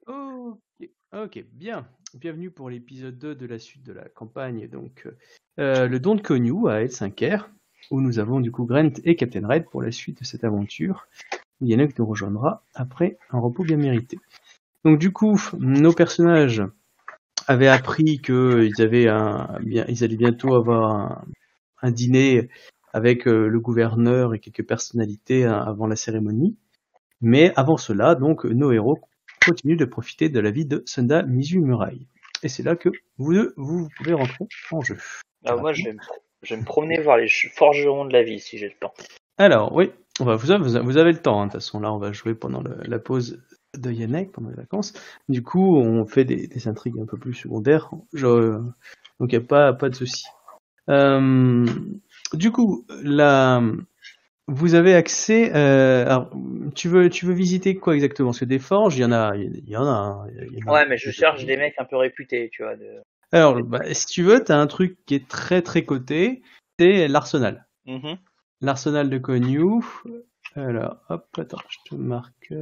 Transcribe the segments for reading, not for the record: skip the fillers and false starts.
Ok, ok, bien. Bienvenue pour l'épisode 2 de la suite de la campagne, donc le don de Konyu à L5R, où nous avons du coup Grant et Captain Red pour la suite de cette aventure. Yannick nous rejoindra après un repos bien mérité. Donc du coup, nos personnages avaient appris qu'ils allaient bientôt avoir un dîner avec le gouverneur et quelques personnalités avant la cérémonie. Mais avant cela, donc, nos héros continuent de profiter de la vie de Sunda Mizumurai. Et c'est là que vous pouvez rentrer en jeu. Moi, je vais me promener voir les forgerons de la vie si j'ai le temps. Alors, oui, vous avez le temps. De toute façon, là, on va jouer pendant la pause de Yannick, pendant les vacances. Du coup, on fait des intrigues un peu plus secondaires. Donc, il n'y a pas de souci. Du coup, vous avez accès. Alors, tu veux visiter quoi exactement? Parce que des forges, il y en a. Ouais, mais je cherche des mecs un peu réputés, tu vois. Alors, si tu veux, t'as un truc qui est très très coté, c'est l'arsenal. Mm-hmm. L'arsenal de Konyu. Alors, hop, attends, je te marque.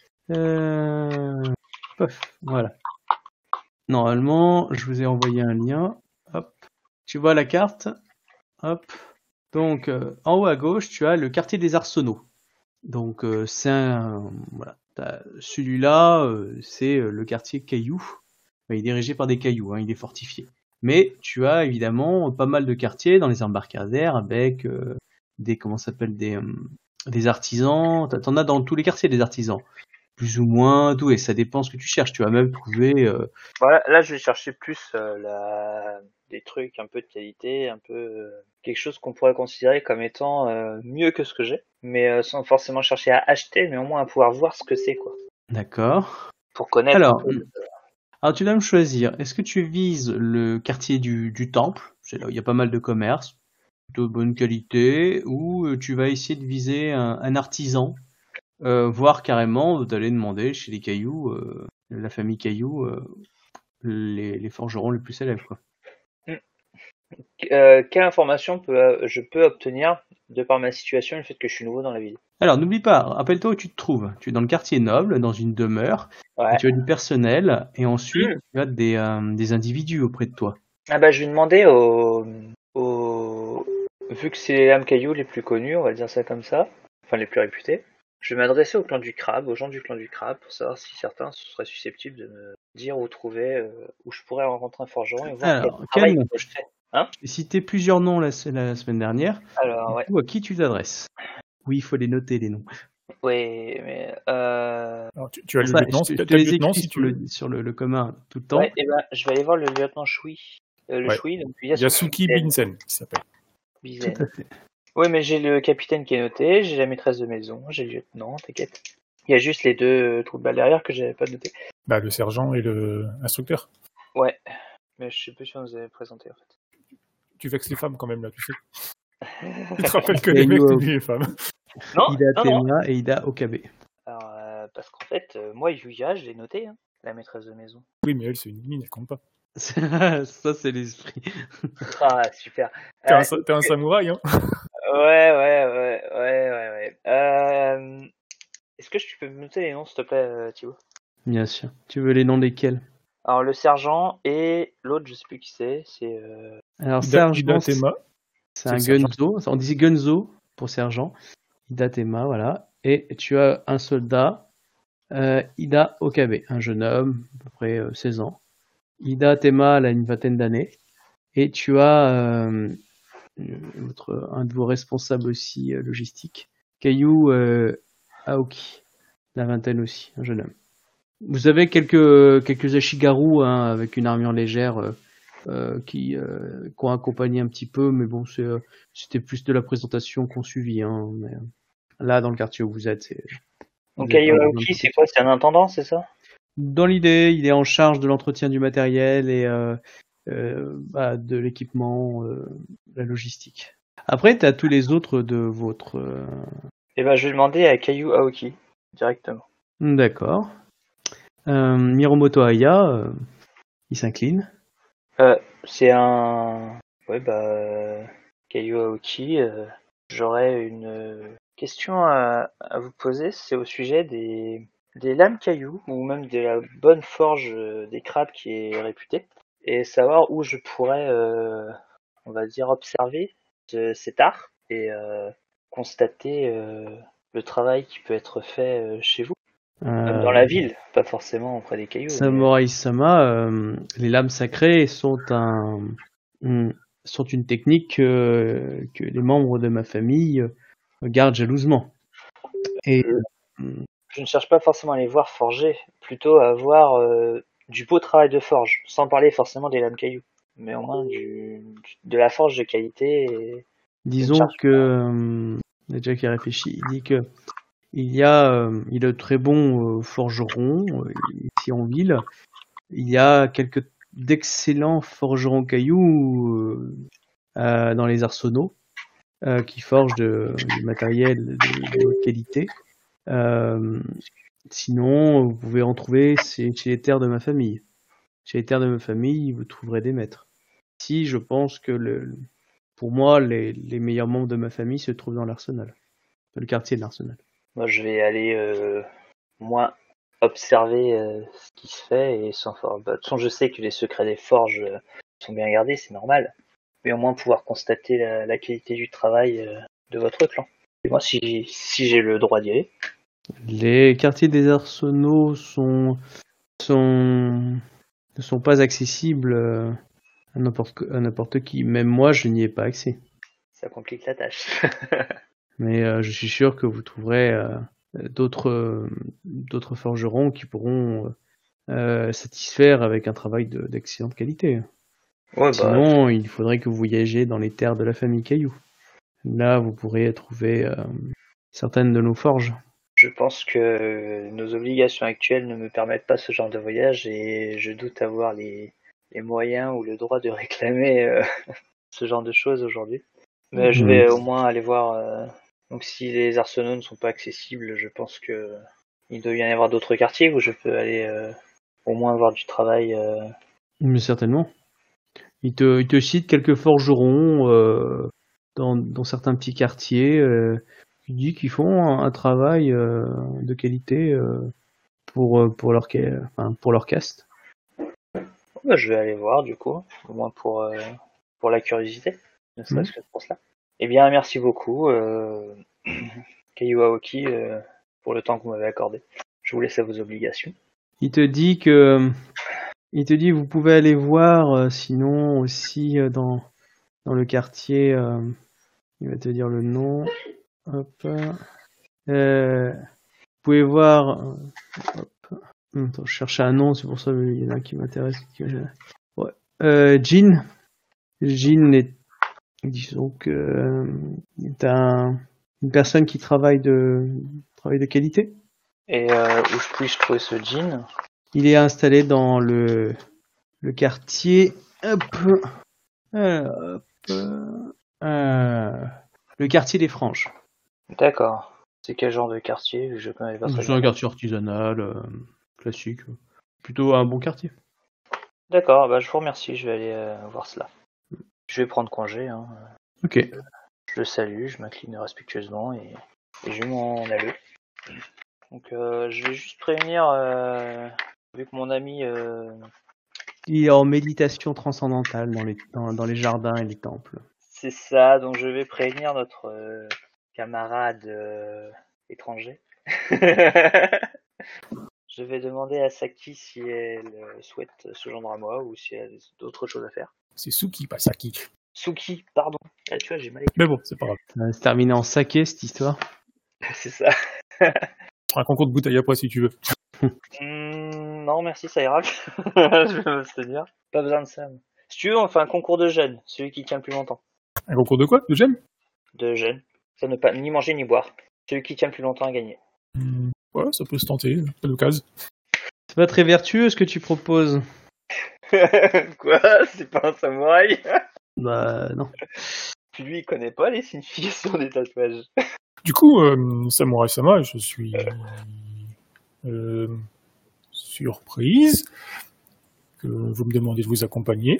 Pof, voilà. Normalement, je vous ai envoyé un lien. Hop, tu vois la carte. Hop. Donc, en haut à gauche, tu as le quartier des arsenaux. Donc, voilà. Celui-là, c'est le quartier Caillou. Il est dirigé par des cailloux, hein, il est fortifié. Mais tu as évidemment pas mal de quartiers dans les embarcadères avec des artisans. T'en as dans tous les quartiers des artisans, plus ou moins tout, et ça dépend ce que tu cherches. Tu vas même trouver. Voilà, là, je vais chercher plus des trucs un peu de qualité, un peu quelque chose qu'on pourrait considérer comme étant mieux que ce que j'ai, mais sans forcément chercher à acheter, mais au moins à pouvoir voir ce que c'est, quoi. D'accord. Pour connaître Alors, un peu. tu dois me choisir. Est-ce que tu vises le quartier du temple? C'est là où il y a pas mal de commerces de bonne qualité, ou tu vas essayer de viser un artisan, voire carrément d'aller demander chez les cailloux, la famille Caillou, les forgerons les plus célèbres, quoi. Quelle information je peux obtenir de par ma situation et le fait que je suis nouveau dans la ville? Alors n'oublie pas, rappelle-toi où tu te trouves. Tu es dans le quartier noble, dans une demeure, et Ouais. tu as du personnel, et ensuite tu as des individus auprès de toi. Ah bah je vais demander vu que c'est les lames cailloux les plus connus, on va dire ça comme ça, enfin les plus réputés, je vais m'adresser au clan du crabe, aux gens du clan du crabe, pour savoir si certains seraient susceptibles de me dire où trouver, où je pourrais rencontrer un forgeron et voir quel Alors, travail Ken, il peut faire. Hein? j'ai cité plusieurs noms la semaine dernière. Alors Du ouais, coup, à qui tu t'adresses? Oui, il faut les noter, les noms. ouais, mais Alors, tu as le Enfin, lieutenant, je te t'as le les lieutenant écris si tu veux. sur le commun tout le temps. ouais, et ben je vais aller voir le lieutenant Choui, le Ouais. Choui, donc Yasuki Binsen, qui s'appelle. Tout à fait. Ouais, mais j'ai le capitaine qui est noté, j'ai la maîtresse de maison, j'ai le lieutenant, t'inquiète. Il y a juste les deux trous de balle derrière que j'avais pas noté. Bah, le sergent et le instructeur. Ouais, mais je sais plus si on nous avait présenté en fait. Tu vexes les femmes quand même, là, tu sais. Tu te rappelles que les Caillou, mecs, t'oublies les femmes. Non, Ida non, non. Tema et Ida Okabe. Alors, parce qu'en fait, moi, Yuya, je l'ai noté, hein, la maîtresse de maison. Oui, mais elle, c'est une mine, elle compte pas. Ça, c'est l'esprit. Ah, super. T'es un samouraï, hein. Ouais. Est-ce que tu peux me noter les noms, s'il te plaît, Thibaut? Bien sûr. Tu veux les noms desquels? Alors, le sergent et l'autre, je sais plus qui c'est. Alors, Ida sergent, Tema, c'est c'est un le sergent. gunzo. On dit gunzo pour sergent. Ida Tema, voilà. Et tu as un soldat, Ida Okabe, un jeune homme, à peu près 16 ans. Ida Tema, elle a une vingtaine d'années. Et tu as un de vos responsables aussi logistiques, Kayu Aoki, la vingtaine aussi, un jeune homme. Vous avez quelques Ashigaru, hein, avec une armure légère qui ont accompagné un petit peu, mais bon, c'était plus de la présentation qu'on suivit. Hein, mais, là, dans le quartier où vous êtes, Donc, vous êtes pas Aoki, c'est quoi? C'est un intendant, c'est ça? dans l'idée, il est en charge de l'entretien du matériel et de l'équipement, la logistique. Après, tu as tous les autres de votre... Eh ben, je vais demander à Kayu Aoki, directement. D'accord. Miromoto Aya, il s'incline. C'est un... Ouais, Kayu Aoki, j'aurais une question à vous poser, c'est au sujet des lames cailloux, ou même de la bonne forge des crabes qui est réputée, et savoir où je pourrais, on va dire, observer cet art et constater le travail qui peut être fait chez vous. Même dans la ville, pas forcément auprès des cailloux. Samurai Sama, les lames sacrées sont une technique que les membres de ma famille gardent jalousement. Et Je ne cherche pas forcément à les voir forger, plutôt à voir du beau travail de forge, sans parler forcément des lames cailloux, mais au moins de la forge de qualité. Et disons que Jack a réfléchi. Il dit que il a de très bons forgerons ici en ville. Il y a d'excellents forgerons cailloux dans les arsenaux qui forgent du matériel de haute qualité. Sinon, vous pouvez en trouver chez les terres de ma famille. Chez les terres de ma famille, vous trouverez des maîtres. Ici, je pense que pour moi, les meilleurs membres de ma famille se trouvent dans l'arsenal, dans le quartier de l'arsenal. Moi, je vais aller moins observer ce qui se fait et sans forge. De toute façon, je sais que les secrets des forges sont bien gardés, c'est normal. Mais au moins pouvoir constater la qualité du travail de votre clan. Et moi, si j'ai le droit d'y aller. Les quartiers des arsenaux ne sont pas accessibles à n'importe qui. Même moi, je n'y ai pas accès. Ça complique la tâche. Mais je suis sûr que vous trouverez d'autres forgerons qui pourront satisfaire avec un travail d'excellente qualité. Ouais, Sinon, il faudrait que vous voyagiez dans les terres de la famille Caillou. Là, vous pourrez trouver certaines de nos forges. Je pense que nos obligations actuelles ne me permettent pas ce genre de voyage et je doute avoir les moyens ou le droit de réclamer ce genre de choses aujourd'hui. Mais je vais au moins aller voir. Donc si les arsenaux ne sont pas accessibles, je pense que il doit y en avoir d'autres quartiers où je peux aller au moins voir du travail. Mais certainement. Il te cite quelques forgerons dans certains petits quartiers. Il dit qu'ils font un travail de qualité pour leur caste. Bah, je vais aller voir du coup, au moins pour la curiosité, ne serait-ce que pour cela. Eh bien, merci beaucoup, Keiyu Aoki, pour le temps que vous m'avez accordé. Je vous laisse à vos obligations. Il te dit vous pouvez aller voir sinon aussi dans le quartier. Il va te dire le nom. Hop. Vous pouvez voir. Hop. Attends, je cherchais un nom, c'est pour ça qu'il y en a un qui m'intéresse. Ouais. Jin. Jin est, disons que, est une personne qui travaille de qualité. Et où puis-je trouver ce Jin ? Il est installé dans le quartier. Hop. Le quartier des Franges. D'accord. C'est quel genre de quartier ? Je connais pas très bien. C'est un quartier artisanal, classique. Plutôt un bon quartier. D'accord, bah, je vous remercie, je vais aller voir cela. Je vais prendre congé. Hein. Ok. Je le salue, je m'incline respectueusement et je m'en aller. Donc je vais juste prévenir, vu que mon ami... Il est en méditation transcendantale dans les jardins et les temples. C'est ça, donc je vais prévenir notre camarade étranger. Je vais demander à Saki si elle souhaite se joindre à moi ou si elle a d'autres choses à faire. C'est Suki, pas Saki. Suki, pardon. Ah, tu vois, j'ai mal écrit. Mais bon, c'est pas grave. Ça va se terminer en saké, cette histoire. C'est ça. Un concours de bouteille après si tu veux. Non, merci, ça ira. Je vais m'abstenir. Pas besoin de ça. Si tu veux, on fait un concours de jeûne, celui qui tient le plus longtemps. Un concours de quoi ? De gemme ? De jeûne. Ça ne pas ni manger ni boire. Celui qui tient le plus longtemps à gagner. Ouais, ça peut se tenter, pas d'occasion. C'est pas très vertueux ce que tu proposes. Quoi ? C'est pas un samouraï ? Bah non. Puis lui, il connaît pas les significations des tatouages. Du coup, Samurai Sama, je suis surprise que vous me demandiez de vous accompagner.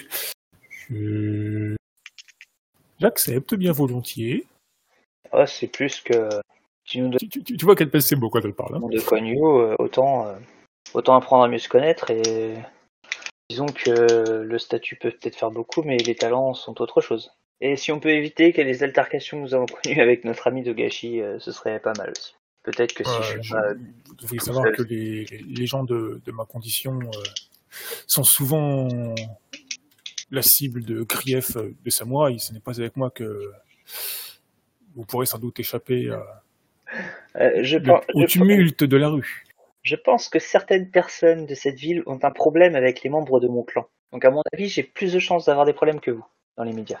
J'accepte bien volontiers. Ah, c'est plus que Si nous Tu vois qu'elle pèse ses mots quand elle parle. Hein. de Konyu, autant apprendre à mieux se connaître et disons que le statut peut peut-être faire beaucoup, mais les talents sont autre chose. Et si on peut éviter que les altercations que nous avons connues avec notre ami Togashi, ce serait pas mal aussi. Peut-être que si vous devriez savoir seul. que les gens de ma condition sont souvent la cible de griefs de samouraï. Ce n'est pas avec moi que vous pourrez sans doute échapper au tumulte de la rue. Je pense que certaines personnes de cette ville ont un problème avec les membres de mon clan. Donc à mon avis, j'ai plus de chances d'avoir des problèmes que vous dans les médias.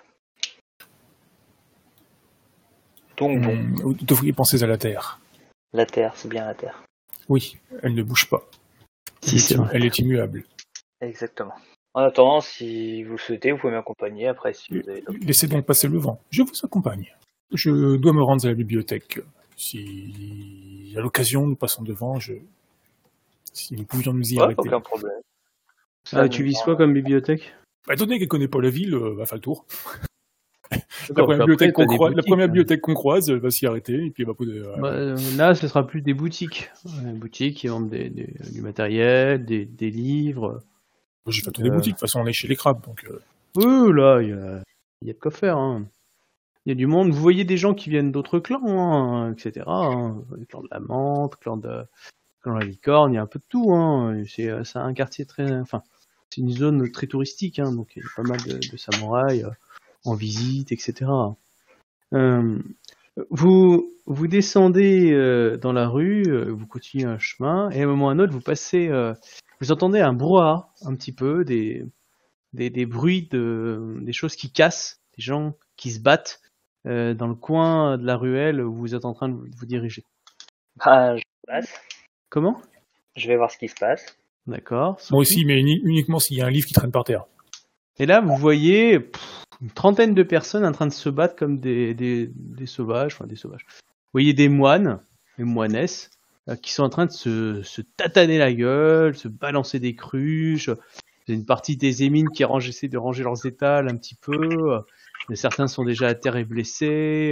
Donc bon. Vous devriez penser à la Terre. La Terre, c'est bien la Terre. Oui, elle ne bouge pas. Si, c'est vrai. Elle est immuable. Exactement. En attendant, si vous le souhaitez, vous pouvez m'accompagner. Après, si vous avez... Laissez donc passer le vent. Je vous accompagne. Je dois me rendre à la bibliothèque. Si à l'occasion nous passons devant, si nous pouvions nous y arrêter. Aucun problème. Tu vises quoi comme bibliothèque? Étant donné qu'elle connaît pas la ville, va faire le tour. La première bibliothèque qu'on croise, elle va s'y arrêter et puis elle va poser. Là, ce sera plus des boutiques. Des boutiques qui vendent du matériel, des livres. J'ai fait des boutiques. De toute façon, on est chez les crabes, donc. Oui, là, il y a de quoi faire. Hein. Il y a du monde. Vous voyez des gens qui viennent d'autres clans, hein, etc. Hein. Le clan de la menthe, clan de la licorne, il y a un peu de tout. Hein. C'est un quartier c'est une zone très touristique, hein, donc il y a pas mal de samouraïs en visite, etc. Vous descendez dans la rue, vous continuez un chemin, et à un moment ou à un autre, vous passez, vous entendez un brouhaha, un petit peu, des bruits des choses qui cassent, des gens qui se battent dans le coin de la ruelle où vous êtes en train de vous diriger. Je passe. Comment? Je vais voir ce qui se passe. D'accord. Moi aussi, mais uniquement s'il y a un livre qui traîne par terre. Et là, vous voyez une trentaine de personnes en train de se battre comme des sauvages, des sauvages. Vous voyez des moines, des moinesses, qui sont en train de se tataner la gueule, se balancer des cruches. Il y a une partie des émines qui essaient de ranger leurs étals un petit peu. Mais certains sont déjà à terre et blessés.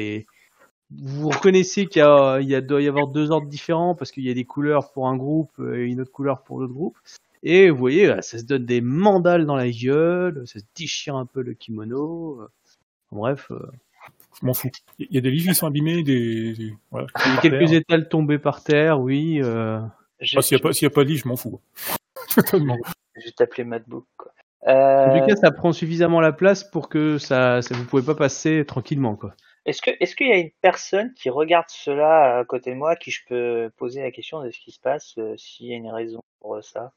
Vous reconnaissez qu'il doit y avoir deux ordres différents parce qu'il y a des couleurs pour un groupe et une autre couleur pour l'autre groupe. Et vous voyez, ça se donne des mandales dans la gueule, ça se déchire un peu le kimono. Bref. Je m'en fous. Il y a des livres qui sont abîmés, voilà. Il y a quelques étals tombés par terre, oui. S'il n'y a pas de livre, je m'en fous. Totalement. Je vais t'appeler Madbook, quoi. En tout cas, ça prend suffisamment la place pour que vous pouvez pas passer tranquillement, quoi. Est-ce qu'il y a une personne qui regarde cela à côté de moi, à qui je peux poser la question de ce qui se passe, s'il y a une raison pour ça?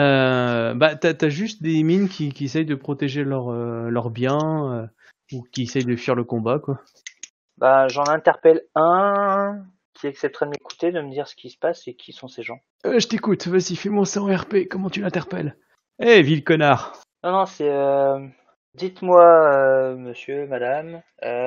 T'as juste des mines qui essayent de protéger leurs biens ou qui essayent de fuir le combat, quoi. J'en interpelle un qui accepterait de m'écouter, de me dire ce qui se passe et qui sont ces gens. Je t'écoute, vas-y, fais-moi ça en RP, comment tu l'interpelles? Eh, ville connard! Non, c'est... Dites-moi, monsieur, madame,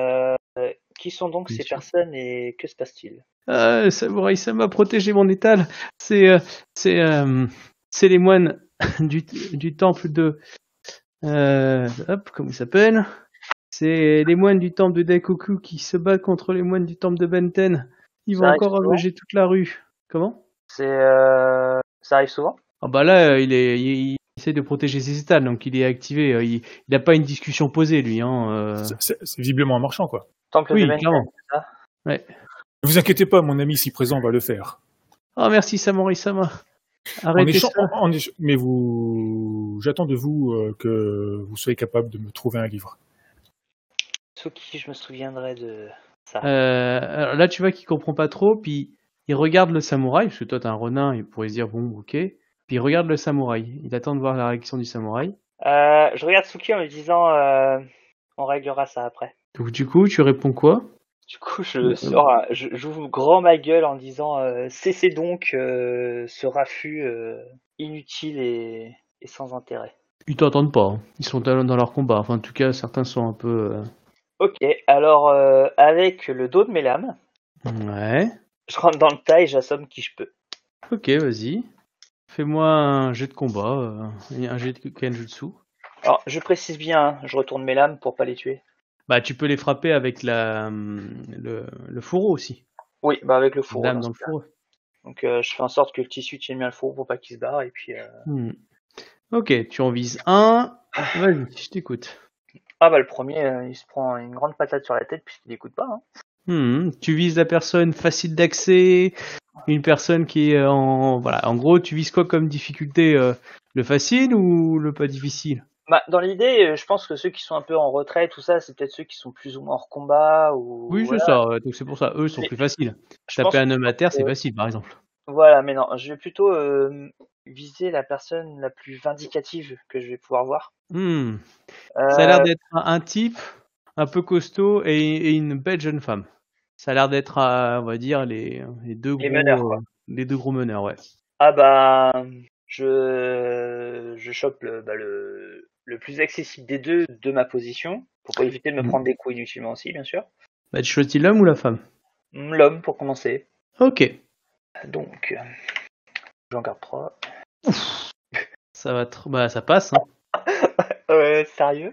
qui sont donc ces personnes et que se passe-t-il? Samouraï, ça m'a protégé mon étal. C'est les moines du temple de... comment il s'appelle? C'est les moines du temple de Daikoku qui se battent contre les moines du temple de Benten. Ils vont encore ravager toute la rue. Comment? Ça arrive souvent? Là, il essaie de protéger ses étals, donc il est activé. Il n'a pas une discussion posée, lui. C'est visiblement un marchand, quoi. Temple de Benten, clairement. C'est ça? Ouais. Ne vous inquiétez pas, mon ami ici présent va le faire. Merci, Samouraï-sama. Arrêtez ça. Mais j'attends de vous que vous soyez capable de me trouver un livre. Suki, je me souviendrai de ça. Alors là, tu vois qu'il comprend pas trop, puis il regarde le samouraï, parce que toi, t'es un renin, il pourrait se dire, bon, ok. Puis il regarde le samouraï. Il attend de voir la réaction du samouraï. Je regarde Suki en lui disant, on réglera ça après. Donc du coup, tu réponds quoi? Du coup, j'ouvre grand ma gueule en disant, cessez donc ce raffut inutile et sans intérêt. Ils t'entendent pas, hein. Ils sont dans leur combat. Enfin, en tout cas, certains sont un peu... Ok, alors avec le dos de mes lames, ouais. Je rentre dans le tas et j'assomme qui je peux. Ok, vas-y. Fais-moi un jet de combat, un jet de Kenjutsu. Alors, je précise bien, je retourne mes lames pour pas les tuer. Tu peux les frapper avec le fourreau aussi. Oui, bah avec le fourreau. Lame Dans dans ce le cas. fourreau. Donc je fais en sorte que le tissu tienne bien le fourreau pour pas qu'il se barre et puis. Hmm. Ok, tu en vises un. Vas-y, je t'écoute. Ah bah le premier, il se prend une grande patate sur la tête puisqu'il écoute pas. Hein. Tu vises la personne facile d'accès, une personne qui est voilà. En gros, tu vises quoi comme difficulté, le facile ou le pas difficile? Bah dans l'idée, je pense que ceux qui sont un peu en retrait, tout ça, c'est peut-être ceux qui sont plus ou moins hors combat ou Oui, c'est voilà. ça. Ouais, donc c'est pour ça. Eux sont Mais plus faciles. je Taper pense un homme à terre, que c'est facile, par exemple. voilà, mais non, je vais plutôt viser la personne la plus vindicative que je vais pouvoir voir. Ça a l'air Euh, d'être un type un peu costaud et une belle jeune femme. Ça a l'air d'être, on va dire, les deux les meneurs, quoi. les deux gros meneurs, ouais. Ah bah, je chope le plus accessible des deux de ma position, pour pas éviter de me prendre des coups inutilement aussi, bien sûr. Bah, tu choisis l'homme ou la femme? L'homme, pour commencer. Ok. Donc, j'en garde 3. Ça va bah, ça passe, hein. Sérieux?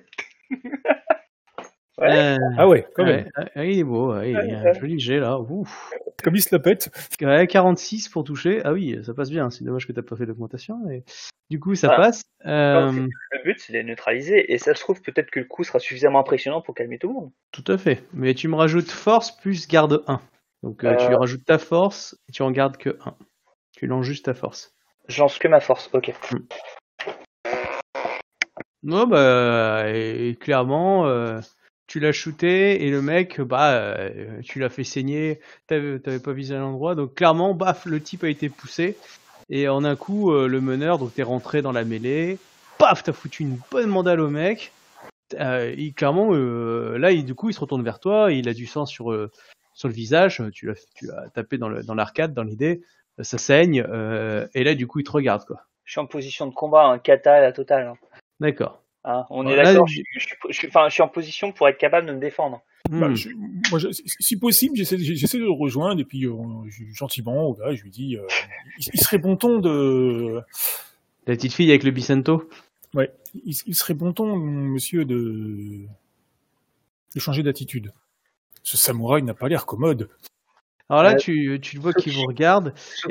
Ouais. Ah ouais, quand même. Il est beau, ouais, il a un joli jet là. Ouf. Comme il se la pète. Ouais, 46 pour toucher. Ah oui, ça passe bien. C'est dommage que t'as pas fait l'augmentation. Mais... Du coup, ça Voilà. passe. Le but, c'est de les neutraliser, et ça se trouve, peut-être que le coup sera suffisamment impressionnant pour calmer tout le monde. Tout à fait. Mais tu me rajoutes force plus garde 1. Donc tu rajoutes ta force et tu en gardes que 1. Tu lances juste ta force. Je lance que ma force, ok. Non, bah, et clairement, tu l'as shooté et le mec, tu l'as fait saigner. T'avais pas visé à l'endroit. Donc clairement, baf, le type a été poussé. Et en un coup, le meneur, donc t'es rentré dans la mêlée. Paf, t'as foutu une bonne mandale au mec. Clairement, là, du coup, il se retourne vers toi. Il a du sang sur le visage. Tu l'as tapé dans l'arcade, dans l'idée. Ça saigne. Et là, du coup, il te regarde, quoi. Je suis en position de combat, un kata la totale. Hein. D'accord. Hein, on Bon, est là, d'accord, je suis en position pour être capable de me défendre. Bah, moi, si possible, j'essaie de le rejoindre et puis gentiment, là, je lui dis, il serait bon ton de. La petite fille avec le Bicento. Ouais, il serait bon ton, monsieur, de changer d'attitude. Ce samouraï n'a pas l'air commode. Alors là, tu le vois qui vous regarde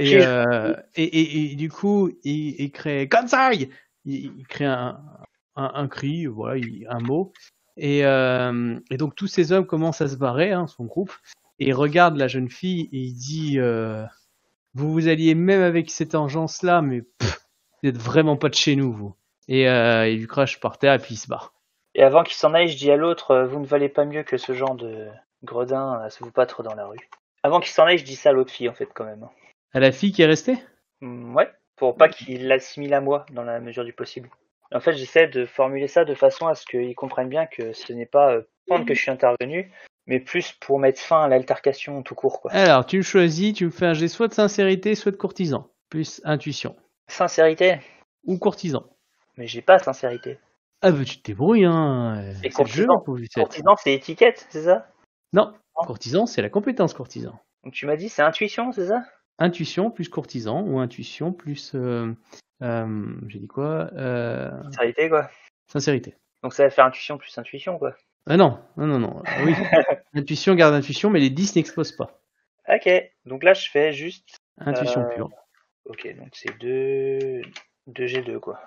et du coup, il crée Kansai. Il crée un cri, voilà, un mot. Et donc tous ces hommes commencent à se barrer, hein, son groupe, et il regarde la jeune fille et il dit vous alliez même avec cette engeance-là, mais vous n'êtes vraiment pas de chez nous, vous. Et il lui crache par terre et puis il se barre. Et avant qu'il s'en aille, je dis à l'autre, vous ne valez pas mieux que ce genre de gredin à se vous battre dans la rue. Avant qu'il s'en aille, je dis ça à l'autre fille, en fait, quand même. À la fille qui est restée? Ouais, pour pas qu'il l'assimile à moi, dans la mesure du possible. En fait, j'essaie de formuler ça de façon à ce qu'ils comprennent bien que ce n'est pas prendre que je suis intervenu, mais plus pour mettre fin à l'altercation tout court, quoi. Alors, tu me choisis, tu me fais un jet soit de sincérité, soit de courtisan, plus intuition. Sincérité? Ou courtisan. Mais j'ai pas sincérité. Ah bah tu te débrouilles, hein. Et C'est le jeu, courtisan, c'est étiquette, c'est ça? Non, courtisan, c'est la compétence courtisan. Donc tu m'as dit c'est intuition, c'est ça? Intuition plus courtisan, ou intuition plus... j'ai dit quoi Sincérité, quoi. Sincérité. Donc ça va faire intuition plus intuition, quoi. Ah non. Oui. Intuition garde intuition, mais les 10 n'explosent pas. Ok, donc là je fais juste... Intuition pure. Ok, donc c'est 2 G2, quoi.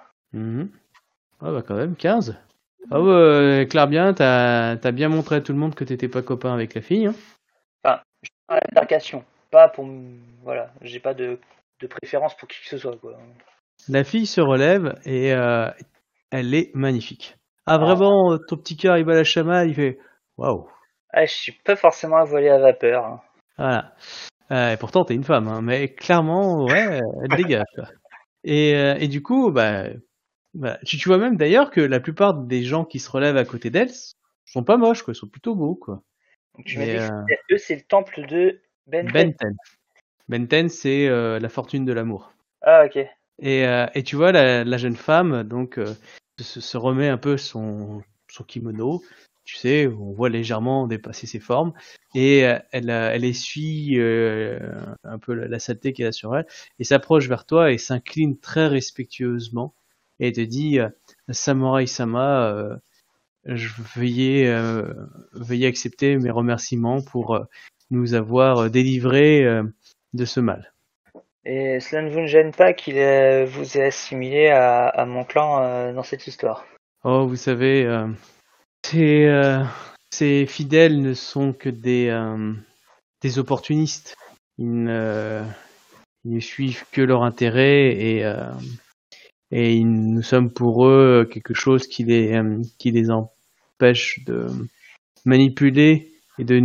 Ah bah quand même, 15. Ah ouais, Claire bien, t'as bien montré à tout le monde que t'étais pas copain avec la fille. Hein. Enfin, je suis dans l'altercation, pas pour... Voilà, j'ai pas de préférence pour qui que ce soit, quoi. La fille se relève et elle est magnifique. Ah vraiment, ton petit cœur il bat la chamade, il fait waouh. Ah, je suis pas forcément à voler à vapeur. Hein. Voilà. Et pourtant t'es une femme, hein, mais clairement, ouais, elle dégage. Quoi. Et du coup, tu vois même d'ailleurs que la plupart des gens qui se relèvent à côté d'elle sont pas moches, quoi, ils sont plutôt beaux, quoi. Donc tu m'as dit que eux c'est le temple de Benten. Benten, c'est la fortune de l'amour. Ah ok. Et tu vois la jeune femme donc se remet un peu son kimono, tu sais, on voit légèrement dépasser ses formes et elle essuie un peu la saleté qu'il y a sur elle et s'approche vers toi et s'incline très respectueusement et te dit Samurai Sama, je veuillez accepter mes remerciements pour nous avoir délivrés de ce mal. Et cela ne vous gêne pas qu'il vous ait assimilé à mon clan dans cette histoire? Oh, vous savez, ces fidèles ne sont que des opportunistes. Ils ne suivent que leur intérêt et nous sommes pour eux quelque chose qui les empêche de manipuler et de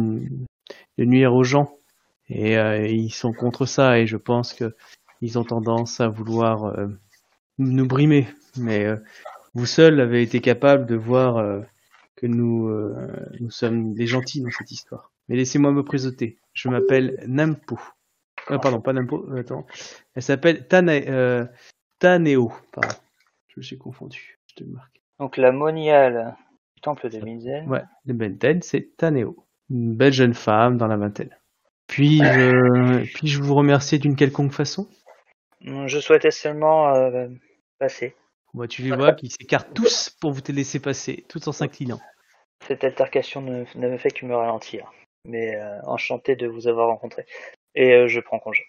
nuire aux gens. Et ils sont contre ça et je pense qu'ils ont tendance à vouloir nous brimer. Mais vous seuls avez été capable de voir que nous sommes des gentils dans cette histoire. Mais laissez-moi me présenter. Je m'appelle Nampo. Pardon, pas Nampo. Attends. Elle s'appelle Taneo. Pardon. Je me suis confondu. Je te le marque. Donc la moniale du temple de Mizen. Ouais, le Benten, c'est Taneo. Une belle jeune femme dans la vingtaine. Puis-je vous remercier d'une quelconque façon? Je souhaitais seulement passer. Bah, tu les vois qui s'écartent tous pour vous te laisser passer, tout en s'inclinant. Cette altercation ne me fait que me ralentir. Mais enchanté de vous avoir rencontré. Et je prends congé.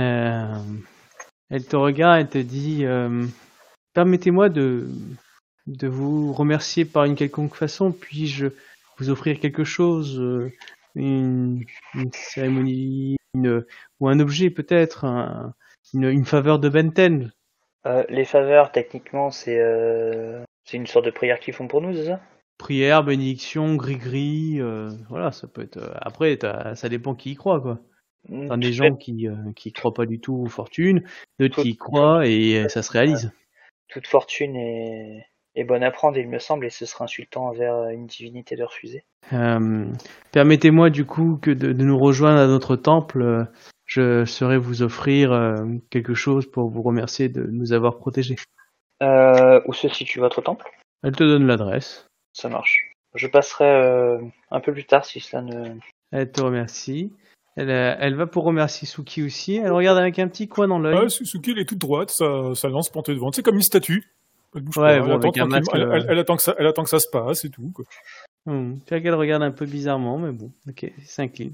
Elle te regarde et te dit permettez-moi de vous remercier par une quelconque façon. Puis-je vous offrir quelque chose, une cérémonie ou un objet peut-être, une faveur de Benten? Les faveurs, techniquement, c'est une sorte de prière qu'ils font pour nous, c'est ça? Prière, bénédiction, gris-gris, voilà, ça peut être. Après, ça dépend qui y croit, quoi. T'as des gens qui croient pas du tout aux fortunes, d'autres qui y croient et ça se réalise. Toute fortune est bonne à prendre, il me semble, et ce serait insultant envers une divinité de refuser. Permettez-moi du coup de nous rejoindre à notre temple. Je saurais vous offrir quelque chose pour vous remercier de nous avoir protégés. Où se situe votre temple? Elle te donne l'adresse. Ça marche. Je passerai un peu plus tard si cela ne... Elle te remercie. Elle va pour remercier Suki aussi. Elle regarde avec un petit coin dans l'œil. Ah, Suki, elle est toute droite, ça lance plantée devant. C'est comme une statue. Elle bouge Ouais, pas. bon, avec un masque, elle attend que ça se passe et tout, quoi. Tu vois qu'elle regarde un peu bizarrement, mais bon, ok, elle s'incline.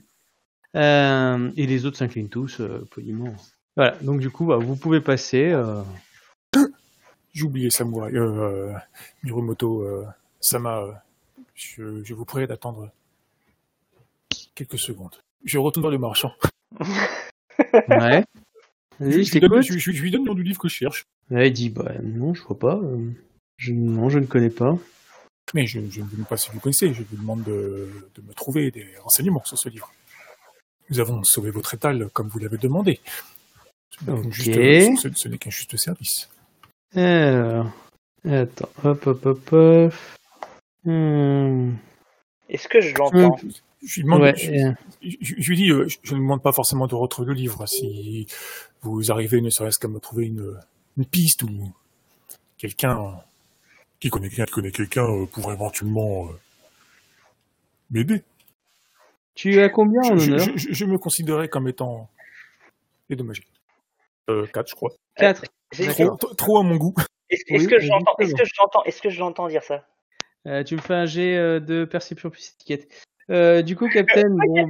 Et les autres s'inclinent tous, poliment. Voilà, donc du coup, vous pouvez passer. J'ai oublié Samurai. Mirumoto, Sama, je vous prie d'attendre quelques secondes. Je retourne voir le marchand. Ouais. Je lui donne le nom du livre que je cherche. Elle dit, non, je vois pas. Non, je ne connais pas. Mais je ne vous demande pas si vous connaissez, je vous demande de me trouver des renseignements sur ce livre. Nous avons sauvé votre étal comme vous l'avez demandé. Ce n'est qu'un juste service. Alors, attends, hop. Est-ce que je l'entends? Je lui dis, je ne demande pas forcément de retrouver le livre. Si vous arrivez ne serait-ce qu'à me trouver une piste ou quelqu'un qui connaît quelqu'un pour éventuellement m'aider. Tu as combien en honneur? Je me considérais comme étant dédommagé. 4, je crois. 4. Trop à mon goût. Est-ce que je l'entends dire ça? Tu me fais un jet de perception plus étiquette. Du coup, Captain,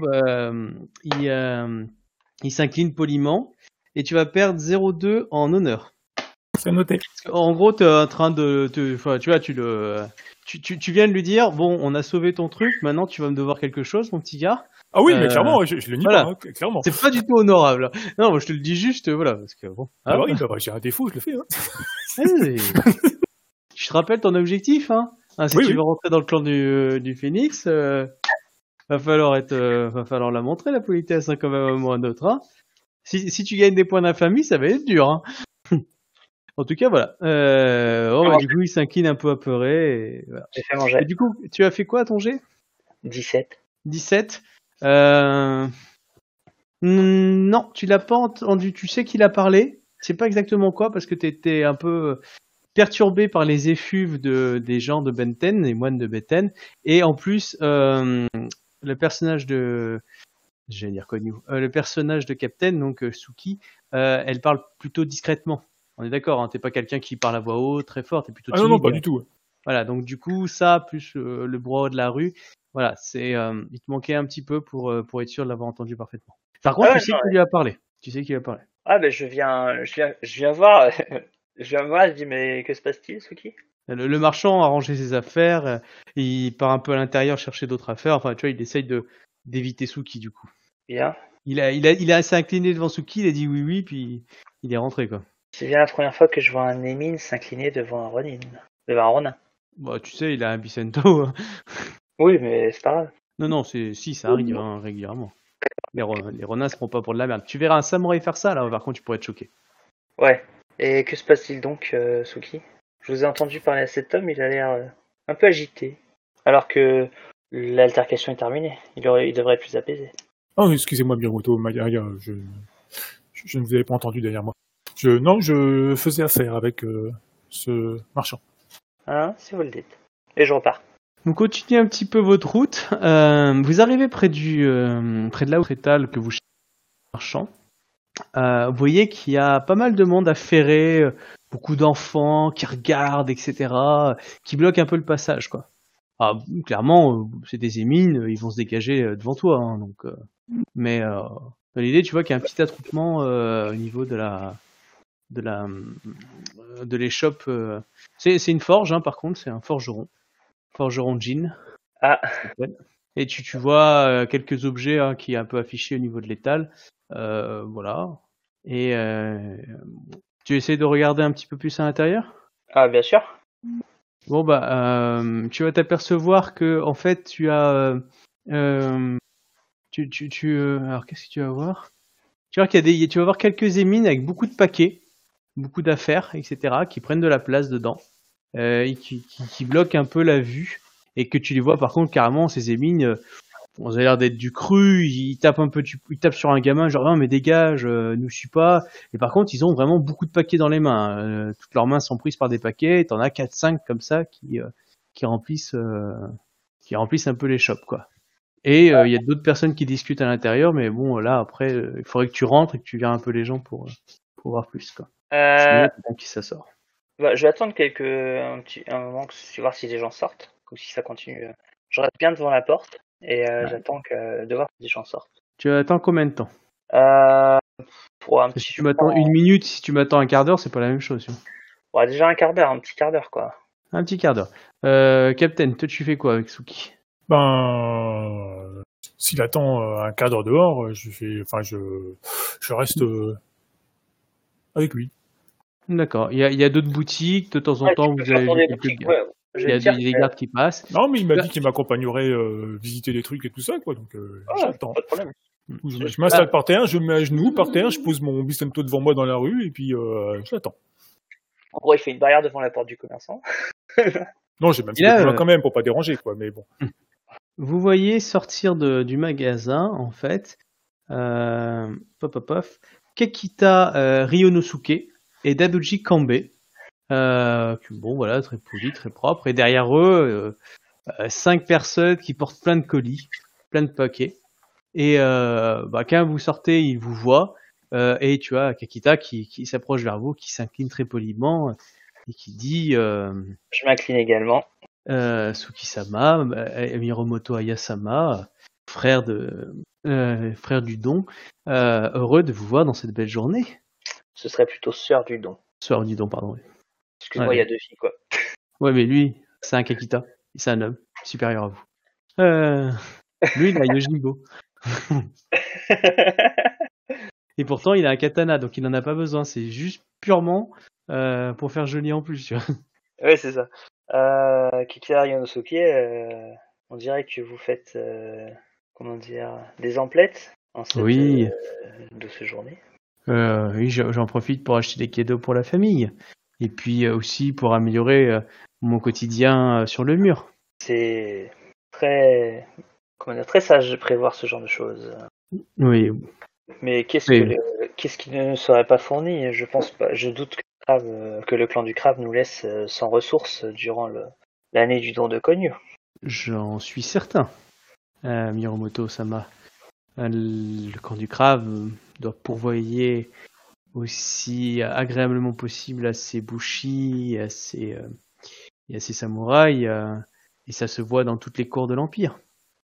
il s'incline poliment et tu vas perdre 0,2 en honneur. C'est noté. En gros, t'es en train de, tu vois, tu viens de lui dire, bon, on a sauvé ton truc, maintenant tu vas me devoir quelque chose, mon petit gars. Ah oui, mais clairement, je le nie pas, hein, clairement. C'est pas du tout honorable. Non, moi je te le dis juste, voilà, parce que bon. Ah oui, j'ai un défaut, je le fais. Je te rappelle ton objectif, hein. Si tu veux rentrer dans le clan du Phénix, va falloir la montrer la politesse, hein, quand même à un moment ou à un autre. Hein. Si tu gagnes des points d'infamie, ça va être dur. Hein. En tout cas, voilà. Du coup, il s'incline un peu apeuré. Et, voilà. J'ai fait mon jet. Et du coup, tu as fait quoi à ton jet? 17. 17. Non, tu l'as pas entendu. Tu sais qu'il a parlé. C'est pas exactement quoi, parce que tu étais un peu perturbé par les effluves des gens de Benten, les moines de Benten. Et en plus, le personnage de... J'allais dire connu. Le personnage de Captain, donc Suki, elle parle plutôt discrètement. On est d'accord, hein, t'es pas quelqu'un qui parle à voix haute, très fort, t'es plutôt timide. Non, pas du tout. Ouais. Voilà, donc du coup, ça, plus le brouhaha de la rue, Voilà, il te manquait un petit peu pour être sûr de l'avoir entendu parfaitement. Par contre, Ah ouais, tu sais non, qu'il lui a parlé. Tu sais qu'il lui a parlé. Ah ben je viens voir, je dis mais que se passe-t-il, Suki? Le marchand a rangé ses affaires, il part un peu à l'intérieur chercher d'autres affaires. Enfin, tu vois, il essaye d'éviter Suki du coup. Bien. Il s'est incliné devant Suki, il a dit oui, oui, puis il est rentré quoi. C'est bien la première fois que je vois un Émine s'incliner devant un Ronin. Devant un Ronin. Bah, tu sais, il a un Bicento. Hein. Oui, mais c'est pas grave. Non, si, ça arrive hein, régulièrement. Les renards se prennent pas pour de la merde. Tu verras un samouraï faire ça, là, par contre, tu pourrais être choqué. Ouais. Et que se passe-t-il donc, Suki? Je vous ai entendu parler à cet homme, il a l'air un peu agité. Alors que l'altercation est terminée. Il devrait être plus apaisé. Oh, excusez-moi, Miyamoto, je ne vous avais pas entendu derrière moi. Non, je faisais affaire avec ce marchand. Hein, si vous le dites. Et je repars. Vous continuez un petit peu votre route. Vous arrivez près de là où étal que vous cherchez marchand. Vous voyez qu'il y a pas mal de monde affairé, beaucoup d'enfants qui regardent, etc., qui bloquent un peu le passage, quoi. Ah, clairement, c'est des émines, ils vont se dégager devant toi, hein, donc. Mais dans l'idée, tu vois qu'il y a un petit attroupement au niveau de l'échoppe. C'est une forge, hein, par contre, c'est un forgeron de jean. Ah, Et tu vois quelques objets hein, qui est un peu affiché au niveau de l'étal. Voilà. Et tu essaies de regarder un petit peu plus à l'intérieur? ah bien sûr. Bon bah tu vas t'apercevoir que en fait tu as alors qu'est-ce que tu vas voir? Tu vois tu vas voir quelques émines avec beaucoup de paquets, beaucoup d'affaires, etc. qui prennent de la place dedans et qui bloquent un peu la vue et que tu les vois par contre carrément ces émines. On a l'air d'être du cru, ils tapent un peu, ils tapent sur un gamin, genre non mais dégage, nous suis pas. Et par contre, ils ont vraiment beaucoup de paquets dans les mains. Toutes leurs mains sont prises par des paquets. Et t'en as 4-5 comme ça qui remplissent un peu les shops quoi. Et il y a d'autres personnes qui discutent à l'intérieur, mais bon là après, il faudrait que tu rentres et que tu viennes un peu les gens pour voir plus quoi. Sinon, il y a quelqu'un qui s'assort. Bah, je vais attendre un moment, voir si les gens sortent, ou si ça continue. Je reste bien devant la porte, et j'attends de voir si les gens sortent. Tu attends combien de temps? Pour un Si petit tu m'attends une minute, si tu m'attends un quart d'heure, c'est pas la même chose. Ouais, déjà un quart d'heure, un petit quart d'heure, quoi. Un petit quart d'heure. Captain, toi tu fais quoi avec Suki? S'il attend un quart d'heure dehors, je reste avec lui. D'accord. Il y a d'autres boutiques, de temps en temps vous avez vu quelques gardes. Il y a des gardes qui passent. Non, mais il m'a dit qu'il m'accompagnerait visiter des trucs et tout ça, quoi. Donc j'attends. Pas de problème. Je m'installe par terre, je me mets à genoux par terre, je pose mon bicento devant moi dans la rue et puis j'attends. En gros, il fait une barrière devant la porte du commerçant. Non, j'ai même fait quand même pour pas déranger, quoi. Mais bon. Vous voyez sortir du magasin, en fait, Kekita Ryonosuke et Dadoji Kanbei. Bon, voilà, très poli, très propre. Et derrière eux, 5 personnes qui portent plein de colis, plein de paquets. Et quand vous sortez, il vous voit. Et tu as Kekita qui s'approche vers vous, qui s'incline très poliment et qui dit Je m'incline également. Suki-sama, Miromoto Ayasama, frère du don, heureux de vous voir dans cette belle journée. Ce serait plutôt sœur du don. Sœur du don, pardon. Excuse-moi, Ouais. il y a 2 filles, quoi. Ouais, mais lui, c'est un Kakita. C'est un homme supérieur à vous. Lui, il a Yojimbo. Et pourtant, il a un katana, donc il n'en a pas besoin. C'est juste purement pour faire joli en plus, tu vois. Oui, c'est ça. Kikira Yonosuke, on dirait que vous faites, des emplettes en cette douce journée. Oui, j'en profite pour acheter des cadeaux pour la famille. Et puis aussi pour améliorer mon quotidien sur le mur. C'est très sage de prévoir ce genre de choses. Oui. Mais qu'est-ce qui ne serait pas fourni? Je pense pas. Je doute que le clan du crabe nous laisse sans ressources durant l'année du don de Konyu. J'en suis certain, Miromoto-sama. Le clan du crabe doit pourvoyer aussi agréablement possible à ses bushi, à ses samouraïs, et ça se voit dans toutes les cours de l'Empire.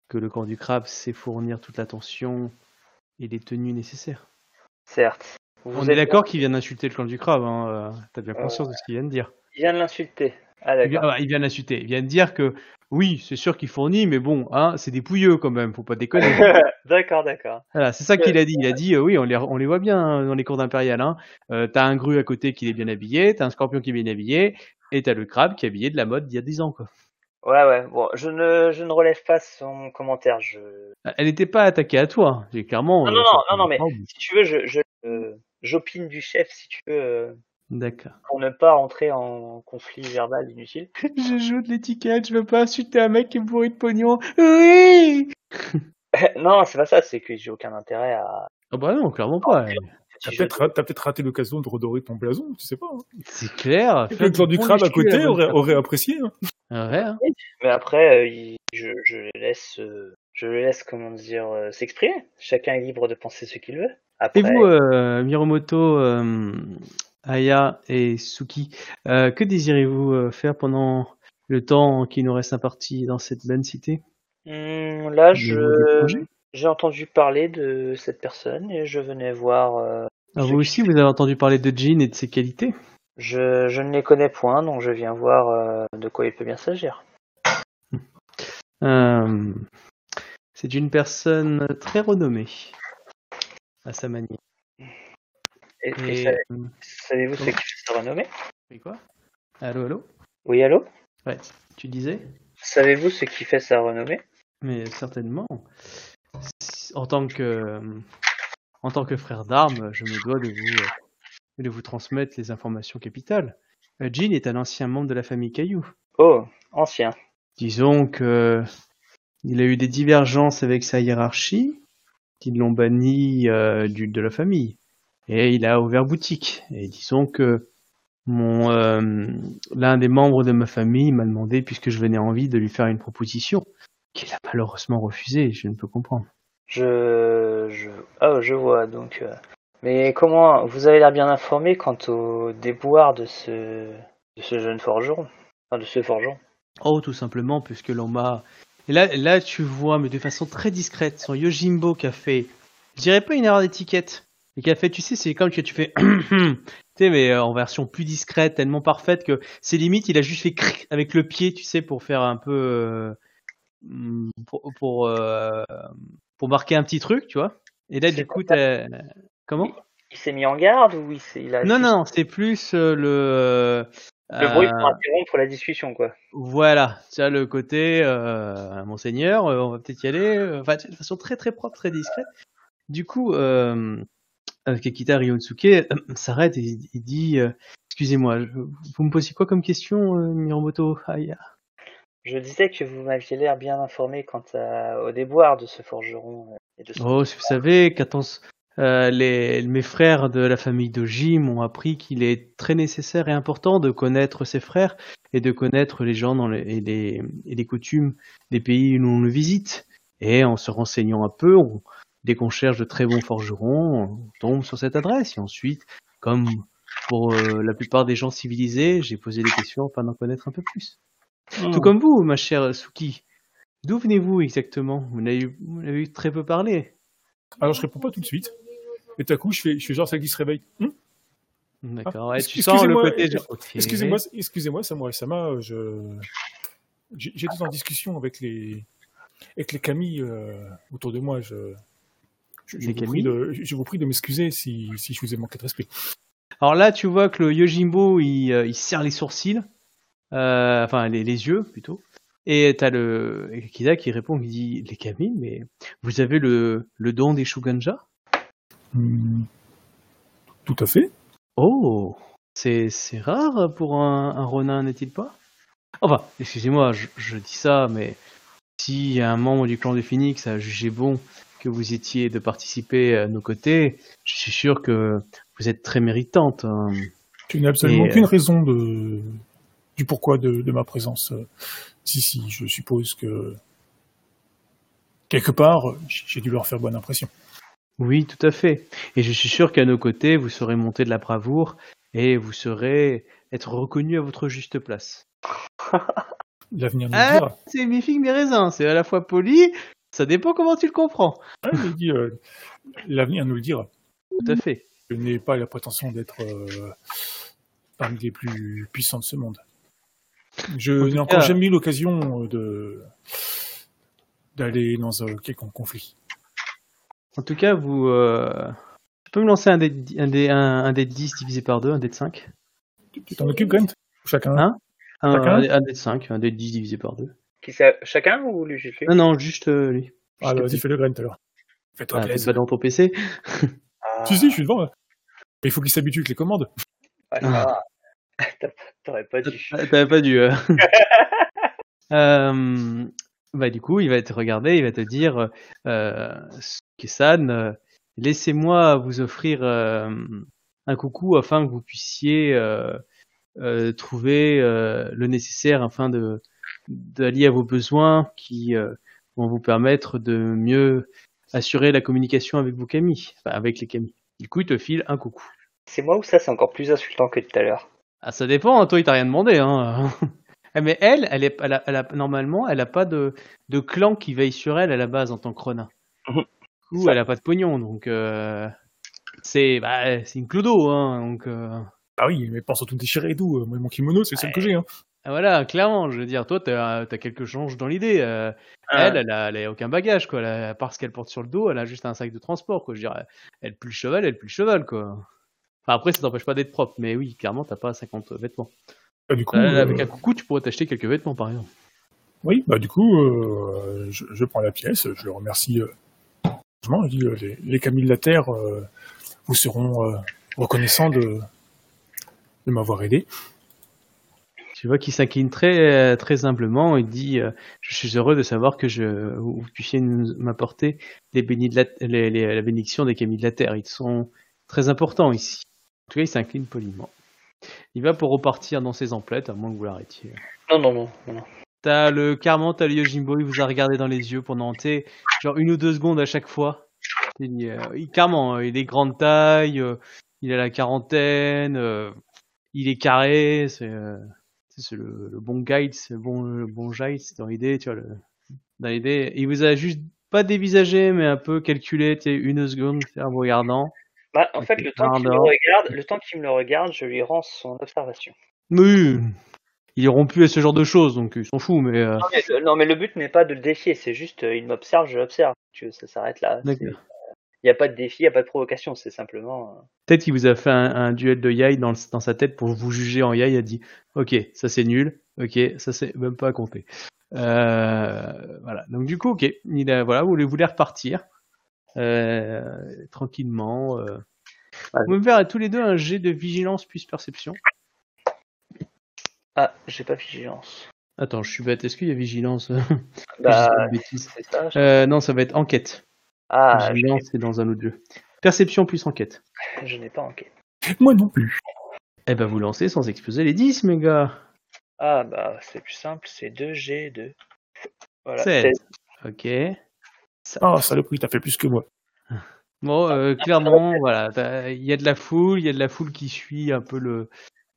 que le camp du crabe sait fournir toute l'attention et les tenues nécessaires. Certes. On est d'accord qu'il vient d'insulter le clan du crabe, hein. T'as bien conscience de ce qu'il vient de dire. Il vient de l'insulter. Ah Il d'accord. vient de l'insulter. Il vient de dire que oui, c'est sûr qu'il fournit, mais bon, hein, c'est des pouilleux quand même, faut pas déconner. D'accord. Voilà, c'est ça qu'il a dit. Il a dit oui, on les voit bien hein, dans les cours d'impérial. Hein. T'as un grue à côté qui est bien habillé, t'as un scorpion qui est bien habillé, et t'as le crabe qui est habillé de la mode d'il y a 10 ans, quoi. Ouais. Bon, je ne relève pas son commentaire. Elle n'était pas attaquée à toi, j'ai clairement. Non, mais si tu veux, j'opine du chef, si tu veux, D'accord. pour ne pas rentrer en conflit verbal inutile. Je joue de l'étiquette, je veux pas insulter un mec qui me pourrit de pognon. Oui. Non, c'est pas ça, c'est que j'ai aucun intérêt à. Ah bah non, clairement pas. T'as peut-être raté l'occasion de redorer ton blason, tu sais pas. Hein. C'est clair. Le clan du crabe à côté aurait apprécié. Hein. Ouais, hein. Mais après, je le laisse, comment dire, s'exprimer. Chacun est libre de penser ce qu'il veut. Après... Et vous, Miromoto, Aya et Suki, que désirez-vous faire pendant le temps qui nous reste imparti dans cette bonne cité? Là, j'ai entendu parler de cette personne et je venais voir... vous aussi, vous avez entendu parler de Jin et de ses qualités? Je ne les connais point, donc je viens voir de quoi il peut bien s'agir. C'est une personne très renommée à sa manière. Savez-vous ce qui fait sa renommée? Oui, quoi? Allô? Oui, allô? Ouais, tu disais? Savez-vous ce qui fait sa renommée? Mais certainement. En tant que frère d'armes, je me dois de vous transmettre les informations capitales. Jin est un ancien membre de la famille Caillou. Oh, ancien. Disons que il a eu des divergences avec sa hiérarchie, qui l'ont banni de la famille. Et il a ouvert boutique. Et disons que l'un des membres de ma famille m'a demandé, puisque je venais envie, de lui faire une proposition qu'il a malheureusement refusée. Je ne peux comprendre. Je vois, donc... Mais comment... Vous avez l'air bien informé quant au déboire de ce jeune forgeron. Enfin, de ce forgeron. Oh, tout simplement, puisque l'on m'a... Et là, tu vois, mais de façon très discrète, son Yojimbo qui a fait... Je dirais pas une erreur d'étiquette. Et qui a fait, tu sais, c'est comme que tu fais... tu sais, mais en version plus discrète, tellement parfaite que c'est limite, il a juste fait cric avec le pied, tu sais, pour faire un peu... pour marquer un petit truc, tu vois. Et là, du coup, comment? Il s'est mis en garde ou il a... Non, c'est plus le bruit pour interrompre la discussion, quoi. Voilà, tu as le côté Monseigneur, on va peut-être y aller, de façon très très propre, très discrète. Du coup, Kakita Ryonsuke s'arrête et il dit excusez-moi, vous me posez quoi comme question, Miromoto Aya? Je disais que vous m'aviez l'air bien informé quant au déboire de ce forgeron. Et de vous savez, mes frères de la famille Doji m'ont appris qu'il est très nécessaire et important de connaître ses frères et de connaître les gens et les coutumes des pays où on le visite. Et en se renseignant un peu, dès qu'on cherche de très bons forgerons, on tombe sur cette adresse. Et ensuite, comme pour la plupart des gens civilisés, j'ai posé des questions afin d'en connaître un peu plus. Tout comme vous, ma chère Suki. D'où venez-vous exactement? Vous n'avez eu très peu parlé. Alors je réponds pas tout de suite. Et tout à coup, je fais genre ça qui se réveille. D'accord. Ah, tu sens le côté. Okay. Excusez-moi, Samurai-sama. J'étais en discussion avec les Kami autour de moi. Je vous prie de m'excuser si je vous ai manqué de respect. Alors là, tu vois que le Yojimbo, il serre les sourcils, enfin les yeux plutôt. Et t'as le Kida qui répond, il dit les Kami, mais vous avez le don des Shuganja? Tout à fait. Oh, c'est rare pour un Ronin, n'est-il pas? Enfin, excusez-moi, je dis ça, mais si un membre du clan de Phoenix a jugé bon que vous étiez de participer à nos côtés, je suis sûr que vous êtes très méritante. Hein. Tu n'as absolument aucune raison du pourquoi de ma présence. Si, je suppose que quelque part, j'ai dû leur faire bonne impression. Oui, tout à fait. Et je suis sûr qu'à nos côtés, vous saurez monter de la bravoure et vous saurez être reconnu à votre juste place. L'avenir nous dira. C'est mi-figue, mi-raisin. C'est à la fois poli Ça dépend comment tu le comprends. Ouais, il dit l'avenir nous le dira. Tout à fait. Je n'ai pas la prétention d'être parmi les plus puissants de ce monde. Je n'ai encore jamais eu l'occasion d'aller dans un quelconque conflit. En tout cas, vous... Tu peux me lancer un dé de 10 divisé par 2, un dé de 5 ? Tu t'en occupes, Grant ? Chacun Hein ? Chacun Un dé de 5, un dé de 10 divisé par 2. Chacun ou lui juste lui ? Non, juste lui. Ah, bah, vas-y, fais-le Grant alors. Fais-toi plaisir. Pas dans ton PC. Si, je suis devant. Là. Mais il faut qu'il s'habitue avec les commandes. Ouais, ça va. T'aurais pas dû. T'avais pas dû. Bah, du coup, il va te regarder, il va te dire Kessan, laissez-moi vous offrir un coucou afin que vous puissiez trouver le nécessaire afin d'allier à vos besoins qui vont vous permettre de mieux assurer la communication avec vos camis, enfin avec les camis. Du coup, il te file un coucou. C'est moi ou ça, c'est encore plus insultant que tout à l'heure? Ah, ça dépend, hein, toi, il t'a rien demandé. Hein. Mais normalement, elle a pas de clan qui veille sur elle à la base en tant que Ronin. Du coup, elle a pas de pognon, donc c'est une clodo, hein, donc. Ah oui, mais pense au tout déchiré et tout. Moi, mon kimono, c'est le seul que j'ai. Hein. Voilà, clairement, je veux dire, toi, t'as quelque chose dans l'idée. Elle a aucun bagage, quoi. À part ce qu'elle porte sur le dos, elle a juste un sac de transport, quoi. Je veux dire, elle pue le cheval, quoi. Enfin, après, ça t'empêche pas d'être propre, mais oui, clairement, t'as pas 50 vêtements. Du coup, avec un coucou, tu pourrais t'acheter quelques vêtements, par exemple. Oui, du coup, je prends la pièce, je le remercie. Je dis, les camis de la Terre vous seront reconnaissants de m'avoir aidé. Tu vois qu'il s'incline très, très humblement et dit je suis heureux de savoir que vous puissiez m'apporter la bénédiction des camis de la Terre. Ils sont très importants ici. En tout cas, il s'incline poliment. Il va pour repartir dans ses emplettes, à moins que vous l'arrêtiez. Non. T'as le Yojimbo, il vous a regardé dans les yeux pendant genre 1 ou 2 secondes à chaque fois. Carrément, il est grande taille, il a la quarantaine, il est carré, c'est le bon guide, c'est le bon guide, c'est dans l'idée, tu vois. Dans l'idée, il vous a juste pas dévisagé, mais un peu calculé, 1 seconde, en vous regardant. En fait, le temps qu'il me le regarde, je lui rends son observation. Oui, il est rompu à ce genre de choses, donc il s'en fout, mais... Non, mais le but n'est pas de le défier, c'est juste, il m'observe, je l'observe. Ça s'arrête là. D'accord. Il n'y a pas de défi, il n'y a pas de provocation, c'est simplement... Peut-être qu'il vous a fait un duel de yai dans sa tête pour vous juger en yai, il a dit « Ok, ça c'est nul, ok, ça c'est même pas à compter. » Voilà, donc du coup, ok, vous voulez repartir tranquillement. Vous pouvez me faire tous les deux un jet de vigilance plus perception. Ah, j'ai pas vigilance. Attends, je suis bête, est-ce qu'il y a vigilance c'est ça. Non, ça va être enquête. Ah, vigilance, c'est dans un autre jeu. Perception plus enquête. Je n'ai pas enquête. Moi non plus. Eh ben, vous lancez sans exploser les 10, mes gars. Ah, c'est plus simple, c'est 2G2. Voilà, 16. Ok. Ah, saloperie, t'as fait plus que moi. Bon, clairement, voilà, il y a de la foule qui suit un peu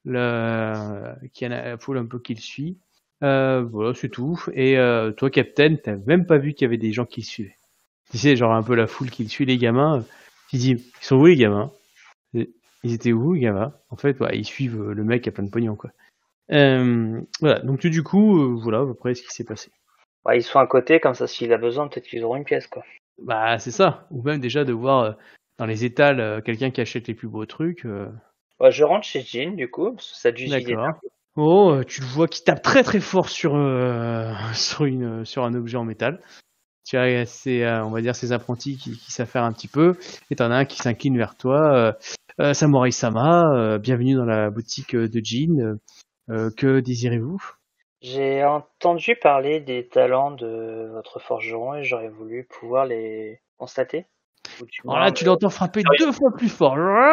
la foule un peu qui le suit. Voilà, c'est tout. Et toi, Captain, t'as même pas vu qu'il y avait des gens qui le suivaient. Tu sais, genre un peu la foule qui suit les gamins. Tu dis, ils sont où les gamins? Ils étaient où les gamins? En fait, ils suivent le mec à plein de pognon, quoi. Voilà, donc du coup, voilà à peu près ce qui s'est passé. Ils sont à côté, comme ça, s'il a besoin, peut-être qu'ils auront une pièce, quoi. C'est ça. Ou même déjà de voir dans les étals quelqu'un qui achète les plus beaux trucs. Je rentre chez Jean, du coup, parce que ça a dû giser. D'accord. Oh, tu le vois qui tape très très fort sur un objet en métal. Tu as on va dire ces apprentis qui savent faire un petit peu. Et t'en as un qui s'incline vers toi. Samurai-sama, bienvenue dans la boutique de Jean. Que désirez-vous? J'ai entendu parler des talents de votre forgeron et j'aurais voulu pouvoir les constater. Alors là, tu l'entends frapper 2 fois plus fort.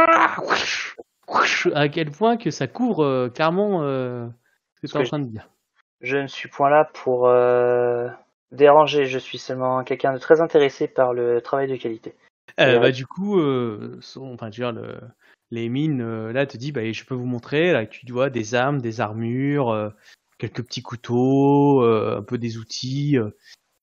À quel point que ça couvre clairement ce que tu es en train de dire. Je ne suis point là pour déranger, je suis seulement quelqu'un de très intéressé par le travail de qualité. Du coup, les mines, là, te dit, je peux vous montrer, là, tu vois, des armes, des armures, quelques petits couteaux, un peu des outils.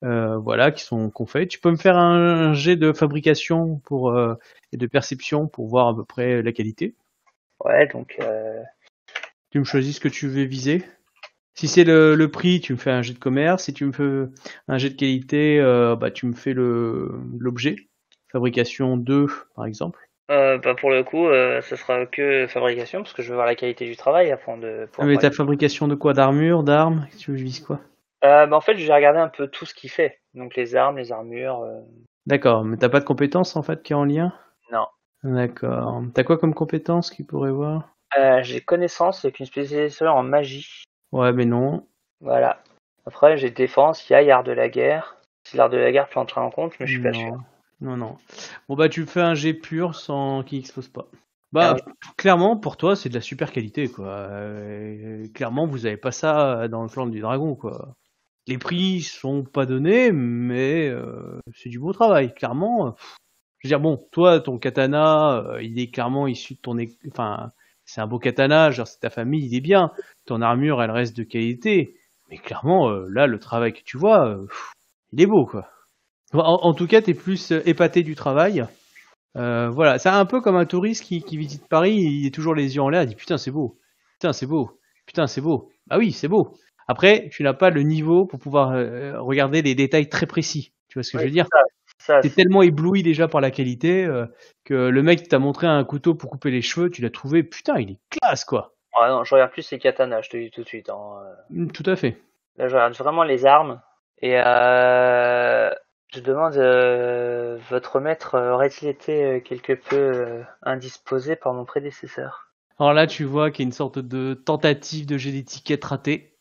voilà, qu'on fait. Tu peux me faire un jet de fabrication et de perception pour voir à peu près la qualité. Ouais, donc Tu me choisis ce que tu veux viser. Si c'est le prix, tu me fais un jet de commerce. Si tu me fais un jet de qualité, tu me fais l'objet. Fabrication 2, par exemple. pour le coup, ce sera que fabrication, parce que je veux voir la qualité du travail avant de pouvoir Mais ta parler. fabrication de quoi? D'armure, d'armes? Tu vises quoi? En fait, je vais regarder un peu tout ce qu'il fait. Donc les armes, les armures. D'accord, mais t'as pas de compétence en fait qui est en lien? Non. D'accord. T'as quoi comme compétence qu'il pourrait voir? J'ai connaissance avec une spécialisation en magie. Ouais, mais non. Voilà. Après, j'ai défense, il y a art de la guerre. Si l'art de la guerre peut entrer en compte, mais je suis pas sûr. Non. Bon bah tu fais un jet pur sans qu'il expose pas. Ah Bah oui. clairement pour toi c'est de la super qualité quoi. Clairement vous avez pas ça dans le clan du dragon quoi. Les prix sont pas donnés mais c'est du beau travail clairement. Je veux dire bon toi ton katana il est clairement issu de enfin c'est un beau katana genre c'est ta famille il est bien. Ton armure elle reste de qualité mais clairement là le travail que tu vois il est beau quoi. En tout cas, t'es plus épaté du travail. Voilà, c'est un peu comme un touriste qui visite Paris, il est toujours les yeux en l'air, il dit putain c'est beau, putain c'est beau, putain c'est beau. Bah oui, c'est beau. Après, tu n'as pas le niveau pour pouvoir regarder les détails très précis. Tu vois ce que je Oui, veux dire? ça, T'es tellement ébloui déjà par la qualité que le mec qui t'a montré un couteau pour couper les cheveux, tu l'as trouvé, putain, il est classe quoi. Ah non, je regarde plus les katanas, je te dis tout de suite. Hein. Tout à fait. Là, je regarde vraiment les armes. Et je demande, votre maître aurait-il été quelque peu indisposé par mon prédécesseur? Alors là, tu vois qu'il y a une sorte de tentative de jet d'étiquette raté.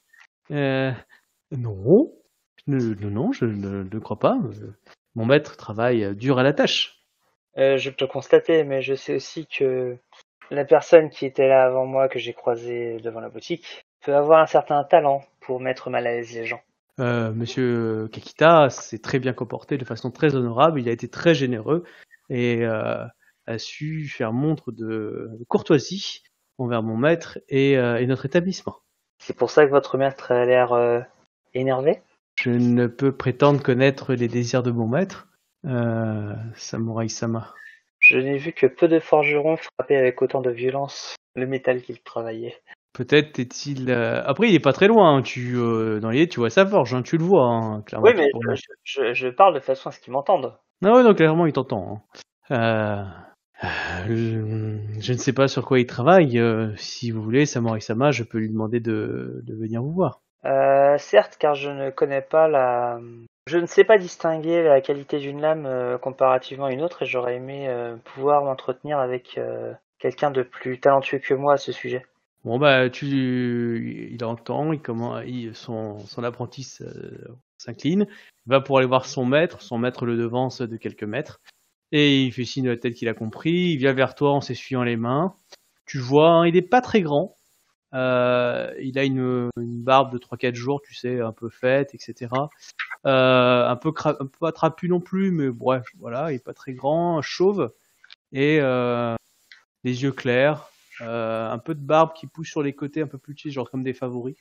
Non, non, je ne crois pas. Mon maître travaille dur à la tâche. Je peux constater, mais je sais aussi que la personne qui était là avant moi, que j'ai croisée devant la boutique, peut avoir un certain talent pour mettre mal à l'aise les gens. Monsieur Kakita s'est très bien comporté de façon très honorable. Il a été très généreux et a su faire montre de courtoisie envers mon maître et notre établissement. C'est pour ça que votre maître a l'air énervé? Je ne peux prétendre connaître les désirs de mon maître, Samurai-sama. Je n'ai vu que peu de forgerons frapper avec autant de violence le métal qu'ils travaillaient. Peut-être est-il. Après, il est pas très loin. Hein. Dans l'idée, tu vois sa forge. Hein. Tu le vois, hein, clairement. Oui, mais je parle de façon à ce qu'ils m'entendent. Ah ouais, donc clairement, il t'entend. Hein. Je ne sais pas sur quoi il travaille. Si vous voulez, Samurai-sama, je peux lui demander de venir vous voir. Certes, car je ne connais pas Je ne sais pas distinguer la qualité d'une lame comparativement à une autre, et j'aurais aimé pouvoir m'entretenir avec quelqu'un de plus talentueux que moi à ce sujet. Bon bah, il entend. Son apprenti s'incline, va pour aller voir son maître. Son maître le devance de quelques mètres. Et il fait signe de la tête qu'il a compris. Il vient vers toi en s'essuyant les mains. Tu vois, hein, il est pas très grand. Il a une barbe de 3-4 jours, tu sais, un peu faite, etc. Un peu pas trapu non plus, mais bref, voilà, il est pas très grand, chauve, et les yeux clairs, un peu de barbe qui pousse sur les côtés, un peu plus petits, genre comme des favoris.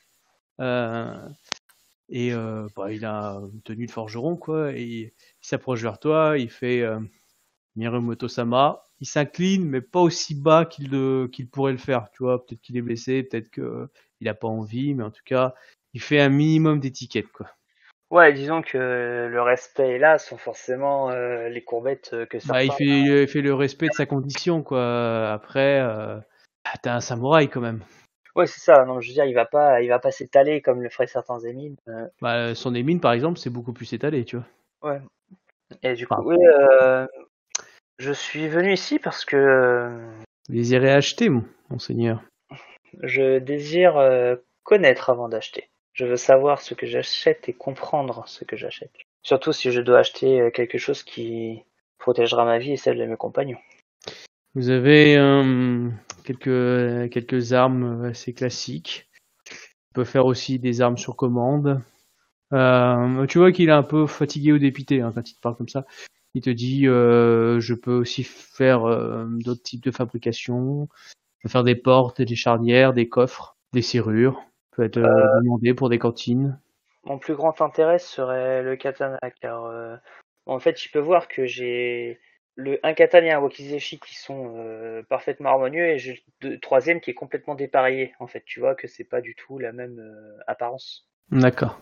Il a une tenue de forgeron, quoi, et il s'approche vers toi, il fait Mirumoto-sama, il s'incline, mais pas aussi bas qu'il pourrait le faire. Tu vois, peut-être qu'il est blessé, peut-être qu'il a pas envie, mais en tout cas, il fait un minimum d'étiquette, quoi. Ouais, disons que le respect est là, sans forcément les courbettes que Bah, certains... il fait le respect de sa condition, quoi. Après, t'es un samouraï quand même. Ouais, c'est ça. Non, je veux dire, il va pas s'étaler comme le feraient certains émines. Bah, son émine, par exemple, c'est beaucoup plus étalé, tu vois. Ouais. Et du coup, Enfin, oui, je suis venu ici parce que vous les irez acheter, monseigneur. je désire connaître avant d'acheter. Je veux savoir ce que j'achète et comprendre ce que j'achète. Surtout si je dois acheter quelque chose qui protégera ma vie et celle de mes compagnons. Vous avez quelques armes assez classiques. On peut faire aussi des armes sur commande. Tu vois qu'il est un peu fatigué ou dépité hein, quand il te parle comme ça. Il te dit je peux aussi faire d'autres types de fabrication. Je peux faire des portes, des charnières, des coffres, des serrures. Peut être demandé pour des cantines. mon plus grand intérêt serait le katana, car en fait, il peut voir que j'ai un katana et un wakizashi qui sont parfaitement harmonieux, et j'ai le troisième qui est complètement dépareillé. En fait, tu vois que c'est pas du tout la même apparence. D'accord.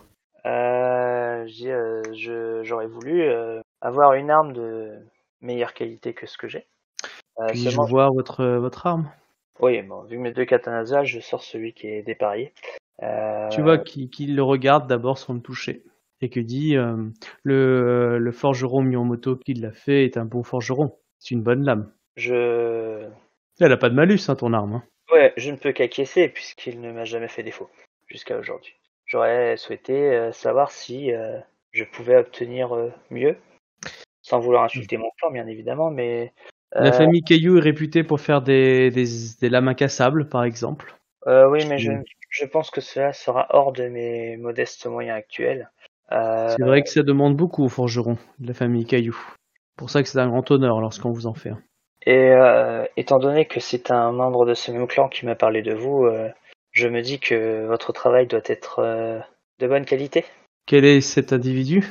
J'aurais voulu avoir une arme de meilleure qualité que ce que j'ai. Puis-je Seulement, voir votre arme? oui, bon, vu mes deux katanas, je sors celui qui est dépareillé. Tu vois qu'il le regarde d'abord sans le toucher et que dit le forgeron Miyamoto qui l'a fait est un bon forgeron. C'est une bonne lame. Elle a pas de malus, hein, ton arme. Hein. Ouais, je ne peux qu'acquiescer puisqu'il ne m'a jamais fait défaut jusqu'à aujourd'hui. J'aurais souhaité savoir si je pouvais obtenir mieux, sans vouloir insulter mon clan, bien évidemment, mais La famille Caillou est réputée pour faire des lames incassables, par exemple. oui, mais je pense que cela sera hors de mes modestes moyens actuels. C'est vrai que ça demande beaucoup aux forgerons de la famille Caillou. C'est pour ça que c'est un grand honneur lorsqu'on vous en fait un. Et étant donné que c'est un membre de ce même clan qui m'a parlé de vous, je me dis que votre travail doit être de bonne qualité. Quel est cet individu?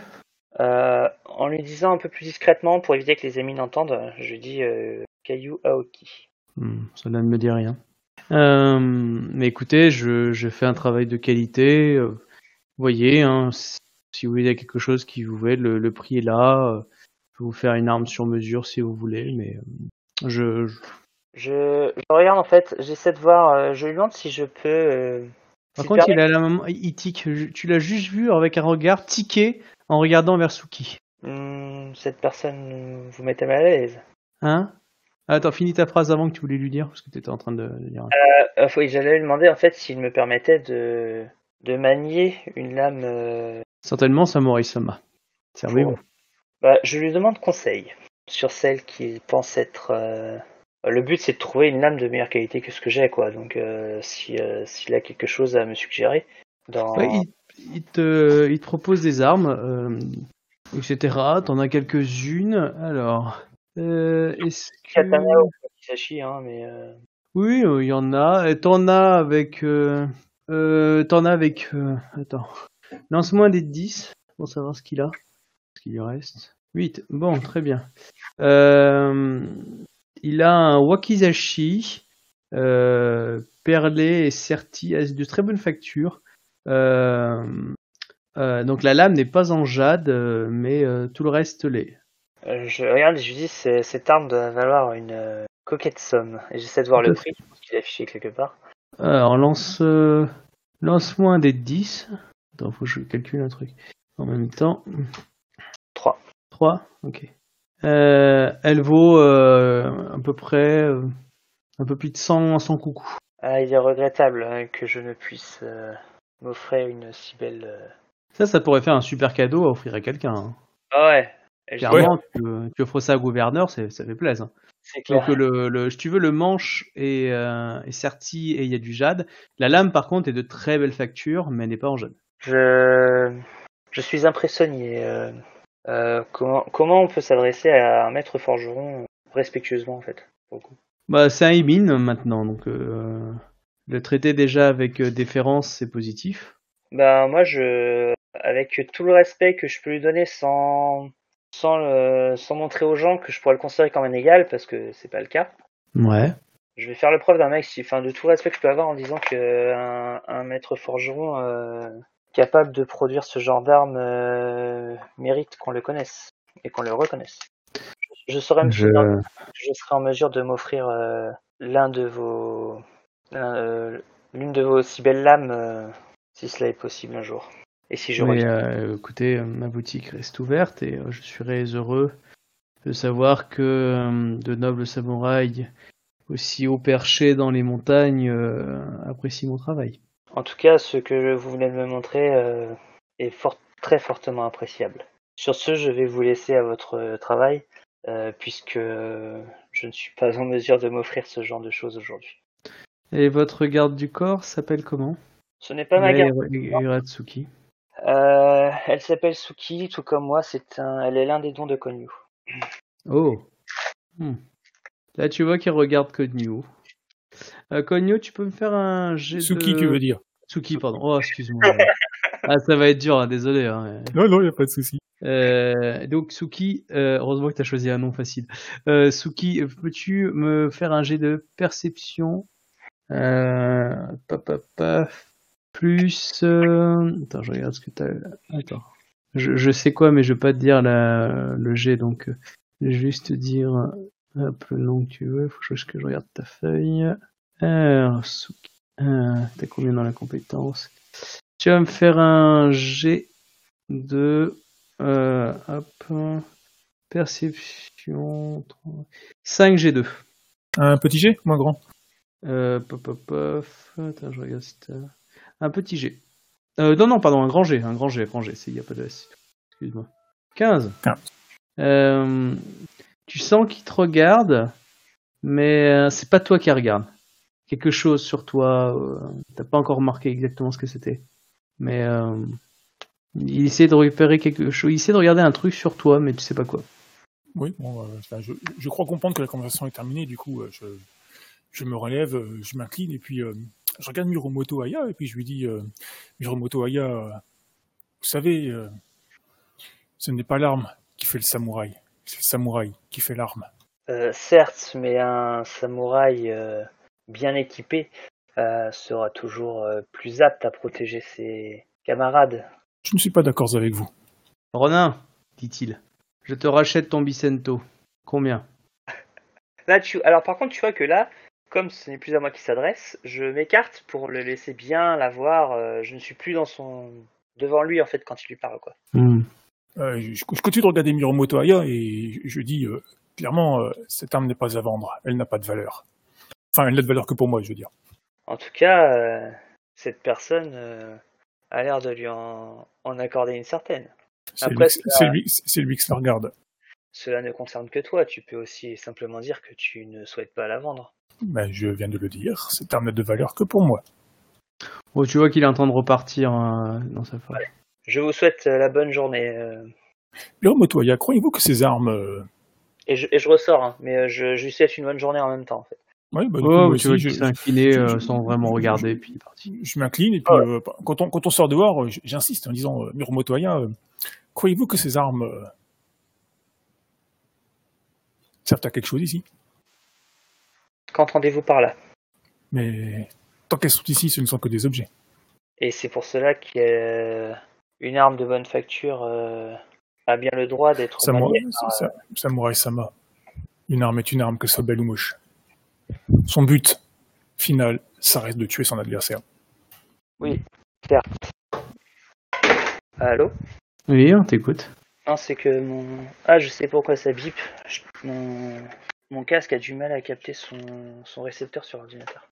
En lui disant un peu plus discrètement, pour éviter que les amis n'entendent, je dis Kayu Aoki. Cela ne me dit rien. Mais écoutez, je fais un travail de qualité. Vous voyez, hein, si vous voulez quelque chose qui vous va, le prix est là. Je peux vous faire une arme sur mesure si vous voulez, mais Je regarde en fait, j'essaie de voir, je lui demande si je peux. Par contre, il tique. Tu l'as juste vu avec un regard tiqué en regardant vers Suki. Cette personne vous mettez mal à l'aise. Hein? Attends, finis ta phrase avant que tu voulais lui dire, parce que tu étais en train de dire. Oui, j'allais lui demander en fait s'il me permettait de manier une lame. Certainement, Samurai-sama. Servez-vous. Je lui demande conseil sur celle qu'il pense être. Le but, c'est de trouver une lame de meilleure qualité que ce que j'ai, quoi. Donc, s'il a quelque chose à me suggérer. Ouais, il te propose des armes, etc. T'en as quelques-unes. Alors, est-ce que... Katana ou Kisashi, hein, mais... Oui, il y en a. Et t'en as avec... Attends. Lance-moi un dé de 10 pour savoir ce qu'il a. Ce qu'il lui reste. 8. Bon, très bien. Il a un wakizashi perlé et serti de très bonne facture. Donc la lame n'est pas en jade, mais tout le reste l'est. Je regarde et je lui dis cette arme doit valoir une coquette somme. Et j'essaie de voir le prix, qu'il est affiché quelque part. Alors lance-moi un dé de 10. Attends, faut que je calcule un truc. En même temps. 3. 3, ok. Elle vaut à peu près un peu plus de 100 coucous. Ah, il est regrettable que je ne puisse m'offrir une si belle... Ça pourrait faire un super cadeau à offrir à quelqu'un. Hein. Ah ouais. Clairement, tu offres ça au gouverneur, ça fait plaisir. C'est clair. Donc si tu veux, le manche est serti et il y a du jade. La lame, par contre, est de très belle facture, mais elle n'est pas en jade. Je suis impressionné. Comment on peut s'adresser à un maître forgeron respectueusement, en fait, pour le coup. C'est un Imin maintenant, donc le traiter déjà avec déférence, c'est positif. Moi, avec tout le respect que je peux lui donner sans montrer aux gens que je pourrais le considérer comme un égal, parce que c'est pas le cas. Ouais. Je vais faire le preuve d'un mec, de tout le respect que je peux avoir en disant que un maître forgeron capable de produire ce genre d'armes mérite qu'on le connaisse et qu'on le reconnaisse. Je serais en mesure de m'offrir l'une de vos si belles lames si cela est possible un jour. Et si je reviens. Écoutez, ma boutique reste ouverte et je serais heureux de savoir que de nobles samouraïs aussi haut perchés dans les montagnes apprécient mon travail. En tout cas, ce que vous venez de me montrer est très fortement appréciable. Sur ce, je vais vous laisser à votre travail, puisque je ne suis pas en mesure de m'offrir ce genre de choses aujourd'hui. Et votre garde du corps s'appelle comment? Ce n'est pas ma garde. Iratsuki. Elle s'appelle Suki, tout comme moi. Elle est l'un des dons de Konyu. Oh. Là, tu vois qu'il regarde Konyu. Konyu, tu peux me faire un jet Suki, tu veux dire? Suki, pardon. Oh, excuse-moi. Ah, ça va être dur, hein, désolé. Hein. Non, non, il n'y a pas de souci. Donc, Suki, heureusement que tu as choisi un nom facile. Suki, peux-tu me faire un jet de perception paf, paf, paf, plus... Attends, je regarde ce que tu as... Attends. Je sais quoi, mais je vais pas te dire le jet, donc je vais juste dire hop, le nom que tu veux. Faut juste que je regarde ta feuille. Alors, Suki, t'as combien dans la compétence? Tu vas me faire un jet de hop, perception 5G2. Un petit G, moins grand. Pop, pop, pop. Attends, je regarde si t'as... Un petit G. Non, pardon, un grand G, il n'y a pas de S. Excuse-moi. 15. Tu sens qu'il te regarde, mais c'est pas toi qui regarde. Quelque chose sur toi, t'as pas encore remarqué exactement ce que c'était. Mais il essaie de repérer quelque chose, il essaie de regarder un truc sur toi, mais tu sais pas quoi. Oui, bon, je crois comprendre que la conversation est terminée, du coup, je me relève, je m'incline, et puis je regarde Miromoto Aya, et puis je lui dis, Miromoto Aya, vous savez, ce n'est pas l'arme qui fait le samouraï, c'est le samouraï qui fait l'arme. Certes, mais un samouraï bien équipé sera toujours plus apte à protéger ses camarades. Je ne suis pas d'accord avec vous. Ronin, dit-il, je te rachète ton Bicento. Combien? Là, alors par contre, tu vois que là, comme ce n'est plus à moi qui s'adresse, je m'écarte pour le laisser bien la voir. Je ne suis plus devant lui en fait quand il lui parle, quoi. Je continue de regarder Miromoto Aya et je dis clairement, cette arme n'est pas à vendre, elle n'a pas de valeur. Enfin, elle n'a de valeur que pour moi, je veux dire. En tout cas, cette personne a l'air de lui en accorder une certaine. C'est lui qui se la regarde. Cela ne concerne que toi, tu peux aussi simplement dire que tu ne souhaites pas la vendre. Ben, je viens de le dire, cette arme n'a de valeur que pour moi. Oh, tu vois qu'il est en train de repartir dans sa forge. Ouais. Je vous souhaite la bonne journée. Miromoto Aya, croyez-vous que ces armes... Et je ressors, hein, mais je lui souhaite une bonne journée en même temps, en fait. Ouais, bah, Oh, tu vois qu'il s'est incliné sans vraiment regarder, puis il est parti. Je m'incline, et puis quand on sort dehors, j'insiste en disant, Miromoto Aya, croyez-vous que ces armes servent à quelque chose ici? Qu'entendez-vous par là? Mais tant qu'elles sont ici, ce ne sont que des objets. Et c'est pour cela qu'une arme de bonne facture a bien le droit d'être maniée. Samurai Sama, une arme est une arme, que ce soit belle ou moche. Son but final, ça reste de tuer son adversaire. Oui, certes. Allô? Oui, on t'écoute. Non, c'est que je sais pourquoi ça bip. Mon casque a du mal à capter son récepteur sur l'ordinateur.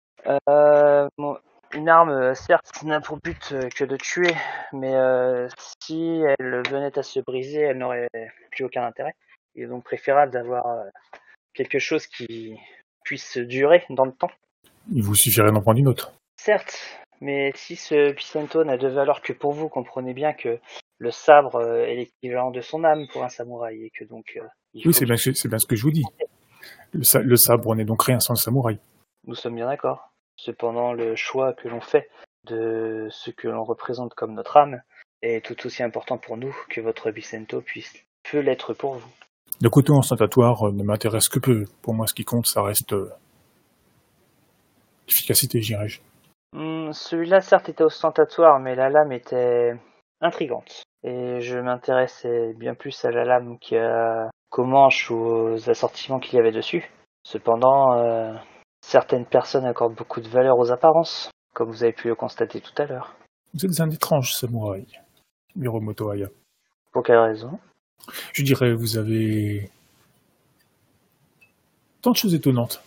Une arme, certes, n'a pour but que de tuer, mais si elle venait à se briser, elle n'aurait plus aucun intérêt. Il est donc préférable d'avoir quelque chose qui puisse durer dans le temps. Il vous suffirait d'en prendre une autre. Certes, mais si ce Bicento n'a de valeur que pour vous, comprenez bien que le sabre est l'équivalent de son âme pour un samouraï, et que donc... oui, c'est bien ce que je vous dis. Le sabre n'est donc rien sans le samouraï. Nous sommes bien d'accord. Cependant, le choix que l'on fait de ce que l'on représente comme notre âme est tout aussi important pour nous que votre Bicento peut l'être pour vous. Le couteau ostentatoire ne m'intéresse que peu. Pour moi, ce qui compte, ça reste l'efficacité, dirais-je. Celui-là, certes, était ostentatoire, mais la lame était intrigante. Et je m'intéressais bien plus à la lame qu'aux manches ou aux assortiments qu'il y avait dessus. Cependant, certaines personnes accordent beaucoup de valeur aux apparences, comme vous avez pu le constater tout à l'heure. Vous êtes un étrange samouraï, Miromoto Aya. Pour quelle raison? Je dirais, vous avez tant de choses étonnantes.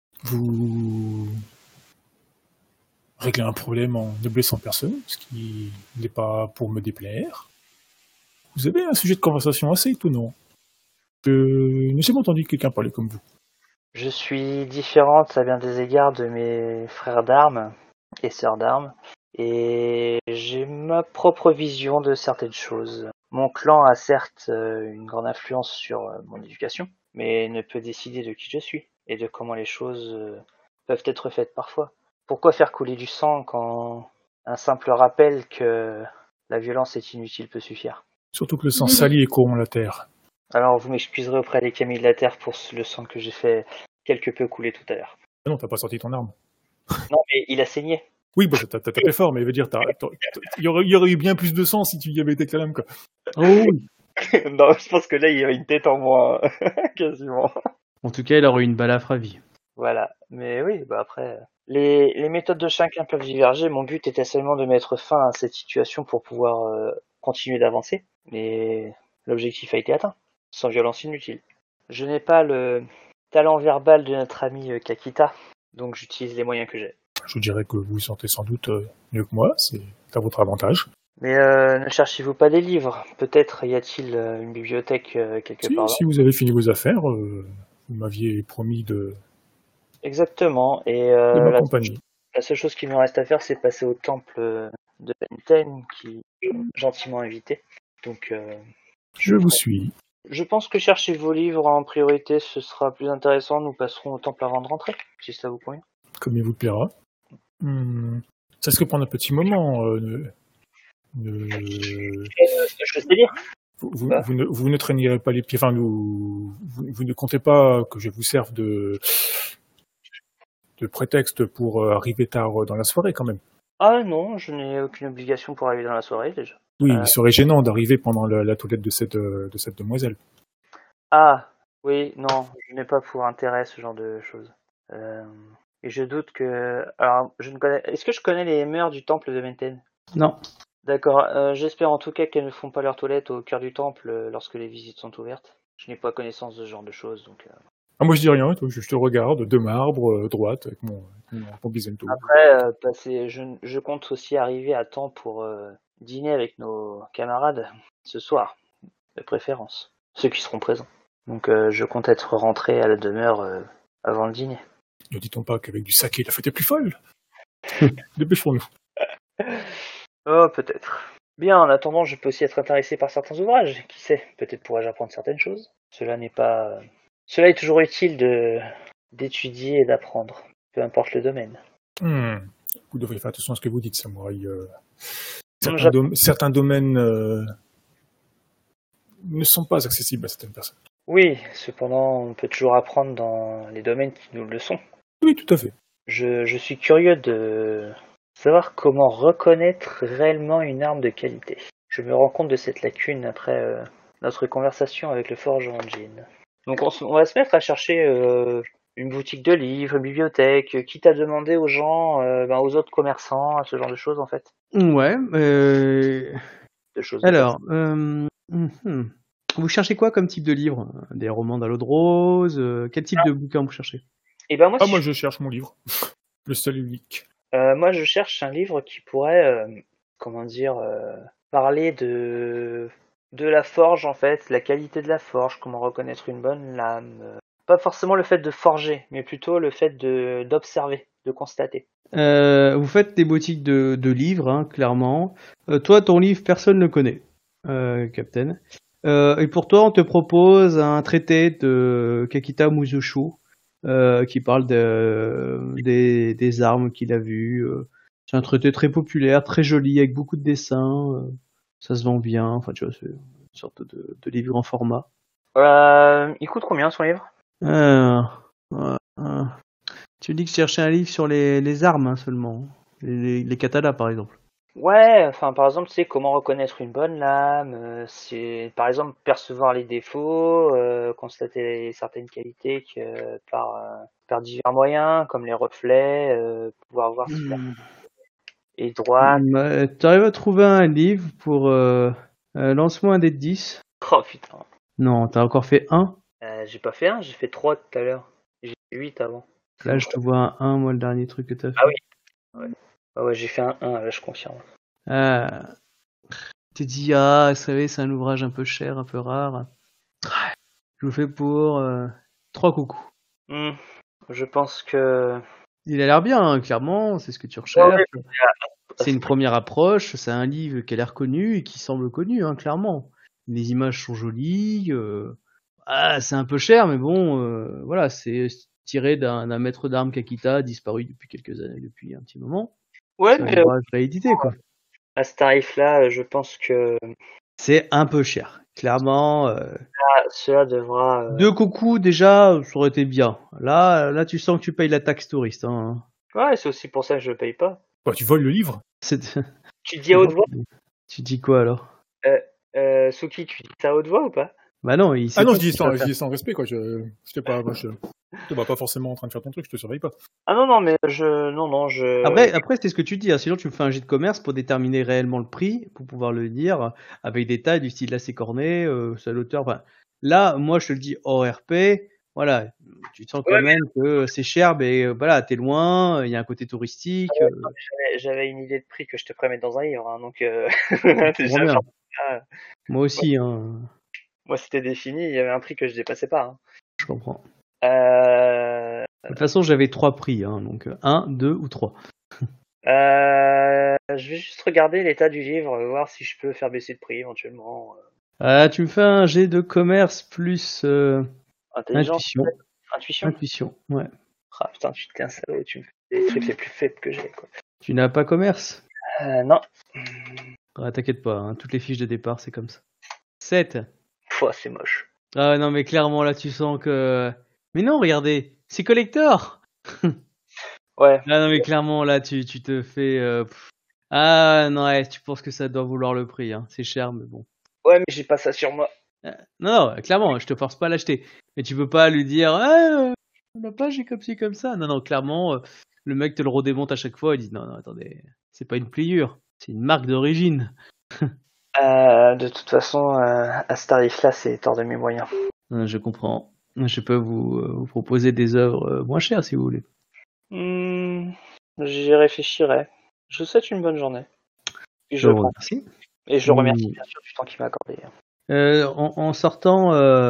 Vous réglez un problème en ne blessant personne, ce qui n'est pas pour me déplaire. Vous avez un sujet de conversation assez étonnant. Je n'ai jamais entendu quelqu'un parler comme vous. Je suis différente à bien des égards de mes frères d'armes et sœurs d'armes, et j'ai ma propre vision de certaines choses. Mon clan a certes une grande influence sur mon éducation, mais ne peut décider de qui je suis et de comment les choses peuvent être faites parfois. Pourquoi faire couler du sang quand un simple rappel que La violence est inutile peut suffire. Surtout que le sang sali et corrompt la terre. Alors vous m'excuserez auprès des Camille de la Terre pour le sang que j'ai fait quelque peu couler tout à l'heure. Ah non, t'as pas sorti ton arme. Non, mais il a saigné. Oui, bah, t'as tapé fort, mais je veux dire, il y aurait eu bien plus de sang si tu y avais été avec la lame, quoi. Oh oui. Non, je pense que là, il y avait une tête en moins, quasiment. En tout cas, il aurait eu une balafre à vie. Voilà. Mais oui, bah après, les méthodes de chacun peuvent diverger. Mon but était seulement de mettre fin à cette situation pour pouvoir continuer d'avancer. Mais l'objectif a été atteint, sans violence inutile. Je n'ai pas le talent verbal de notre ami Kakita, donc j'utilise les moyens que j'ai. Je vous dirais que vous sentez sans doute mieux que moi, c'est à votre avantage. Mais ne cherchez-vous pas des livres? Peut-être y a-t-il une bibliothèque quelque part là? Si vous avez fini vos affaires, vous m'aviez promis de Exactement. Et m'accompagner. la seule chose qu'il nous reste à faire, c'est passer au temple de Benten, qui est gentiment invité. Donc, Je vous suis. je pense que chercher vos livres en priorité, ce sera plus intéressant. Nous passerons au temple avant de rentrer, si ça vous convient. Comme il vous plaira. Ça serait prendre un petit moment. Je sais lire. Vous ne traînirez pas les pieds. Enfin, vous ne comptez pas que je vous serve de prétexte pour arriver tard dans la soirée, quand même. Ah non, je n'ai aucune obligation pour arriver dans la soirée déjà. Oui, il serait gênant d'arriver pendant la toilette de cette demoiselle. Ah, oui, non, je n'ai pas pour intérêt ce genre de choses. Et je doute que... Alors, je ne connais... Est-ce que je connais les mœurs du temple de Menten? Non. D'accord, j'espère en tout cas qu'elles ne font pas leur toilette au cœur du temple lorsque les visites sont ouvertes. Je n'ai pas connaissance de ce genre de choses, donc... Ah, moi je dis rien, je te regarde de marbre, droite, avec mon bisento. Après, je compte aussi arriver à temps pour dîner avec nos camarades ce soir, de préférence, ceux qui seront présents. Donc je compte être rentré à la demeure avant le dîner. Ne dit-on pas qu'avec du saké, la fête est plus folle? Dépêchons-nous. Oh, peut-être. Bien, en attendant, je peux aussi être intéressé par certains ouvrages. Qui sait, peut-être pourrais-je apprendre certaines choses. Cela est toujours utile d'étudier et d'apprendre, peu importe le domaine. Vous devriez faire attention à ce que vous dites, samouraï. Certains domaines ne sont pas accessibles à certaines personnes. Oui, cependant, on peut toujours apprendre dans les domaines qui nous le sont. Oui, tout à fait. Je suis curieux de savoir comment reconnaître réellement une arme de qualité. Je me rends compte de cette lacune après notre conversation avec le forgeron Jin. Donc on va se mettre à chercher une boutique de livres, une bibliothèque, quitte à demander aux gens, aux autres commerçants, ce genre de choses en fait. Ouais. De choses Alors, vous cherchez quoi comme type de livre? Des romans d'à l'eau de rose? Quel type de bouquin vous cherchez? Et ben moi, moi je cherche mon livre. Le seul et unique. Moi je cherche un livre qui pourrait, parler de la forge en fait, la qualité de la forge, comment reconnaître une bonne lame. Pas forcément le fait de forger, mais plutôt le fait d'observer, de constater. Vous faites des boutiques de livres, hein, clairement. Toi, ton livre, personne ne le connaît, Captain. Et pour toi, on te propose un traité de Kakita Muzushu qui parle des armes qu'il a vues. C'est un traité très populaire, très joli, avec beaucoup de dessins. Ça se vend bien. Enfin, tu vois, c'est une sorte de livre en format. Il coûte combien son livre? Tu dis que tu cherchais un livre sur les armes hein, seulement. Les katanas, par exemple. Ouais, enfin, par exemple, tu sais, comment reconnaître une bonne lame, c'est, par exemple, percevoir les défauts, constater certaines qualités par divers moyens, comme les reflets, pouvoir voir si la est droite. Tu arrives à trouver un livre pour lance-moi un dé de 10. Oh putain. Non, t'as encore fait 1. J'ai pas fait 1, j'ai fait 3 tout à l'heure. J'ai fait 8 avant. Là, je te vois un 1, moi, le dernier truc que t'as fait. Ah oui. Ouais. Ouais, j'ai fait un 1, là, je confirme. Tu te dis, vous savez, c'est un ouvrage un peu cher, un peu rare. Je vous fais pour 3 coucous. Je pense que... Il a l'air bien, hein, clairement, c'est ce que tu recherches. Ouais, c'est une première approche, c'est un livre qui a l'air connu et qui semble connu, hein, clairement. Les images sont jolies, c'est un peu cher, mais bon, voilà, c'est tiré d'un maître d'armes Kakita disparu depuis quelques années, depuis un petit moment. Ouais, c'est un ouvrage réédité, quoi. À ce tarif-là, je pense que C'est un peu cher. Clairement, cela devra. 2 coucous déjà, ça aurait été bien. Là, tu sens que tu payes la taxe touriste. Hein. Ouais, c'est aussi pour ça que je le paye pas. Bah, tu voles le livre? C'est- Tu dis à haute voix, Tu dis quoi alors? Suki, tu dis ça à haute voix ou pas? Bah non, il sait Ah non, pas je ce dis qu'il va sans, je faire. dis sans respect, quoi. Je t'ai pas, moi, je te vois pas forcément en train de faire ton truc, je te surveille pas. Ah non, mais je. Après, c'est ce que tu dis. Hein. Sinon, tu me fais un jet de commerce pour déterminer réellement le prix, pour pouvoir le dire avec des tailles du style là, c'est corné, c'est à l'auteur. Enfin, là, moi, je te le dis hors RP. Voilà, tu sens quand Ouais, même que c'est cher, mais voilà, t'es loin, il y a un côté touristique. j'avais une idée de prix que je te ferais mettre dans un livre, hein, donc Je comprends déjà, bien. ah, Moi aussi, hein, moi c'était défini, il y avait un prix que je dépassais pas. Hein. je comprends. Euh, De toute façon, j'avais 3 prix, hein, donc 1, 2 ou 3. je vais juste regarder l'état du livre, voir si je peux faire baisser le prix éventuellement. Tu me fais un jet de commerce plus Intelligence, intuition. intuition. Intuition, ouais. Ah putain, tu t'es un salaud, tu me fais les trucs les plus faibles que j'ai, quoi. Tu n'as pas commerce? Non. T'inquiète pas, hein, toutes les fiches de départ, c'est comme ça. 7. Pouah, c'est moche. Ah non, mais clairement, là, tu sens que... Mais non, regardez, c'est collector. Ouais. Ah non, mais clairement, là, tu te fais... Ah non, ouais, tu penses que ça doit vouloir le prix, hein. C'est cher, mais bon. Ouais, mais j'ai pas ça sur moi. Non, clairement, je te force pas à l'acheter. Mais tu peux pas lui dire, ah, la page est comme ci, comme ça. Non, clairement, le mec te le redémonte à chaque fois. Il dit, non, attendez, c'est pas une pliure, c'est une marque d'origine. De toute façon, à ce tarif-là, c'est hors de mes moyens. Je comprends. Je peux vous proposer des œuvres moins chères si vous voulez. J'y réfléchirai. Je vous souhaite une bonne journée. Et Je je vous prends. remercie. Et je remercie bien sûr du temps qu'il m'a accordé. En sortant,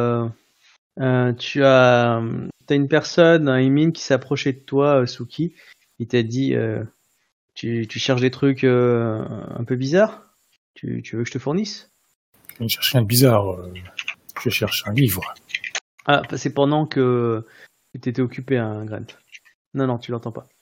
tu as une personne, un Imin qui s'est approché de toi, Suki. Il t'a dit, tu cherches des trucs un peu bizarres? Tu veux que je te fournisse? Je ne cherche rien de bizarre. Je cherche un livre. Ah, c'est pendant que tu étais occupé, hein, Grant. Non, tu l'entends pas.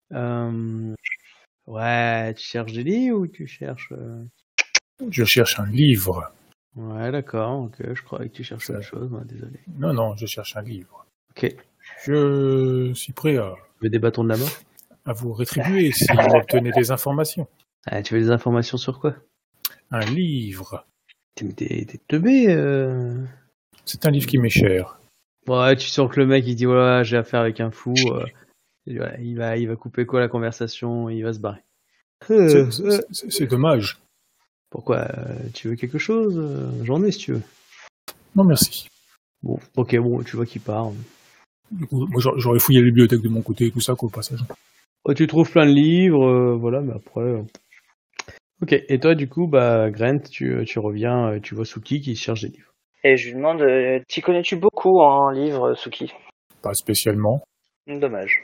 Ouais, tu cherches des livres ou tu cherches... Je cherche un livre. Ouais, d'accord, ok, je croyais que tu cherchais autre chose, ouais, désolé. Non, je cherche un livre. Ok. Je suis prêt Tu veux des bâtons de la mort? à vous rétribuer si vous obtenez des informations. Ah, tu veux des informations sur quoi? Un livre. T'es teubé, C'est un livre qui m'est cher. Ouais, tu sens que le mec, il dit, voilà, j'ai affaire avec un fou, et voilà, il va couper quoi la conversation, il va se barrer. C'est dommage. Pourquoi? Tu veux quelque chose? J'en ai si tu veux. Non, merci. Bon, ok, bon, tu vois qu'il part. Du coup, moi, j'aurais fouillé la bibliothèque de mon côté et tout ça, quoi, au passage. Tu trouves plein de livres, voilà, mais après... Ok, et toi, du coup, Grant, tu reviens, tu vois Suki qui cherche des livres. Et je lui demande, t'y connais-tu beaucoup en livres, Suki? Pas spécialement. Dommage.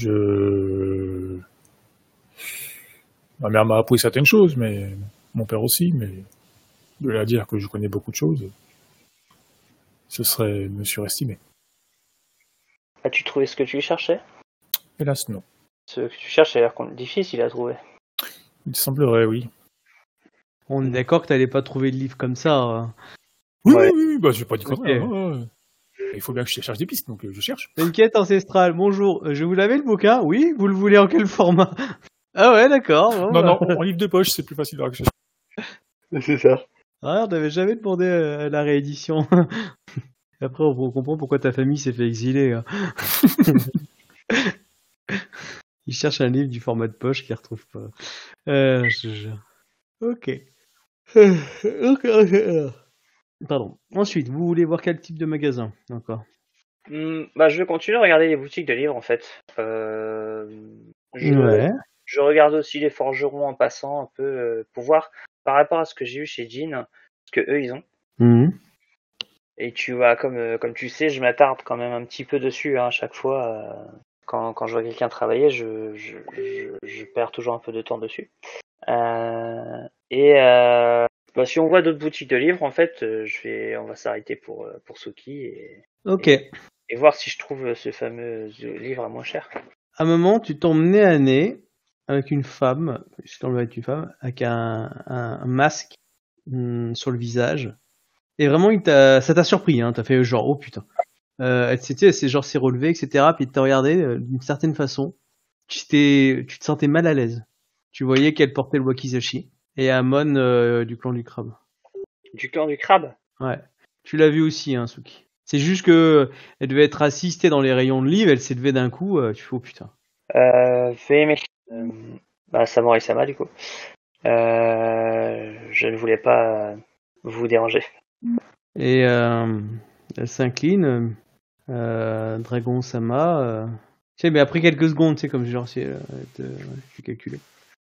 Ma mère m'a appris certaines choses, mais mon père aussi, mais de là à dire que je connais beaucoup de choses, ce serait me surestimer. As-tu trouvé ce que tu cherchais? Hélas, non. Ce que tu cherches a l'air difficile à trouver. Il semblerait, oui. On est d'accord que t'allais pas trouver de livre comme ça. Hein. Oui, Ouais. oui, bah, je vais pas dire Ok. quoi. Il faut bien que je cherche des pistes, donc je cherche. C'est une quête ancestrale. Bonjour, je vous l'avais le bouquin? Oui, vous le voulez en quel format? Ah ouais, d'accord. Bon, Non, en livre de poche, c'est plus facile à accéder. C'est ça. Ah, on t'avait jamais demandé la réédition. Après, on comprend pourquoi ta famille s'est fait exiler. Hein. Il cherche un livre du format de poche qu'il retrouve pas. Je te jure. Ok. Pardon. Ensuite, vous voulez voir quel type de magasin encore? Je vais continuer à regarder les boutiques de livres en fait. Ouais. Je regarde aussi les forgerons en passant un peu pour voir par rapport à ce que j'ai eu chez Jean, ce que eux ils ont. Mhm. Et tu vois, comme tu sais, je m'attarde quand même un petit peu dessus hein, à chaque fois. Quand je vois quelqu'un travailler, je perds toujours un peu de temps dessus. Si on voit d'autres boutiques de livres, en fait, on va s'arrêter pour Suki Ok. et voir si je trouve ce fameux livre à moins cher. À un moment, tu tombes nez à nez avec une femme, avec une femme, avec un masque sur le visage. Et vraiment, ça t'a surpris, hein. T'as fait genre, oh putain. Elle s'est genre s'est relevée, etc. Puis elle t'a regardé d'une certaine façon. Tu te sentais mal à l'aise. Tu voyais qu'elle portait le wakizashi. Et Amon du clan du crabe. Du clan du crabe? Ouais. Tu l'as vu aussi, hein, Suki. C'est juste que elle devait être assistée dans les rayons de livres, elle s'est levée d'un coup, tu fais oh putain. Veuillez m'excuser. Samurai Sama, du coup. Je ne voulais pas vous déranger. Et elle s'incline, Dragon Sama. Tu sais, mais après quelques secondes, tu sais, comme genre, j'ai calculé.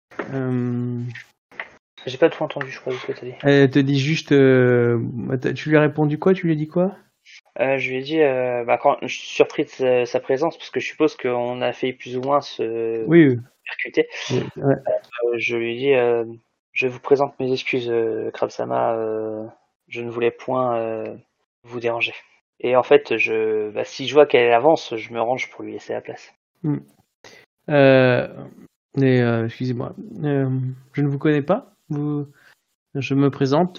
J'ai pas tout entendu, je crois, de ce que t'as dit. Elle te dit juste, tu lui as répondu quoi? Tu lui as dit quoi? Je lui ai dit, quand je suis surpris de sa présence, parce que je suppose qu'on a fait plus ou moins se percuter. Ouais. Je lui ai dit, je vous présente mes excuses, Krabsama, je ne voulais point vous déranger. Et en fait, si je vois qu'elle avance, je me range pour lui laisser la place. Excusez-moi, je ne vous connais pas. Je me présente,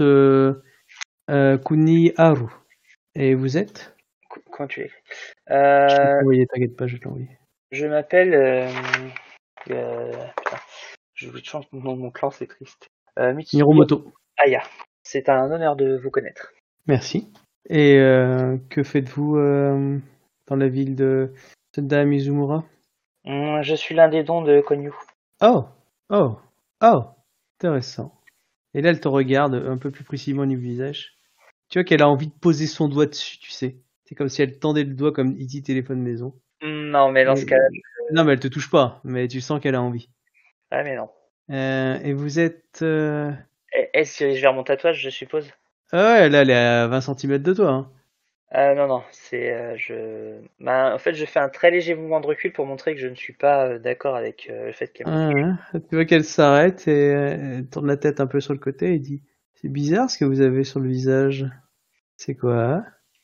Kuni Haru. Et vous êtes? Comment tu l'écris? Je vais te l'envoyer, t'inquiète pas, je vais te l'envoyer. Je m'appelle... putain, je vous change le nom de mon clan, c'est triste. Miromoto. Aya. C'est un honneur de vous connaître. Merci. Et que faites-vous dans la ville de Senda Mizumura? Je suis l'un des dons de Konyu. Oh, intéressant. Et là, elle te regarde un peu plus précisément au niveau du visage. Tu vois qu'elle a envie de poser son doigt dessus, tu sais. C'est comme si elle tendait le doigt comme E.T. téléphone maison. Non, mais dans ce cas-là... Non, mais elle te touche pas, mais tu sens qu'elle a envie. Ah, mais non. Et vous êtes... Elle se dirige vers mon tatouage, je suppose? Ah ouais, là, elle est à 20 cm de toi. Hein. Non, c'est... en fait, je fais un très léger mouvement de recul pour montrer que je ne suis pas d'accord avec le fait qu'elle... Tu vois qu'elle s'arrête et elle tourne la tête un peu sur le côté et dit « C'est bizarre ce que vous avez sur le visage. C'est quoi ?»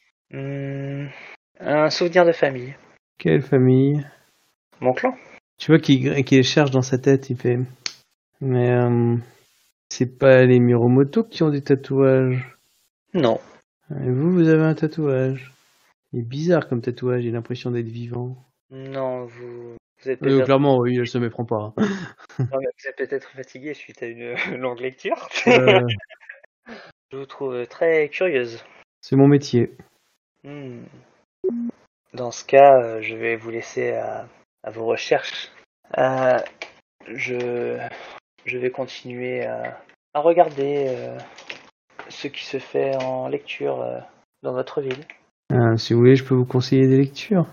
Un souvenir de famille. Quelle famille? Mon clan. Tu vois qu'il cherche dans sa tête, il fait « Mais c'est pas les Miromoto qui ont des tatouages? » Non. Et vous avez un tatouage. Il est bizarre comme tatouage, j'ai l'impression d'être vivant. Non, vous êtes peut-être... clairement, oui, elle se méprend pas. Hein. Non, mais vous êtes peut-être fatigué suite à une longue lecture. Je vous trouve très curieuse. C'est mon métier. Dans ce cas, je vais vous laisser à vos recherches. Je vais continuer à regarder ce qui se fait en lecture dans votre ville. Si vous voulez, je peux vous conseiller des lectures.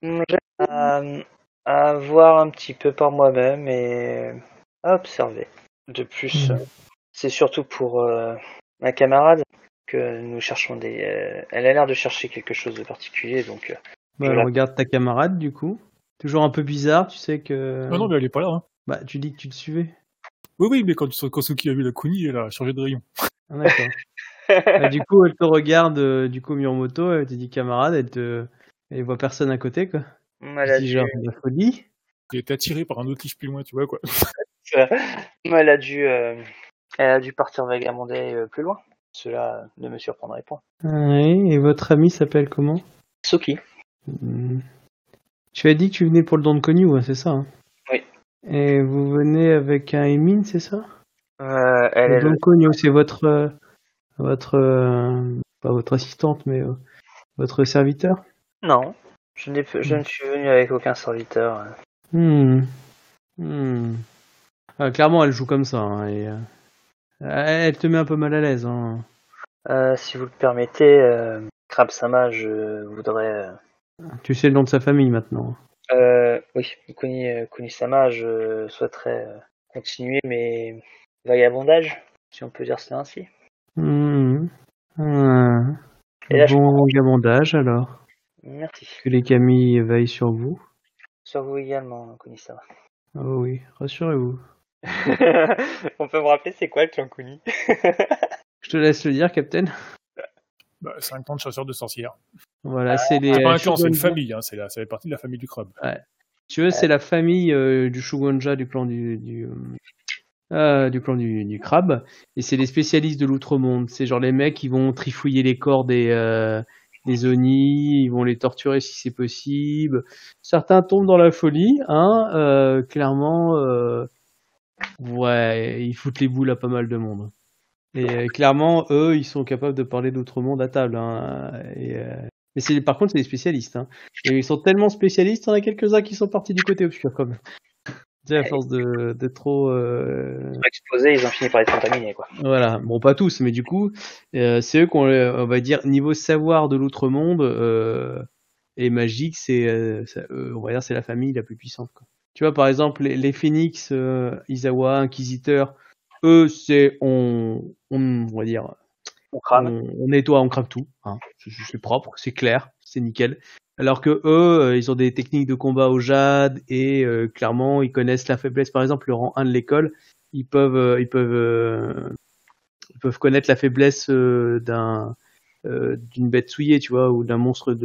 À voir un petit peu par moi-même et à observer. De plus, c'est surtout pour ma camarade que nous cherchons elle a l'air de chercher quelque chose de particulier, donc... regarde ta camarade, du coup. Toujours un peu bizarre, tu sais que... Non, mais elle est pas là. Hein. Bah, tu dis que tu le suivais. Oui, mais quand Suki a vu la Kuni, elle a changé de rayon. Ah, d'accord. Du coup, elle te regarde, Miromoto, elle te dit camarade, elle voit personne à côté, quoi. Elle genre de la folie. Elle était attirée par un autre liche plus loin, tu vois, quoi. Elle a dû partir vagabonder plus loin. Cela ne me surprendrait point. Oui, et votre ami s'appelle comment? Suki. Tu as dit que tu venais pour le don de Konyu, hein, c'est ça? Hein? Oui. Et vous venez avec un Emin, c'est ça? Le don de Konyu, c'est votre pas votre assistante, mais votre serviteur? Non, je ne suis venu avec aucun serviteur. Clairement, elle joue comme ça, hein, et elle te met un peu mal à l'aise. Hein. Si vous le permettez, Krabsama, je voudrais... Tu sais le nom de sa famille maintenant? Oui, Kunisama, je souhaiterais continuer mes vagabondages, si on peut dire ça ainsi. Et là, bon vagabondage alors. Merci. Que les Kami veillent sur vous. Sur vous également, Kunisama. Oh oui, rassurez-vous. On peut me rappeler c'est quoi le clan Kuni? Je te laisse le dire, Captain. C'est un clan de chasseurs de sorcières. Voilà, c'est les. C'est pas un clan, c'est une famille, hein, ça fait partie de la famille du crabe. Ouais. Tu veux, c'est la famille du Shugonja du clan du clan du crabe, et c'est les spécialistes de l'outre-monde. C'est genre les mecs qui vont trifouiller les corps des Oni, ils vont les torturer si c'est possible. Certains tombent dans la folie, hein, clairement, ouais, ils foutent les boules à pas mal de monde. Et clairement, eux, ils sont capables de parler d'autre monde à table, hein, mais par contre, c'est des spécialistes, hein. Et ils sont tellement spécialistes, il y en a quelques-uns qui sont partis du côté obscur, quand même. Tu sais, à force de trop... Exposés, ils ont fini par être contaminés, quoi. Voilà, bon, pas tous, mais du coup, c'est eux qu'on, on va dire, niveau savoir de l'outre-monde et magique, on va dire, c'est la famille la plus puissante, quoi. Tu vois, par exemple, les Phoenix, Izawa, Inquisiteur, eux, on va dire, On crame. on nettoie, on crame tout, hein. C'est propre, c'est clair, c'est nickel. Alors que eux, ils ont des techniques de combat au jade et clairement, ils connaissent la faiblesse. Par exemple, le rang 1 de l'école, ils peuvent connaître la faiblesse d'une bête souillée, tu vois, ou d'un monstre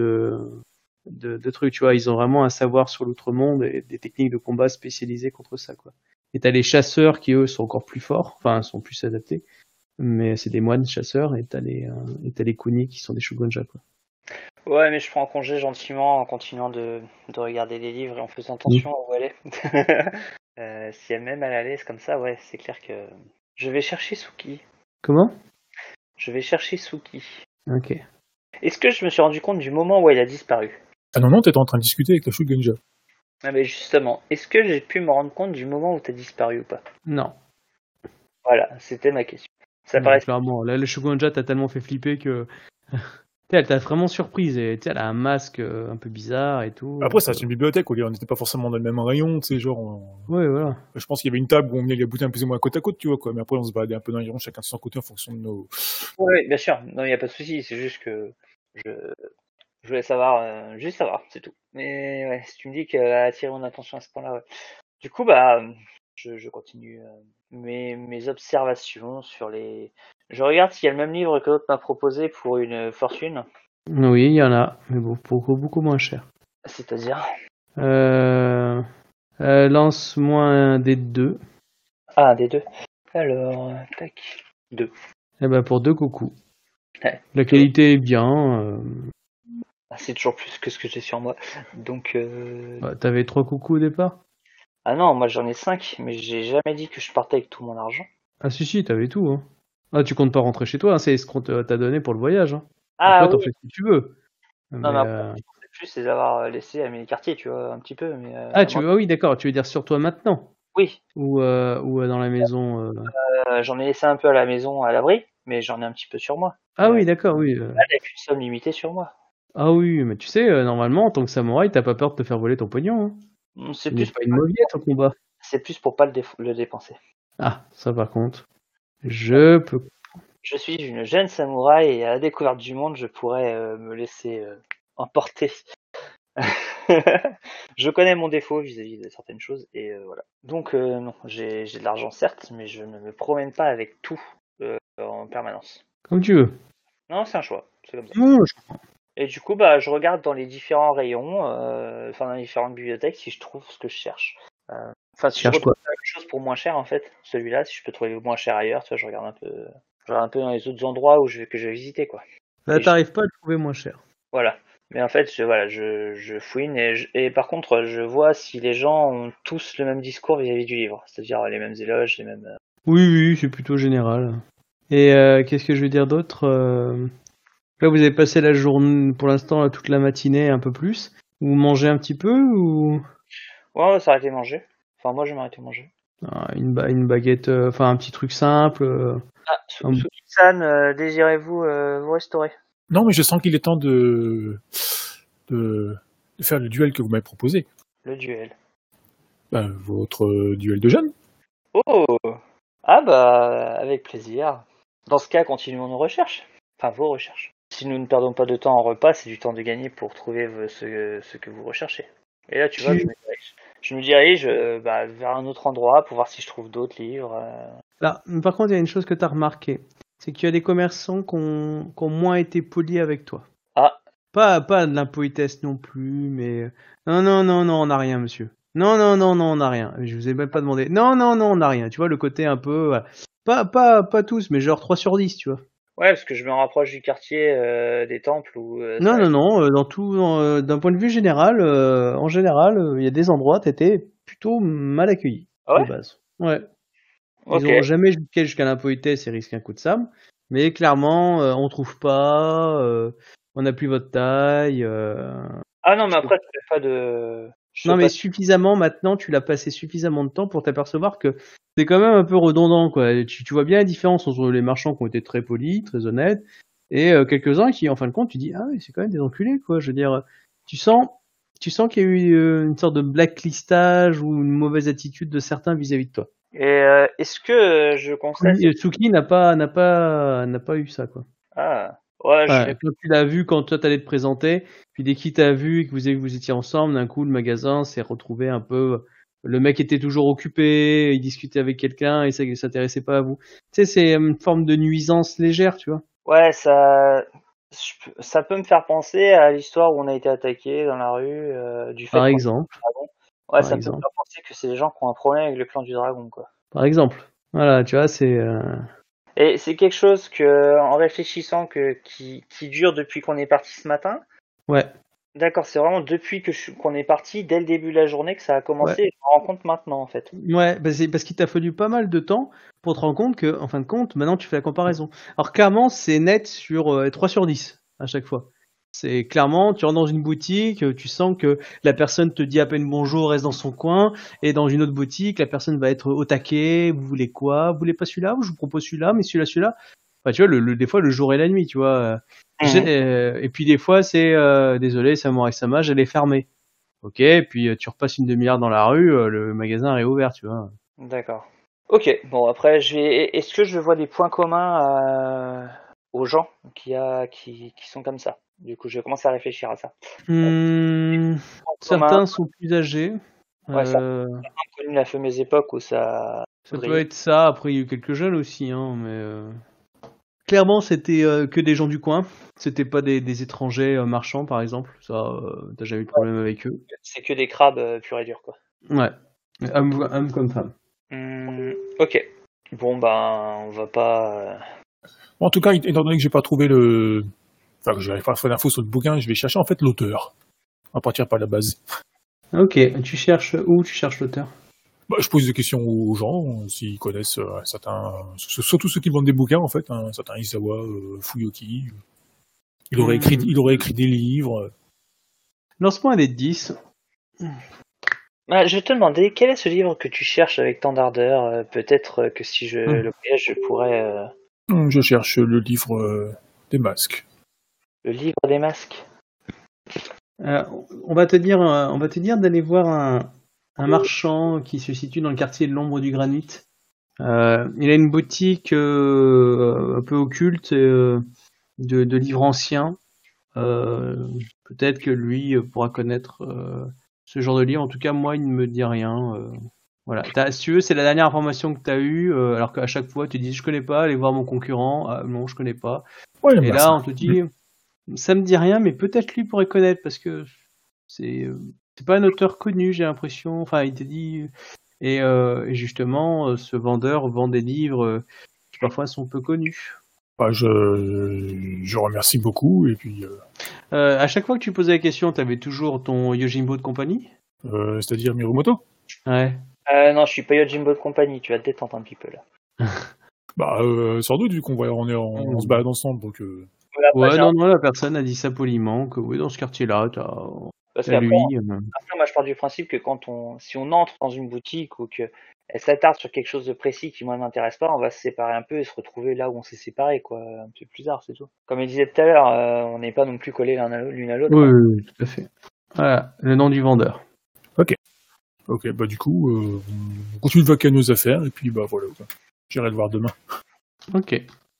de trucs, tu vois. Ils ont vraiment un savoir sur l'outre-monde et des techniques de combat spécialisées contre ça, quoi. Et t'as les chasseurs qui, eux, sont encore plus forts, enfin, sont plus adaptés. Mais c'est des moines chasseurs, et t'as les Kuni qui sont des Shugonja, quoi. Ouais, mais je prends congé gentiment en continuant de regarder les livres et en faisant attention où elle est. Si elle m'aime à la laisse comme ça, ouais, c'est clair que je vais chercher Suki. Comment? Je vais chercher Suki. Ok. Est-ce que je me suis rendu compte du moment où elle a disparu? Ah non, t'étais en train de discuter avec la Shugenja. Ah mais justement, est-ce que j'ai pu me rendre compte du moment où t'as disparu ou pas? Non. Voilà, c'était ma question. Ça Non, paraît... clairement. Là, le Shugonja t'a tellement fait flipper que... elle t'a vraiment surprise. Et elle a un masque un peu bizarre et tout. Après, ça, c'est une bibliothèque, on n'était pas forcément dans le même rayon, tu sais, genre... Ouais, voilà. Je pense qu'il y avait une table où on met les bouteilles plus ou moins côte à côte, tu vois, quoi. Mais après, on se baladait un peu dans les ronds, chacun de son côté en fonction de nos... Oui, bien sûr. Non, il n'y a pas de souci. C'est juste que je voulais savoir, juste savoir, c'est tout. Mais ouais, si tu me dis qu'elle a attiré mon attention à ce point-là, ouais. Du coup, bah, je continue mes observations sur les... Je regarde s'il y a le même livre que l'autre m'a proposé pour une fortune. Oui, il y en a. Mais bon, beaucoup moins cher. C'est-à-dire... Lance-moi un des deux. Ah, des deux. Alors, tac. 2. Eh ben, pour 2 coucous. Ouais. La qualité est bien. C'est toujours plus que ce que j'ai sur moi. Donc... T'avais 3 coucous au départ? Ah non, moi j'en ai 5, mais j'ai jamais dit que je partais avec tout mon argent. Ah si, t'avais tout, hein. Ah, tu comptes pas rentrer chez toi, hein, c'est ce qu'on t'a donné pour le voyage, hein. Ah Après, t'en oui, fais ce que tu veux. non, Mais, mais après, je pensais plus les avoir laissés à mes quartiers, tu vois, un petit peu. Mais, Ah, moi, oui, d'accord, tu veux dire sur toi maintenant? oui, Ou dans la maison j'en ai laissé un peu à la maison à l'abri, mais j'en ai un petit peu sur moi. Ah Mais, oui, d'accord, oui. avec une somme limitée sur moi. Ah oui, mais tu sais, normalement, en tant que samouraï, t'as pas peur de te faire voler ton pognon, hein. C'est Il n'est plus, pas une mauviette au combat. c'est plus pour pas le dépenser. Ah, ça par contre, je peux... Je suis une jeune samouraï et à la découverte du monde, je pourrais me laisser emporter. Je connais mon défaut vis-à-vis de certaines choses et voilà. Donc non, j'ai de l'argent certes, mais je ne me promène pas avec tout en permanence. Comme tu veux. Non, c'est un choix, c'est comme ça. Non, je comprends. Et du coup, bah, je regarde dans les différents rayons, enfin dans les différentes bibliothèques, si je trouve ce que je cherche. Enfin, si je Cherche retrouve quoi? quelque chose pour moins cher en fait, celui-là, si je peux trouver moins cher ailleurs, tu vois, je regarde un peu dans les autres endroits que je vais visiter quoi. Là, Et t'arrives pas à le trouver moins cher. voilà. Mais en fait, je fouine et par contre, je vois si les gens ont tous le même discours vis-à-vis du livre, c'est-à-dire les mêmes éloges, les mêmes. Oui, c'est plutôt général. Et qu'est-ce que je veux dire d'autre? Là, vous avez passé la journée, pour l'instant, là, toute la matinée, un peu plus. Vous mangez un petit peu ou Ouais, on va s'arrêter manger. Enfin, moi, je vais m'arrêter manger. une baguette, enfin un petit truc simple. Ah, Suki-san, désirez-vous vous restaurer? Non, mais je sens qu'il est temps de faire le duel que vous m'avez proposé. Le duel. Votre duel de jeunes. Oh! Ah bah, avec plaisir. Dans ce cas, continuons nos recherches. Enfin, vos recherches. Si nous ne perdons pas de temps en repas, c'est du temps de gagner pour trouver ce que vous recherchez. Et là, tu vois, je me dirige vers un autre endroit pour voir si je trouve d'autres livres. Là, par contre, il y a une chose que tu as remarqué. C'est qu'il y a des commerçants qui ont moins été polis avec toi. Ah, Pas de l'impolitesse non plus, mais non, non, non, non, on n'a rien, monsieur. Non, non, non, non, on n'a rien. Je vous ai même pas demandé. Non, non, non, on n'a rien. Tu vois, le côté un peu, voilà. Pas tous, mais genre 3 sur 10, tu vois. Ouais, parce que je me rapproche du quartier des temples où Non, non, non, d'un point de vue général, en général, il y a des endroits, t'étais plutôt mal accueilli, Ah de ouais. base. Ouais. Ils Ok. ont jamais jusqu'à l'impolitesse et risqué un coup de sabre. Mais clairement, on trouve pas, on n'a plus votre taille, Ah non, mais je peux après, je fais pas de. Je Non, fais mais pas. suffisamment maintenant, tu l'as passé suffisamment de temps pour t'apercevoir que c'est quand même un peu redondant, quoi. Tu vois bien la différence entre les marchands qui ont été très polis, très honnêtes, et quelques-uns qui, en fin de compte, tu dis, ah oui, c'est quand même des enculés, quoi. Je veux dire, tu sens, tu sens qu'il y a eu une sorte de blacklistage ou une mauvaise attitude de certains vis-à-vis de toi. Et est-ce que je constate. Tsuki n'a pas eu ça, quoi. Ah. Ouais, je Ouais, vais. quand tu l'as vu, quand toi t'allais te présenter, puis dès qu'il t'a vu et que vous étiez ensemble, d'un coup le magasin s'est retrouvé un peu. Le mec était toujours occupé, il discutait avec quelqu'un et ça ne s'intéressait pas à vous. Tu sais, c'est une forme de nuisance légère, tu vois. Ouais, ça peut me faire penser à l'histoire où on a été attaqué dans la rue du fait Par qu'on est exemple, dragon. Ouais, par ça peut me exemple, faire penser que c'est des gens qui ont un problème avec le clan du dragon, quoi. par exemple. Voilà, tu vois, c'est. Et c'est quelque chose que, en réfléchissant, qui dure depuis qu'on est parti ce matin. Ouais, D'accord, c'est vraiment depuis qu'on est parti, dès le début de la journée, que ça a ouais, commencé et je me rends compte maintenant, en fait. ouais. Bah c'est parce qu'il t'a fallu pas mal de temps pour te rendre compte que, en fin de compte, maintenant tu fais la comparaison. Alors clairement, c'est net sur 3 sur 10 à chaque fois. C'est clairement, tu rentres dans une boutique, tu sens que la personne te dit à peine bonjour, reste dans son coin, et dans une autre boutique, la personne va être au taquet, vous voulez quoi? Vous voulez pas celui-là? Je vous propose celui-là, mais celui-là. Enfin, tu vois, des fois, le jour et la nuit, tu vois. Mhm. Et puis des fois, c'est désolé, Samurai Sama, j'allais fermer. Ok, et puis tu repasses une demi-heure dans la rue, le magasin est ouvert, tu vois. D'accord. Ok, bon après est-ce que je vois des points communs aux gens qui sont comme ça? Du coup, je vais commencer à réfléchir à ça. Euh, Hmm, Points communs, certains sont plus âgés. ouais, ça Euh, a connu la fameuse époque où ça Ça peut brillait. être ça. Après, il y a eu quelques jeunes aussi, hein, mais clairement, c'était que des gens du coin. C'était pas des étrangers marchands, par exemple. Ça, t'as jamais eu de problème avec eux. C'est que des crabes pur et dur, quoi. Ouais. Homme comme femme. Ok. Bon ben, on va pas. En tout cas, étant donné que j'ai pas trouvé enfin, que j'arrive pas à faire l'info sur le bouquin, je vais chercher en fait l'auteur. On va partir par la base. Ok, tu cherches où? Tu cherches l'auteur? Bah, je pose des questions aux gens, s'ils connaissent certains, surtout ceux qui vendent des bouquins en fait, un certain Isawa Fuyoki. Il aurait écrit des livres. Lance-moi un dé de 10. Ah, je vais te demander quel est ce livre que tu cherches avec tant d'ardeur. Peut-être que si je le voyais, je pourrais Je cherche le livre des masques. le livre des masques. Euh, on va te dire d'aller voir un marchand qui se situe dans le quartier de l'ombre du granit. Il a une boutique un peu occulte de livres anciens. Peut-être que lui pourra connaître ce genre de livre. En tout cas, moi, il ne me dit rien. Voilà. Si tu veux, c'est la dernière information que tu as eue, alors qu'à chaque fois, tu dis je connais pas, allez voir mon concurrent. Ah, non, je connais pas. Ouais, Et bah, là, on te dit ça me dit rien, mais peut-être lui pourrait connaître parce que c'est c'est pas un auteur connu, j'ai l'impression. Enfin, il te dit et justement, ce vendeur vend des livres qui parfois sont peu connus. bah, je remercie beaucoup et puis À chaque fois que tu posais la question, t'avais toujours ton Yojimbo de compagnie? c'est-à-dire Mirumoto. Ouais. Non, je suis pas Yojimbo de compagnie. Tu vas te détendre un petit peu là. Bah sans doute vu on se balade ensemble donc Après, Ouais, non, non, la personne a dit ça poliment, que oui, dans ce quartier-là, parce t'as qu'après, lui. après, moi, je pars du principe que si on entre dans une boutique ou que elle s'attarde sur quelque chose de précis qui moi ne m'intéresse pas, on va se séparer un peu et se retrouver là où on s'est séparés, quoi, un peu plus tard, c'est tout. Comme il disait tout à l'heure, on n'est pas non plus collés l'une à l'autre, Oui, hein. oui, oui, tout à fait. Voilà, le nom du vendeur. ok, bah du coup on continue de vaquer à nos affaires et puis bah voilà quoi. J'irai le voir demain. Ok.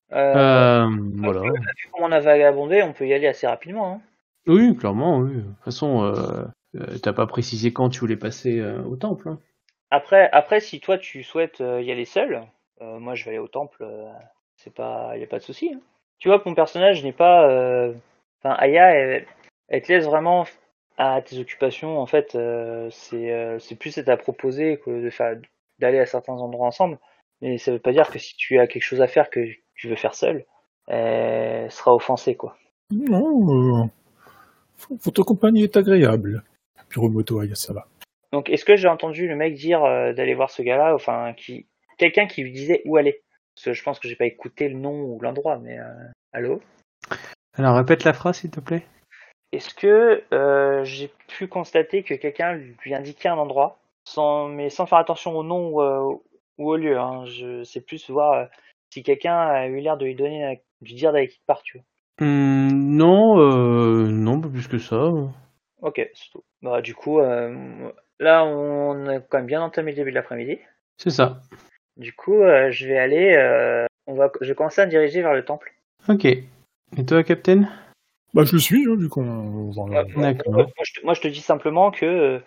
Voilà. Vu comme on a vagabondé, on peut y aller assez rapidement, hein. Oui, clairement, oui. De toute façon, t'as pas précisé quand tu voulais passer au temple, hein. Après, si toi tu souhaites y aller seul, moi je vais aller au temple, y a pas de souci, hein. Tu vois, mon personnage n'est pas, enfin Aya, Elle te laisse vraiment à tes occupations. En fait, c'est plus à proposer que d'aller à certains endroits ensemble. Mais ça veut pas dire que si tu as quelque chose à faire que tu veux faire seul, elle sera offensée, quoi. Non, votre compagnie est agréable. Puromoto Aya, ça va. Donc, est-ce que j'ai entendu le mec dire d'aller voir ce gars-là, enfin, quelqu'un qui lui disait où aller? Parce que je pense que j'ai pas écouté le nom ou l'endroit, mais allô? Alors répète la phrase s'il te plaît. Est-ce que j'ai pu constater que quelqu'un lui indiquait un endroit, mais sans faire attention au nom ou au lieu, hein. C'est plus voir si quelqu'un a eu l'air de lui dire d'aller quelque part, tu vois. Non, non, pas plus que ça. Ok, c'est tout. Bah, du coup, là, on a quand même bien entamé le début de l'après-midi. C'est ça. Du coup, je vais aller, je vais commencer à me diriger vers le temple. Ok. Et toi, Captain? Bah, je le suis, hein, vu qu'on va... D'accord. Moi, je te dis simplement que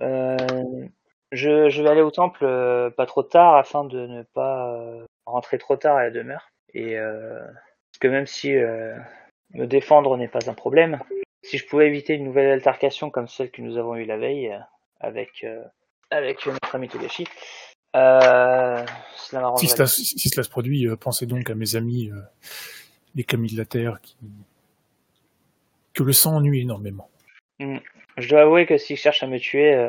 je vais aller au temple pas trop tard afin de ne pas rentrer trop tard à la demeure. Et parce que même si me défendre n'est pas un problème, si je pouvais éviter une nouvelle altercation comme celle que nous avons eue la veille avec notre ami Togashi, cela m'arrangerait. Si cela se produit, pensez donc à mes amis, les Camille de la Terre, que le sang ennuie énormément. Je dois avouer que s'ils cherchent à me tuer,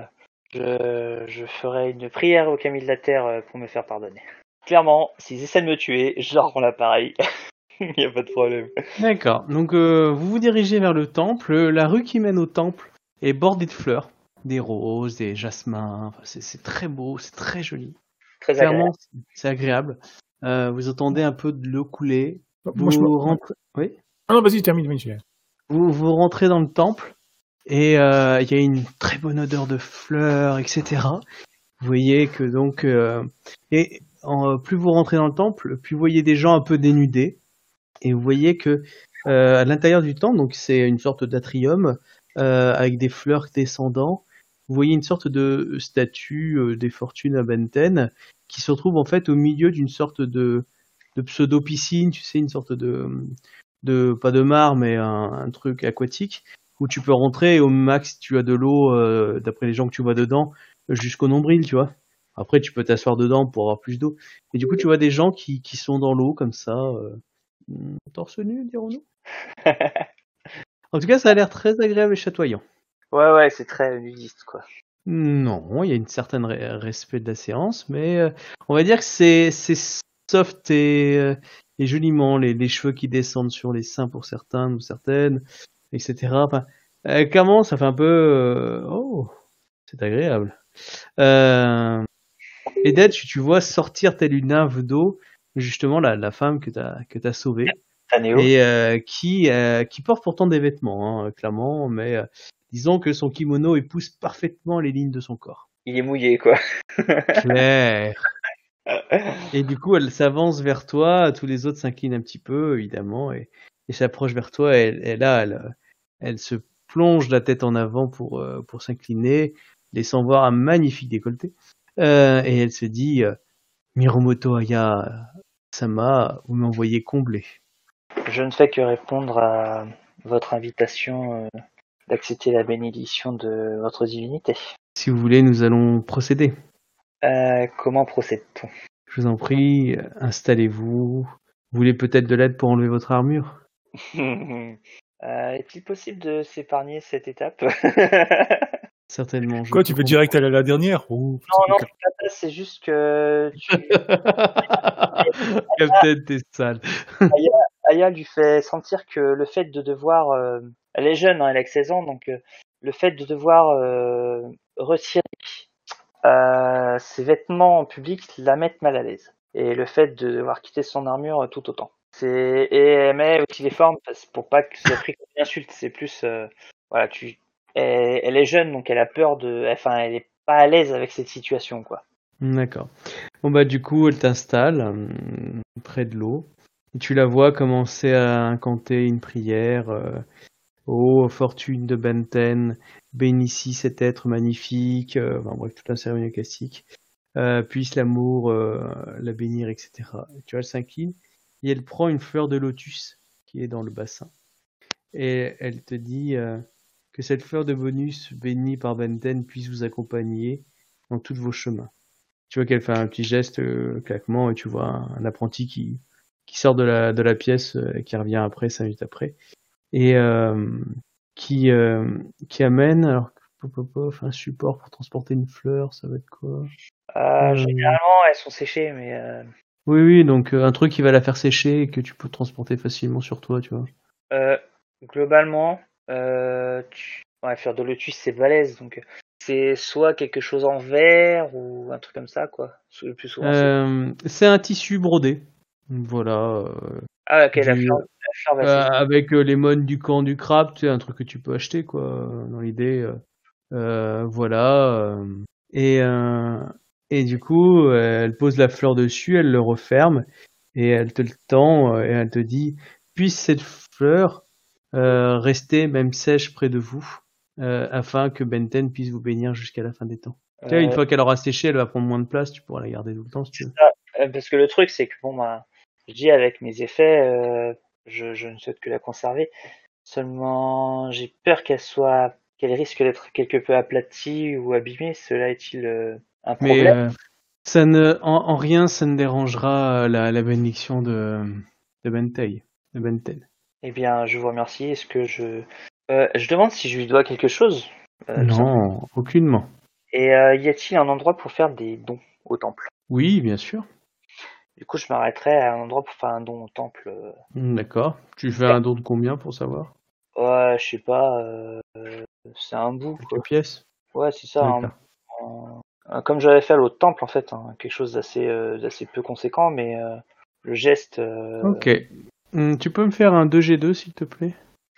je ferai une prière aux Camille de la Terre pour me faire pardonner. Clairement, s'ils essaient de me tuer, je leur rends l'appareil. Il n'y a pas de problème. D'accord. Donc vous vous dirigez vers le temple. La rue qui mène au temple est bordée de fleurs. Des roses, des jasmins. Enfin, c'est très beau, c'est très joli. Très Clairement, agréable. c'est agréable. Vous entendez un peu de l'eau couler. Moi, Vous rentrez... Oui. Ah non, vas-y, termine. Vous rentrez dans le temple et il y a une très bonne odeur de fleurs, etc. Vous voyez que donc plus vous rentrez dans le temple, plus vous voyez des gens un peu dénudés et vous voyez que à l'intérieur du temple, donc c'est une sorte d'atrium avec des fleurs descendant. Vous voyez une sorte de statue des fortunes à Benten qui se retrouve en fait au milieu d'une sorte de pseudo-piscine, tu sais, une sorte de pas de mare, mais un truc aquatique où tu peux rentrer et au max tu as de l'eau, d'après les gens que tu vois dedans, jusqu'au nombril, tu vois. Après, tu peux t'asseoir dedans pour avoir plus d'eau. Et du coup, tu vois des gens qui sont dans l'eau comme ça, torse nu, dirons-nous. En tout cas, ça a l'air très agréable et chatoyant. Ouais, c'est très nudiste, quoi. Non, il y a une certaine respect de la séance, mais on va dire que c'est soft et joliment les cheveux qui descendent sur les seins pour certains ou certaines, etc. Enfin, clairement, ça fait un peu oh, c'est agréable. Et Dead, tu vois sortir telle une nymphe d'eau, justement la femme que t'as sauvée Tanéo. et qui porte pourtant des vêtements, hein, clairement, mais disons que son kimono épouse parfaitement les lignes de son corps. Il est mouillé, quoi. Claire. Et du coup, elle s'avance vers toi, tous les autres s'inclinent un petit peu, évidemment, et s'approche vers toi, elle se plonge la tête en avant pour s'incliner, laissant voir un magnifique décolleté. Et elle se dit Miromoto Aya Sama, vous m'envoyez combler. Je ne fais que répondre à votre invitation d'accepter la bénédiction de votre divinité. Si vous voulez, nous allons procéder. Comment procède-t-on? Je vous en prie, installez-vous. Vous voulez peut-être de l'aide pour enlever votre armure? Est-il possible de s'épargner cette étape? Certainement. Quoi, tu veux direct aller à la dernière? Non, c'est pas ça, c'est juste que Captain, t'es sale. Aya lui fait sentir que le fait de devoir... elle est jeune, hein, elle a que 16 ans, donc le fait de devoir retirer ses vêtements en public la met mal à l'aise. Et le fait de devoir quitter son armure tout autant. Et elle met aussi les formes pour pas que ce soit pris comme une insulte. C'est plus... voilà, elle est jeune, donc elle a peur de... Enfin, elle est pas à l'aise avec cette situation, quoi. D'accord. Bon bah du coup, elle t'installe près de l'eau. Tu la vois commencer à incanter une prière. Ô fortune de Benten, bénis cet être magnifique. Enfin bref, toute la cérémonie classique. Puisse l'amour la bénir, etc. Et tu vois, elle s'incline et elle prend une fleur de lotus qui est dans le bassin. Et elle te dit que cette fleur de bonus bénie par Benten puisse vous accompagner dans tous vos chemins. Tu vois qu'elle fait un petit geste, claquement, et tu vois un apprenti qui sort de la pièce, qui revient après, 5 minutes après, et qui amène, alors, un support pour transporter une fleur, ça va être quoi? Généralement, elles sont séchées, mais... Oui, donc un truc qui va la faire sécher et que tu peux transporter facilement sur toi, tu vois. Globalement, fleur de lotus, c'est balèze, donc c'est soit quelque chose en verre ou un truc comme ça, quoi. Le plus souvent, c'est un tissu brodé. Voilà. Ah, ok, la fleur va sécher. Avec les mônes du camp du crabe, tu sais, un truc que tu peux acheter, quoi, dans l'idée. Voilà. Et du coup, elle pose la fleur dessus, elle le referme, et elle te le tend, et elle te dit, puisse cette fleur rester même sèche près de vous, afin que Benten puisse vous bénir jusqu'à la fin des temps. Tu sais, une fois qu'elle aura séché, elle va prendre moins de place, tu pourras la garder tout le temps si tu veux. Parce que le truc, c'est que bon, je dis avec mes effets, je ne souhaite que la conserver. Seulement, j'ai peur qu'elle risque d'être quelque peu aplatie ou abîmée. Cela est-il un problème? Mais en rien, ça ne dérangera la bénédiction de Benten. Eh bien, je vous remercie. Est-ce que je demande si je lui dois quelque chose? Non, aucunement. Et y a-t-il un endroit pour faire des dons au temple? Oui, bien sûr. Du coup, je m'arrêterai à un endroit pour faire un don au temple. D'accord. Tu fais un don de combien pour savoir? Ouais, je sais pas. C'est un bout, quoi. Quelques pièces? Ouais, c'est ça. Comme j'avais fait à l'autre temple, en fait, quelque chose d'assez peu conséquent, mais le geste. Ok. Tu peux me faire un 2G2, s'il te plaît?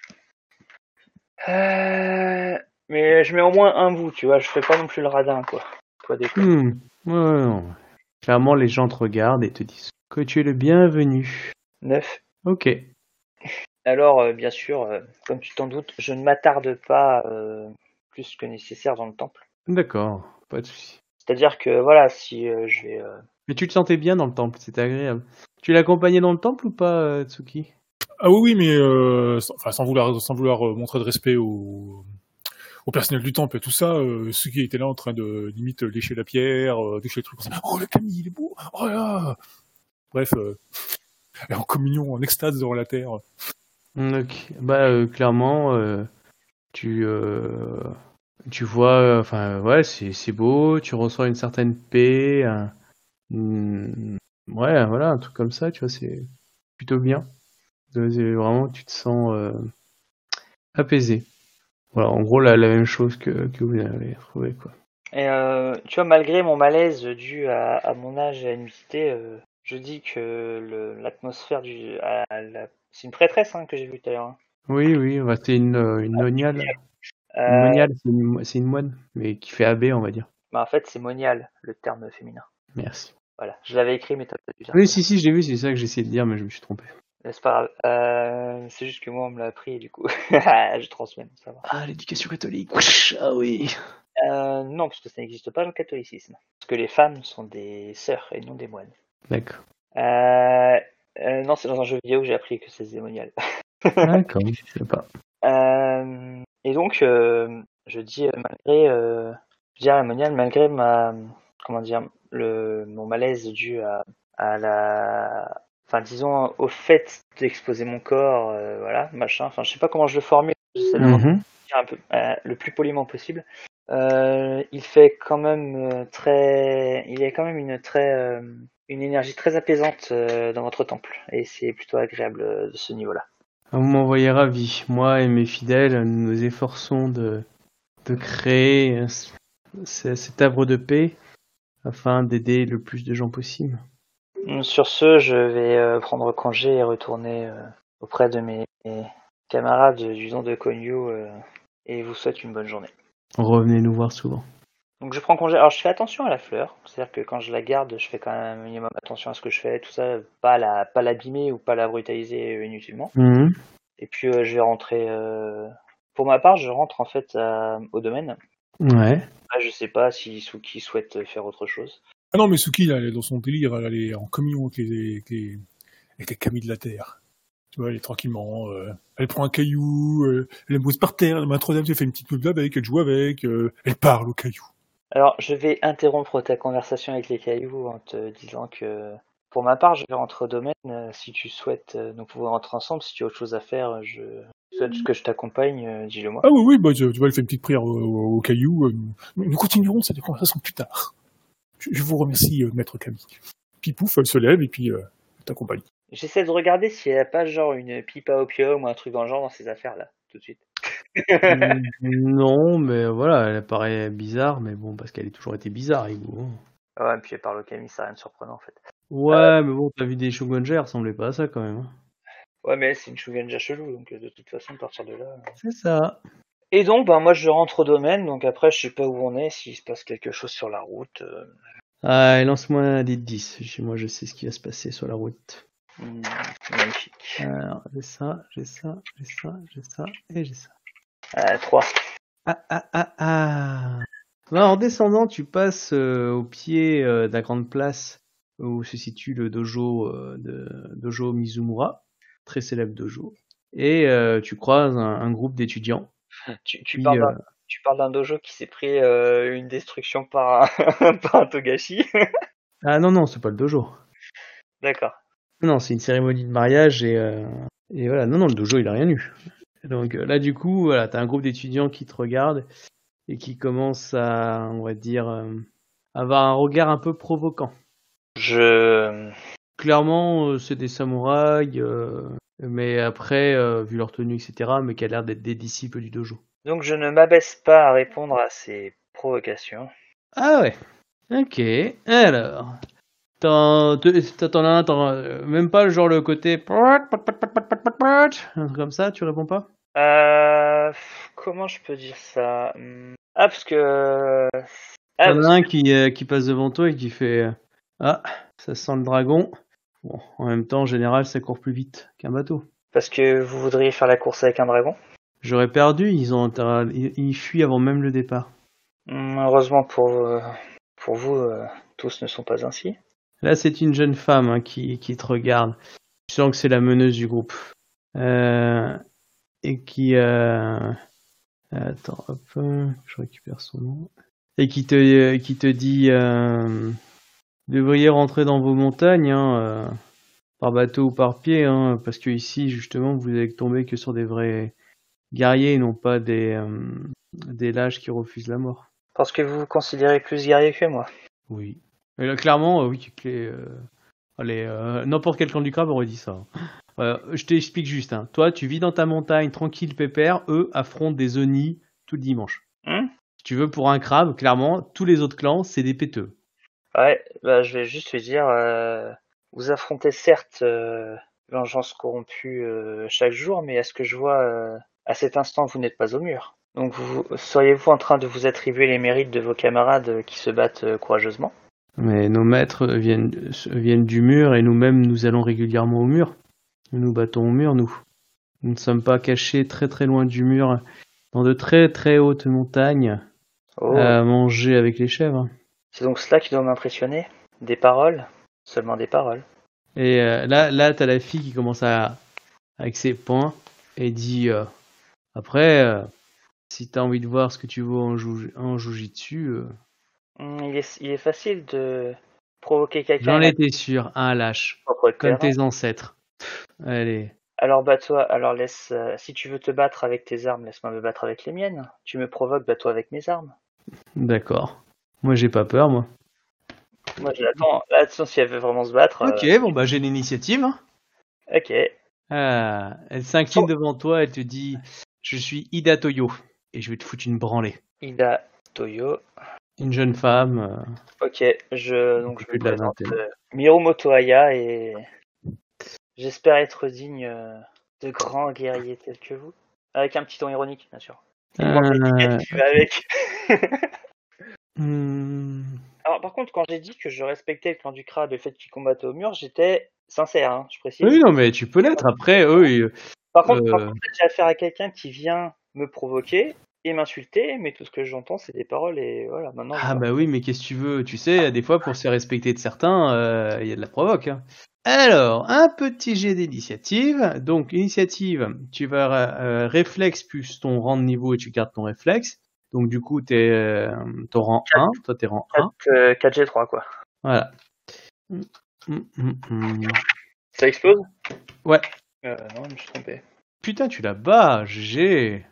Mais je mets au moins un bout, tu vois. Je fais pas non plus le radin, quoi. Quoi des fois. Ouais, non. Clairement, les gens te regardent et te disent que tu es le bienvenu. 9. Ok. Alors, bien sûr, comme tu t'en doutes, je ne m'attarde pas plus que nécessaire dans le temple. D'accord, pas de souci. C'est-à-dire que, voilà, si je vais... Mais tu te sentais bien dans le temple, c'était agréable. Tu l'accompagnais dans le temple ou pas, Tsuki? Ah oui, mais sans vouloir montrer de respect au personnel du temple et tout ça, ceux qui étaient là en train de limite lécher la pierre, lécher le truc, oh le Camille, il est beau, oh là. Bref, en communion, en extase devant la terre. Ok. Bah clairement, tu vois, enfin ouais, c'est beau. Tu ressens une certaine paix. Ouais, voilà, un truc comme ça, tu vois, c'est plutôt bien. Vraiment, tu te sens apaisé. Voilà, en gros, la même chose que vous avez trouvé, quoi. Et tu vois, malgré mon malaise dû à mon âge et à l'humidité, je dis que l'atmosphère c'est une prêtresse que j'ai vue tout à l'heure. Oui, bah, c'est une moniale. Une moniale, c'est une moine, mais qui fait abbé, on va dire. En fait, c'est monial, le terme féminin. Merci. Voilà, je l'avais écrit, mais t'as pas dû dire. Oui, si, j'ai vu, c'est ça que j'essayais de dire, mais je me suis trompé. C'est pas grave. C'est juste que moi, on me l'a appris, et du coup, je transmets, ça va. Ah, l'éducation catholique. Ah oui. Non, parce que ça n'existe pas dans le catholicisme. Parce que les femmes sont des sœurs et non des moines. D'accord. Non, c'est dans un jeu vidéo que j'ai appris que c'est démonial. D'accord, je sais pas. Et donc, je dis malgré mon malaise dû disons au fait d'exposer mon corps, voilà, machin. Enfin, je sais pas comment je le formule. J'essaie de le dire un peu le plus poliment possible. Il fait quand même il y a quand même une énergie très apaisante dans votre temple, et c'est plutôt agréable de ce niveau-là. Vous m'envoyez ravi. Moi et mes fidèles, nous nous efforçons de créer cet arbre de paix afin d'aider le plus de gens possible. Sur ce, je vais prendre congé et retourner auprès de mes camarades du don de Konyu et vous souhaite une bonne journée. Revenez nous voir souvent. Donc je prends congé. Alors je fais attention à la fleur, c'est-à-dire que quand je la garde, je fais quand même un minimum attention à ce que je fais, tout ça, pas l'abîmer ou pas la brutaliser inutilement. Et puis je vais rentrer. Pour ma part, je rentre en fait au domaine. Ouais. Là, je sais pas si Suki souhaite faire autre chose. Ah non, mais Suki, là, elle est dans son délire, elle est en communion avec les camis de la terre. Tu vois, elle est tranquillement, elle prend un caillou, elle le pose par terre, elle met un troisième, elle fait une petite meuf avec, elle joue avec, elle parle au caillou. Alors, je vais interrompre ta conversation avec les cailloux en te disant que, pour ma part, je vais rentrer au domaine. Si tu souhaites, nous pouvons rentrer ensemble. Si tu as autre chose à faire, je souhaite que je t'accompagne, dis-le moi. Ah oui, bah, tu vois, elle fait une petite prière au caillou. Nous continuerons cette conversation plus tard. Je vous remercie, maître Camille. Puis pouf, elle se lève et puis elle t'accompagne. J'essaie de regarder s'il n'y a pas genre une pipe à opium ou un truc dans le genre dans ces affaires-là, tout de suite. Non, mais voilà, elle paraît bizarre, mais bon, parce qu'elle a toujours été bizarre, Ibu. Hein. Ouais, et puis elle parle au Camille, c'est rien de surprenant en fait. Ouais, mais bon, t'as vu des Shogunja, elle ressemblait pas à ça quand même. Hein. Ouais, mais c'est une Shugenja chelou, donc de toute façon, à partir de là. C'est ça. Et donc, ben, moi je rentre au domaine, donc après je sais pas où on est, s'il se passe quelque chose sur la route. Ah, et lance-moi un dé de 10. Moi, je sais ce qui va se passer sur la route. Magnifique. Alors, j'ai ça, j'ai ça, j'ai ça, j'ai ça, et j'ai ça. 3. Là, en descendant, tu passes au pied de la grande place où se situe le dojo dojo Mizumura, très célèbre dojo. Et tu croises un groupe d'étudiants. Tu parles d'un dojo qui s'est pris une destruction par par un Togashi. Ah non, c'est pas le dojo. D'accord. Non, c'est une cérémonie de mariage et voilà. Non, le dojo, il a rien eu. Donc là, du coup, voilà, t'as un groupe d'étudiants qui te regardent et qui commencent à, on va dire, avoir un regard un peu provoquant. Clairement, c'est des samouraïs, mais après, vu leur tenue, etc., mais qui a l'air d'être des disciples du dojo. Donc je ne m'abaisse pas à répondre à ces provocations. Ah ouais, ok. Alors, t'en as un, même pas genre le côté un truc comme ça, tu réponds pas? Comment je peux dire ça? Ah, parce que... T'en as un qui passe devant toi et qui fait ah, ça sent le dragon. Bon, en même temps, en général, ça court plus vite qu'un bateau. Parce que vous voudriez faire la course avec un dragon? J'aurais perdu, ils fuient avant même le départ. Heureusement pour vous, tous ne sont pas ainsi. Là, c'est une jeune femme hein, qui te regarde. Tu sens que c'est la meneuse du groupe. Et qui... Attends, hop, je récupère son nom. Et qui te dit... Vous devriez rentrer dans vos montagnes, hein, par bateau ou par pied, hein, parce que ici, justement, vous allez tomber que sur des vrais guerriers et non pas des lâches qui refusent la mort. Parce que vous vous considérez plus guerrier que moi. Oui. Et là, clairement, oui, allez, n'importe quel clan du crabe aurait dit ça. Je t'explique juste. Hein. Toi, tu vis dans ta montagne, tranquille, pépère. Eux affrontent des Oni tout le dimanche. Si tu veux, pour un crabe, clairement, tous les autres clans, c'est des péteux. Ouais, bah, je vais juste lui dire, vous affrontez certes vengeance corrompue chaque jour, mais à ce que je vois, à cet instant, vous n'êtes pas au mur. Donc, seriez-vous en train de vous attribuer les mérites de vos camarades qui se battent courageusement? Mais nos maîtres viennent du mur et nous-mêmes, nous allons régulièrement au mur. Nous nous battons au mur, nous. Nous ne sommes pas cachés très très loin du mur, dans de très très hautes montagnes, à manger avec les chèvres. C'est donc cela qui doit m'impressionner? Des paroles? Seulement des paroles. Et là, t'as la fille qui commence avec ses poings et dit après, si t'as envie de voir ce que tu veux en jujitsu... Il est facile de provoquer quelqu'un. J'en étais sûr, un lâche, comme tes ancêtres. Allez. Alors bats-toi, alors si tu veux te battre avec tes armes, laisse-moi me battre avec les miennes. Tu me provoques, bats-toi avec mes armes. D'accord. Moi, j'ai pas peur, moi. Moi, attention, si elle veut vraiment se battre... Ok, bon, bah, j'ai l'initiative. Hein. Ok. Elle s'incline devant toi, elle te dit « Je suis Ida Toyo, et je vais te foutre une branlée. » Ida Toyo. Une jeune femme. Ok, je me de la présente vingtaine. Mirumoto Aya, et j'espère être digne de grands guerriers tels que vous. Avec un petit ton ironique, bien sûr. Et qui va avec. Alors, par contre, quand j'ai dit que je respectais le clan du crabe et le fait qu'ils combattaient au mur, j'étais sincère, hein, je précise. Oui, non, mais tu peux l'être. Après, eux... Par contre, quand j'ai affaire à quelqu'un qui vient me provoquer, et m'insulter, mais tout ce que j'entends, c'est des paroles et voilà, maintenant je Ah vois. bah oui, mais qu'est-ce que tu veux? Tu sais, des fois, pour se faire respecter de certains, il y a de la provoque, hein. Alors, un petit jet d'initiative. Donc, initiative, tu vas réflexe plus ton rang de niveau et tu gardes ton réflexe. Donc, du coup, t'es ton rang 1. Toi, t'es rang 1. 4G3, quoi. Voilà. Ça explose? Ouais. Non, je me suis trompé. Putain, tu la bats, GG.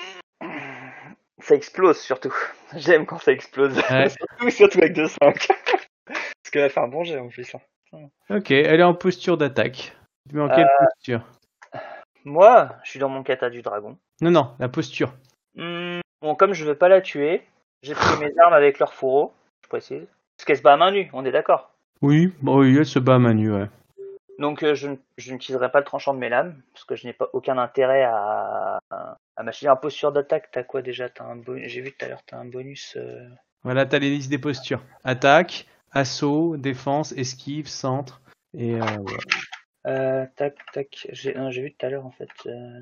Ça explose surtout. J'aime quand ça explose. Ouais. surtout avec 2-5. Parce qu'elle a fait un bon jet en plus. Hein. Ok, elle est en posture d'attaque. Tu mets en quelle posture? Moi, je suis dans mon kata du dragon. Non, la posture. Bon, comme je veux pas la tuer, j'ai pris mes armes avec leur fourreau, je précise. Parce qu'elle se bat à main nue, on est d'accord. Oui, elle se bat à main nue, ouais. Donc je n'utiliserai pas le tranchant de mes lames, parce que je n'ai pas aucun intérêt à mâcher. En posture d'attaque, t'as quoi déjà? J'ai vu tout à l'heure, t'as un bonus. Voilà, t'as les listes des postures. Attaque, assaut, défense, esquive, centre. Et Tac. J'ai vu tout à l'heure en fait.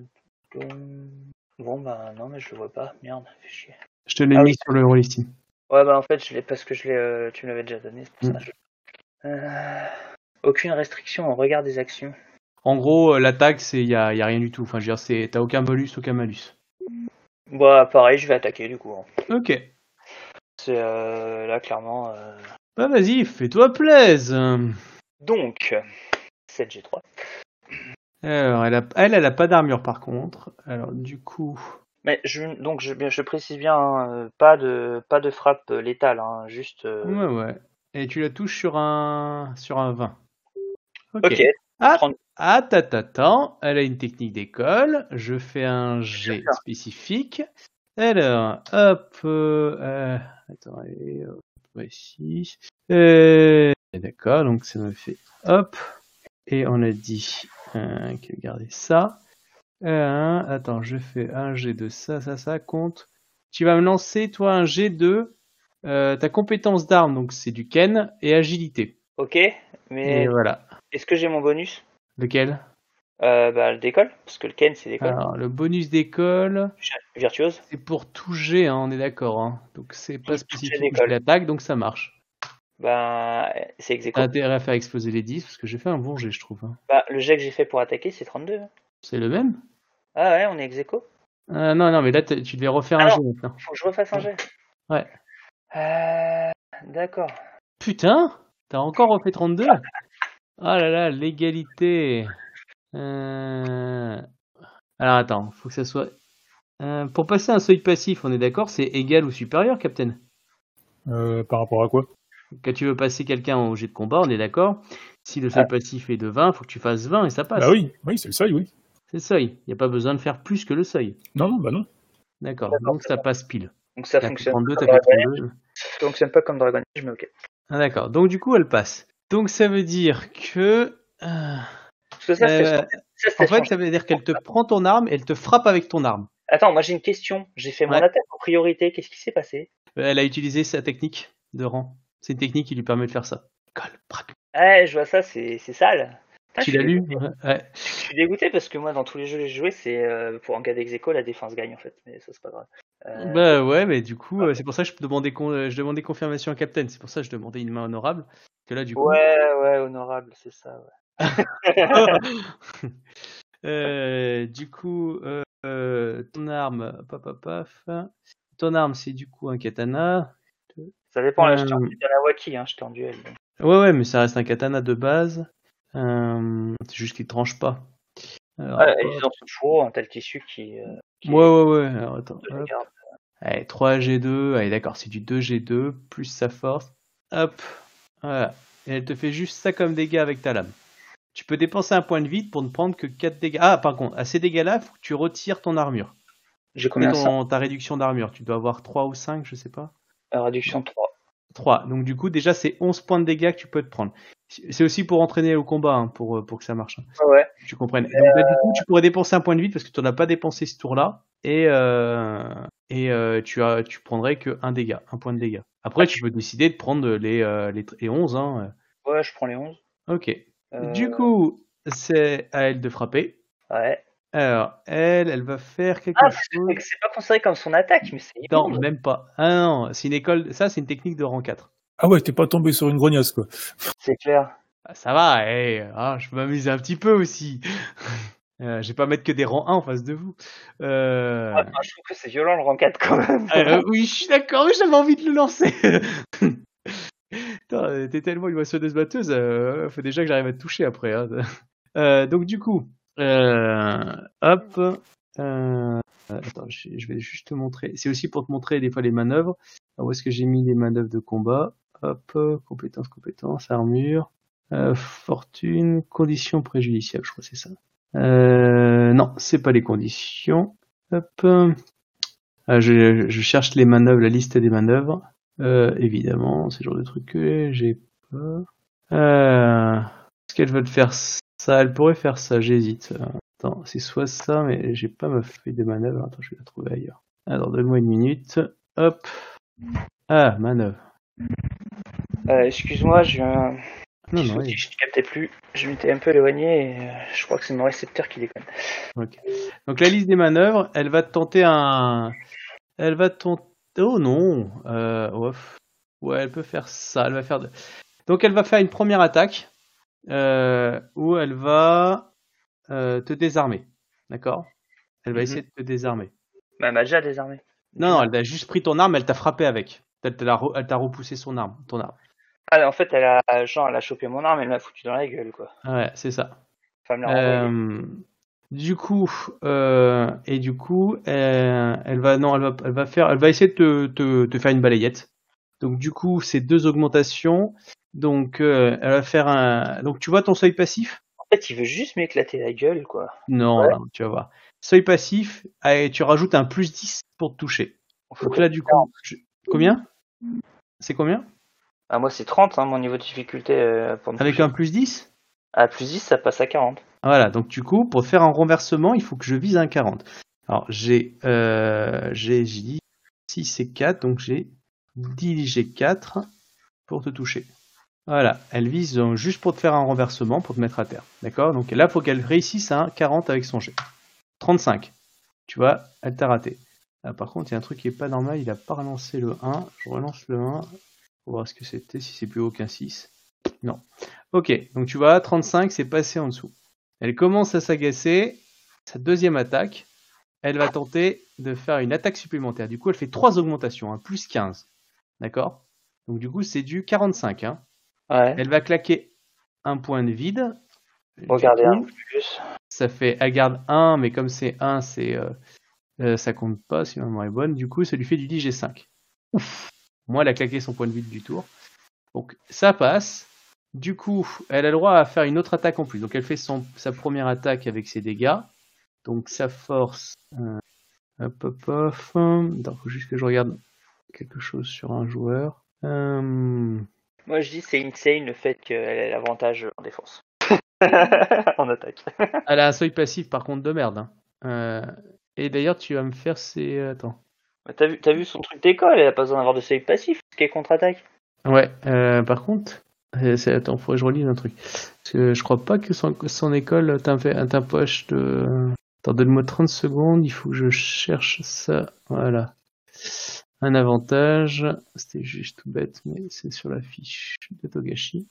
Bon bah non mais je le vois pas. Merde, fais chier. Je te l'ai mis sur le rollisting. Ouais bah en fait je l'ai parce que tu me l'avais déjà donné, c'est pour ça. Aucune restriction au regard des actions. En gros, l'attaque, y a rien du tout. Enfin, je veux dire, t'as aucun bonus, aucun malus. Bah pareil, je vais attaquer du coup. Ok. C'est là clairement. Bah vas-y, fais-toi plaise. Donc 7G3. Alors, elle a pas d'armure par contre. Alors du coup. Mais je précise bien, hein, pas de frappe létale, hein, juste. Ouais. Et tu la touches sur un 20. Ok. Attends. Elle a une technique d'école. Je fais un jet spécifique. Alors, hop. Attends, allez, ici. D'accord, donc ça me fait hop. Et on a dit qu'elle gardait ça. Attends, je fais un jet de ça compte. Tu vas me lancer, toi, un jet de ta compétence d'arme, donc c'est du ken et agilité. Ok, mais et voilà. Est-ce que j'ai mon bonus? Lequel? Le d'école, parce que le ken c'est d'école. Alors, le bonus d'école. Virtuose. C'est pour tout jet, hein, on est d'accord. Hein. Donc c'est pas spécifique d'école. de l'attaque, donc ça marche. C'est ex aequo. T'as intérêt à faire exploser les 10, parce que j'ai fait un bon jet, je trouve. Hein. Le jet que j'ai fait pour attaquer, c'est 32. Hein. C'est le même? Ah ouais, on est ex aequo. Non, mais là, tu devais refaire un jet. Maintenant. Faut que je refasse un jet. Ouais. D'accord. Putain, t'as encore refait 32? Ah là là, l'égalité. Alors attends, faut que ça soit... pour passer un seuil passif, on est d'accord, c'est égal ou supérieur, Captain? Par rapport à quoi? Quand tu veux passer quelqu'un au jet de combat, on est d'accord. Si le seuil passif est de 20, faut que tu fasses 20 et ça passe. Bah oui, c'est le seuil, oui. C'est le seuil. Il n'y a pas besoin de faire plus que le seuil. Non, bah non. D'accord, donc ça passe pile. Donc ça t'as fonctionne. 32, t'as fait 32. Ça fonctionne pas comme Dragon Age, mais ok. Ah d'accord, donc du coup elle passe. Donc ça veut dire que... Parce que en fait, ça veut dire qu'elle te prend ton arme et elle te frappe avec ton arme. Attends, moi j'ai une question. J'ai fait mon attaque en priorité. Qu'est-ce qui s'est passé? Elle a utilisé sa technique de rang. C'est une technique qui lui permet de faire ça. Ouais, je vois ça, c'est sale. Tu l'as lu? Ouais. Je suis dégoûté parce que moi, dans tous les jeux que j'ai joués, c'est pour en cas d'ex aequo, la défense gagne en fait. Mais ça, c'est pas grave. Bah ouais, mais du coup, c'est pour ça que je demandais confirmation à Captain. C'est pour ça que je demandais une main honorable. Que là, du coup... Ouais, honorable, c'est ça, ouais. Du coup, ton arme, ton arme, c'est du coup un katana. Ça dépend, là, j'étais en katana waki, hein, j'étais en duel. Donc. Ouais, mais ça reste un katana de base. C'est juste qu'il tranche pas. Alors, ils ont toujours un tel tissu qui ouais. Alors, attends. Allez, 3G2. Allez, d'accord, c'est du 2G2 plus sa force. Hop. Voilà. Et elle te fait juste ça comme dégâts avec ta lame. Tu peux dépenser un point de vide pour ne prendre que 4 dégâts. Ah, par contre, à ces dégâts-là, il faut que tu retires ton armure. J'ai combien ta réduction d'armure? Tu dois avoir 3 ou 5, je sais pas. Réduction 3. 3. Donc du coup, déjà, c'est 11 points de dégâts que tu peux te prendre. C'est aussi pour entraîner au combat, hein, pour que ça marche. Hein. Ouais. Tu comprennes. Donc là, du coup, tu pourrais dépenser un point de vide parce que tu n'en as pas dépensé ce tour-là. Et tu prendrais que un point de dégâts. Après, tu peux décider de prendre les 11. Hein. Ouais, je prends les 11. Ok. Du coup, c'est à elle de frapper. Ouais. Alors, elle va faire quelque Ah, chose. c'est pas considéré comme son attaque, mais c'est Non, immonde. même pas. Ah non, c'est une école. Ça, c'est une technique de rang 4. Ah ouais, t'es pas tombé sur une grognasse, quoi. C'est clair. Ah, ça va, je m'amuse un petit peu aussi. Je vais pas mettre que des rangs 1 en face de vous. Ouais, enfin, je trouve que c'est violent le rang 4 quand même. Oui, je suis d'accord, mais j'avais envie de le lancer. Putain, t'es tellement une moissonneuse batteuse, faut déjà que j'arrive à te toucher après. Hein. Donc du coup, hop. Attends, je vais juste te montrer. C'est aussi pour te montrer des fois les manœuvres. Alors, où est-ce que j'ai mis les manœuvres de combat? Hop, compétences, armure, fortune, conditions préjudiciables, je crois que c'est ça. Non, c'est pas les conditions. Hop. Je cherche les manœuvres, la liste des manœuvres. Évidemment, c'est le genre de truc que j'ai pas. Est-ce qu'elle veut faire ça? Elle pourrait faire ça, j'hésite. Attends, c'est soit ça, mais j'ai pas ma feuille de manœuvre. Attends, je vais la trouver ailleurs. Alors, donne-moi une minute. Hop. Ah, manœuvre. Excuse-moi, j'ai eu un Non, petit non, souci, je ne captais plus. Je m'étais un peu éloigné et je crois que c'est mon récepteur qui déconne. ok. Donc, la liste des manœuvres, elle va tenter un. Elle va tenter. Oh non. Ouais, elle peut faire ça. Elle va faire. Donc, elle va faire une première attaque où elle va te désarmer. D'accord? Elle va essayer de te désarmer. Bah, elle m'a déjà désarmé. Non, elle a juste pris ton arme, elle t'a frappé avec. Elle t'a repoussé ton arme. Ah, en fait, elle a chopé mon arme et elle m'a foutu dans la gueule, quoi. Ouais, c'est ça. Enfin, elle me l'a renvoyé. Du coup, elle va essayer de te faire une balayette. Donc du coup, c'est 2 augmentations. Donc elle va faire un. Donc tu vois ton seuil passif? En fait, il veut juste m'éclater la gueule, quoi. Non, Ouais. non, tu vas voir. Seuil passif, et tu rajoutes un plus 10 pour te toucher. Faut Donc que- là, du coup, combien? C'est combien? Ah, moi, c'est 30, hein, mon niveau de difficulté pour me Avec toucher. un plus 10? À plus 10, ça passe à 40. Voilà, donc du coup, pour faire un renversement, il faut que je vise un 40. Alors, j'ai dit 6 et 4, donc j'ai dirigé 4 pour te toucher. Voilà, elle vise juste pour te faire un renversement, pour te mettre à terre. D'accord? Donc là, il faut qu'elle réussisse un 40 avec son jet. 35. Tu vois, elle t'a raté. Là, par contre, il y a un truc qui est pas normal, il a pas relancé le 1. Je relance le 1 pour voir ce que c'était, si c'est plus haut qu'un 6. Non. Ok, donc tu vois, 35, c'est passé en dessous. Elle commence à s'agacer. Sa deuxième attaque, elle va tenter de faire une attaque supplémentaire. Du coup, elle fait 3 augmentations, plus 15. D'accord? Donc du coup, c'est du 45. Hein. Ouais. Elle va claquer un point de vide. Regardez un peu plus. Ça fait, elle garde 1, mais comme c'est 1, ça compte pas si ma mémoire est bonne. Du coup, ça lui fait du DG5. Ouf. Moi, elle a claqué son point de vide du tour. Donc ça passe. Du coup, elle a le droit à faire une autre attaque en plus. Donc elle fait sa première attaque avec ses dégâts. Donc sa force. Hop. Il faut juste que je regarde quelque chose sur un joueur. Moi, je dis c'est insane le fait qu'elle ait l'avantage en défense. En attaque. Elle a un seuil passif par contre de merde. Hein. Et d'ailleurs, tu vas me faire ses. Attends. T'as vu son truc d'école, elle a pas besoin d'avoir de save passif, ce qui est contre-attaque. Ouais, par contre. Attends, faudrait que je relise un truc. Parce que je crois pas que son école t'empoche de. Attends, donne-moi 30 secondes, il faut que je cherche ça. Voilà. Un avantage. C'était juste tout bête, mais c'est sur la fiche de Togashi.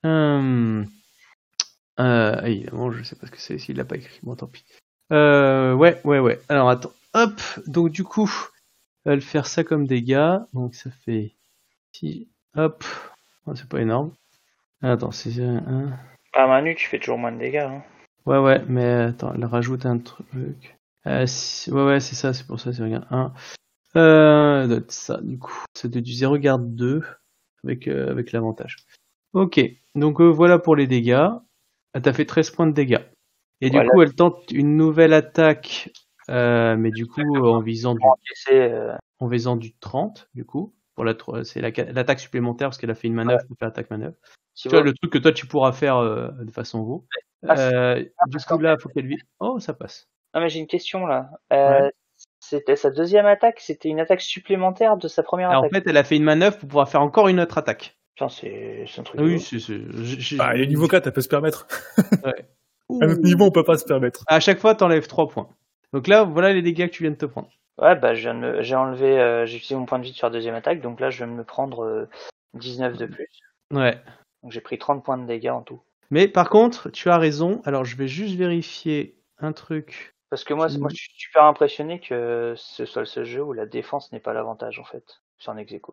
Évidemment, je sais pas ce que c'est, s'il l'a pas écrit. Bon, tant pis. Ouais. Alors, attends. Hop. Donc, du coup, elle va faire ça comme dégâts. Donc, ça fait. Hop. Oh, c'est pas énorme. Attends, c'est un. À main nue, tu fais toujours moins de dégâts. Hein. Ouais, mais attends, elle rajoute un truc. Ouais, c'est ça, c'est pour ça, c'est regarde 1. Ça, du coup, c'était du 0 garde 2 avec l'avantage. Ok, donc voilà pour les dégâts. Elle t'a fait 13 points de dégâts. Et du coup, elle tente une nouvelle attaque, mais du coup, en visant du 30, du coup. C'est l'attaque supplémentaire parce qu'elle a fait une manœuvre pour faire attaque-manœuvre. Tu vois, le truc que toi, tu pourras faire de façon vous. Du coup, là, il faut qu'elle vise. Oh, ça passe. Non, mais j'ai une question là. C'était sa deuxième attaque, c'était une attaque supplémentaire de sa première attaque. En fait, elle a fait une manœuvre pour pouvoir faire encore une autre attaque. Putain, c'est un truc. Oui, il est niveau 4, elle peut se permettre. Ouais. À notre niveau, on peut pas se permettre. À chaque fois, t'enlèves 3 points. Donc là, voilà les dégâts que tu viens de te prendre. Ouais, bah j'ai enlevé, j'ai utilisé mon point de vie de faire deuxième attaque, donc là je viens de me prendre 19 de plus. Ouais. Donc j'ai pris 30 points de dégâts en tout. Mais par contre, tu as raison. Alors, je vais juste vérifier un truc. Parce que moi je suis super impressionné que ce soit le seul jeu où la défense n'est pas l'avantage en fait, sur un ex-aequo.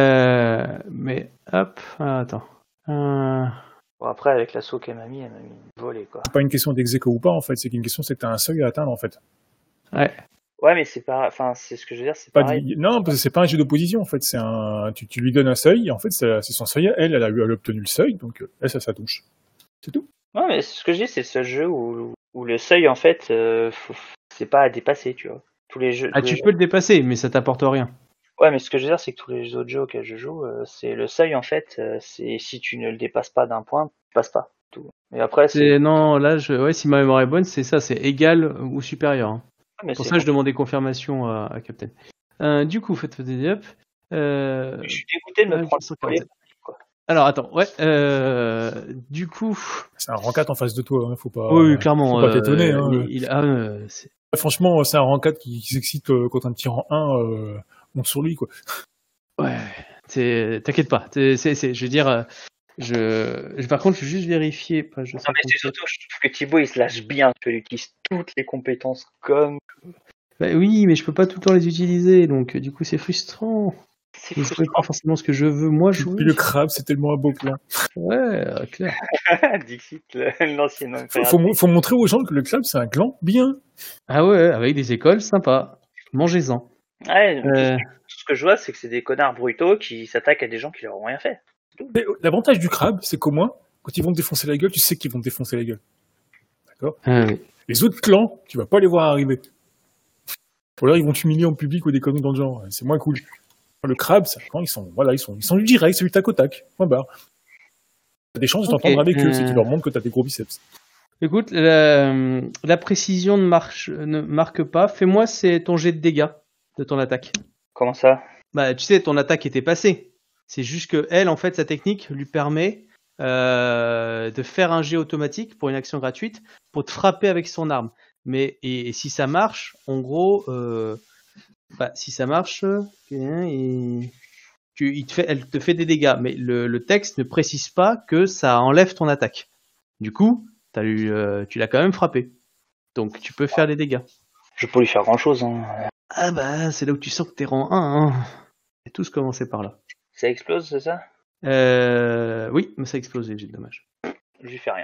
Mais hop, attends. Bon après avec l'assaut qu'elle m'a mis volée quoi. C'est pas une question d'ex-aequo ou pas en fait, c'est qu'une question c'est que t'as un seuil à atteindre en fait. Ouais. Ouais mais c'est pas, enfin c'est ce que je veux dire, c'est Pas pareil. Non, parce que c'est pas un jeu d'opposition en fait, c'est tu lui donnes un seuil et en fait c'est son seuil, elle a obtenu le seuil, donc elle ça touche. C'est tout. Ouais mais ce que je dis c'est ce jeu où le seuil en fait c'est pas à dépasser tu vois. Tous les jeux. Tu peux le dépasser, mais ça t'apporte rien. Ouais mais ce que je veux dire c'est que tous les autres jeux auxquels je joue, c'est le seuil en fait, c'est si tu ne le dépasses pas d'un point, tu passes pas. Tout. Mais après Non, là si ma mémoire est bonne, c'est ça, c'est égal ou supérieur. Hein. Mais pour ça, je demandais confirmation à Captain. Du coup, faites des up. Je suis dégoûté de me prendre. Alors, attends, ouais. Du coup. C'est un rang 4 en face de toi, hein, faut pas. Oui, clairement. Faut pas t'étonner. Hein. Franchement, c'est un rang 4 qui s'excite quand un petit rang 1 monte sur lui, quoi. Ouais. T'inquiète pas. Je veux dire. Par contre, je vais juste vérifier. Non, mais c'est surtout, je trouve que Thibaut, il se lâche bien. Tu utilises toutes les compétences comme. Bah oui, mais je peux pas tout le temps les utiliser, donc du coup, c'est frustrant. Je fais pas forcément ce que je veux, moi, jouer. Puis le crabe, c'est tellement un beau plan. Ouais, clair. Dixit, l'ancien nom. Faut montrer aux gens que le crabe, c'est un clan bien. Ah ouais, avec des écoles sympas. Mangez-en. Ouais, tout ce que je vois, c'est que c'est des connards brutaux qui s'attaquent à des gens qui leur ont rien fait. Mais l'avantage du crabe, c'est qu'au moins, quand ils vont te défoncer la gueule, tu sais qu'ils vont te défoncer la gueule. D'accord ? Oui. Les autres clans, tu vas pas les voir arriver. Ou alors ils vont t'humilier en public ou des conneries dans le genre. C'est moins cool. Le crabe, c'est quand ils sont du direct, c'est du tac au tac. Point barre. T'as des chances de t'entendre avec eux, c'est qu'ils leur montrent que t'as des gros biceps. Écoute, la précision ne marque pas. Fais-moi, c'est ton jet de dégâts de ton attaque. Comment ça ? Bah, tu sais, ton attaque était passée. C'est juste que elle, en fait, sa technique lui permet de faire un jet automatique pour une action gratuite pour te frapper avec son arme. Mais et si ça marche, en gros, si ça marche, elle te fait des dégâts. Mais le texte ne précise pas que ça enlève ton attaque. Du coup, tu l'as quand même frappé. Donc tu peux faire des dégâts. Je peux lui faire grand chose. Hein. Ah bah, c'est là où tu sens que t'es rang 1. Hein. Et tous commencé par là. Ça explose, c'est ça ? Oui, mais ça a explosé, j'ai dommage. Je lui fais rien.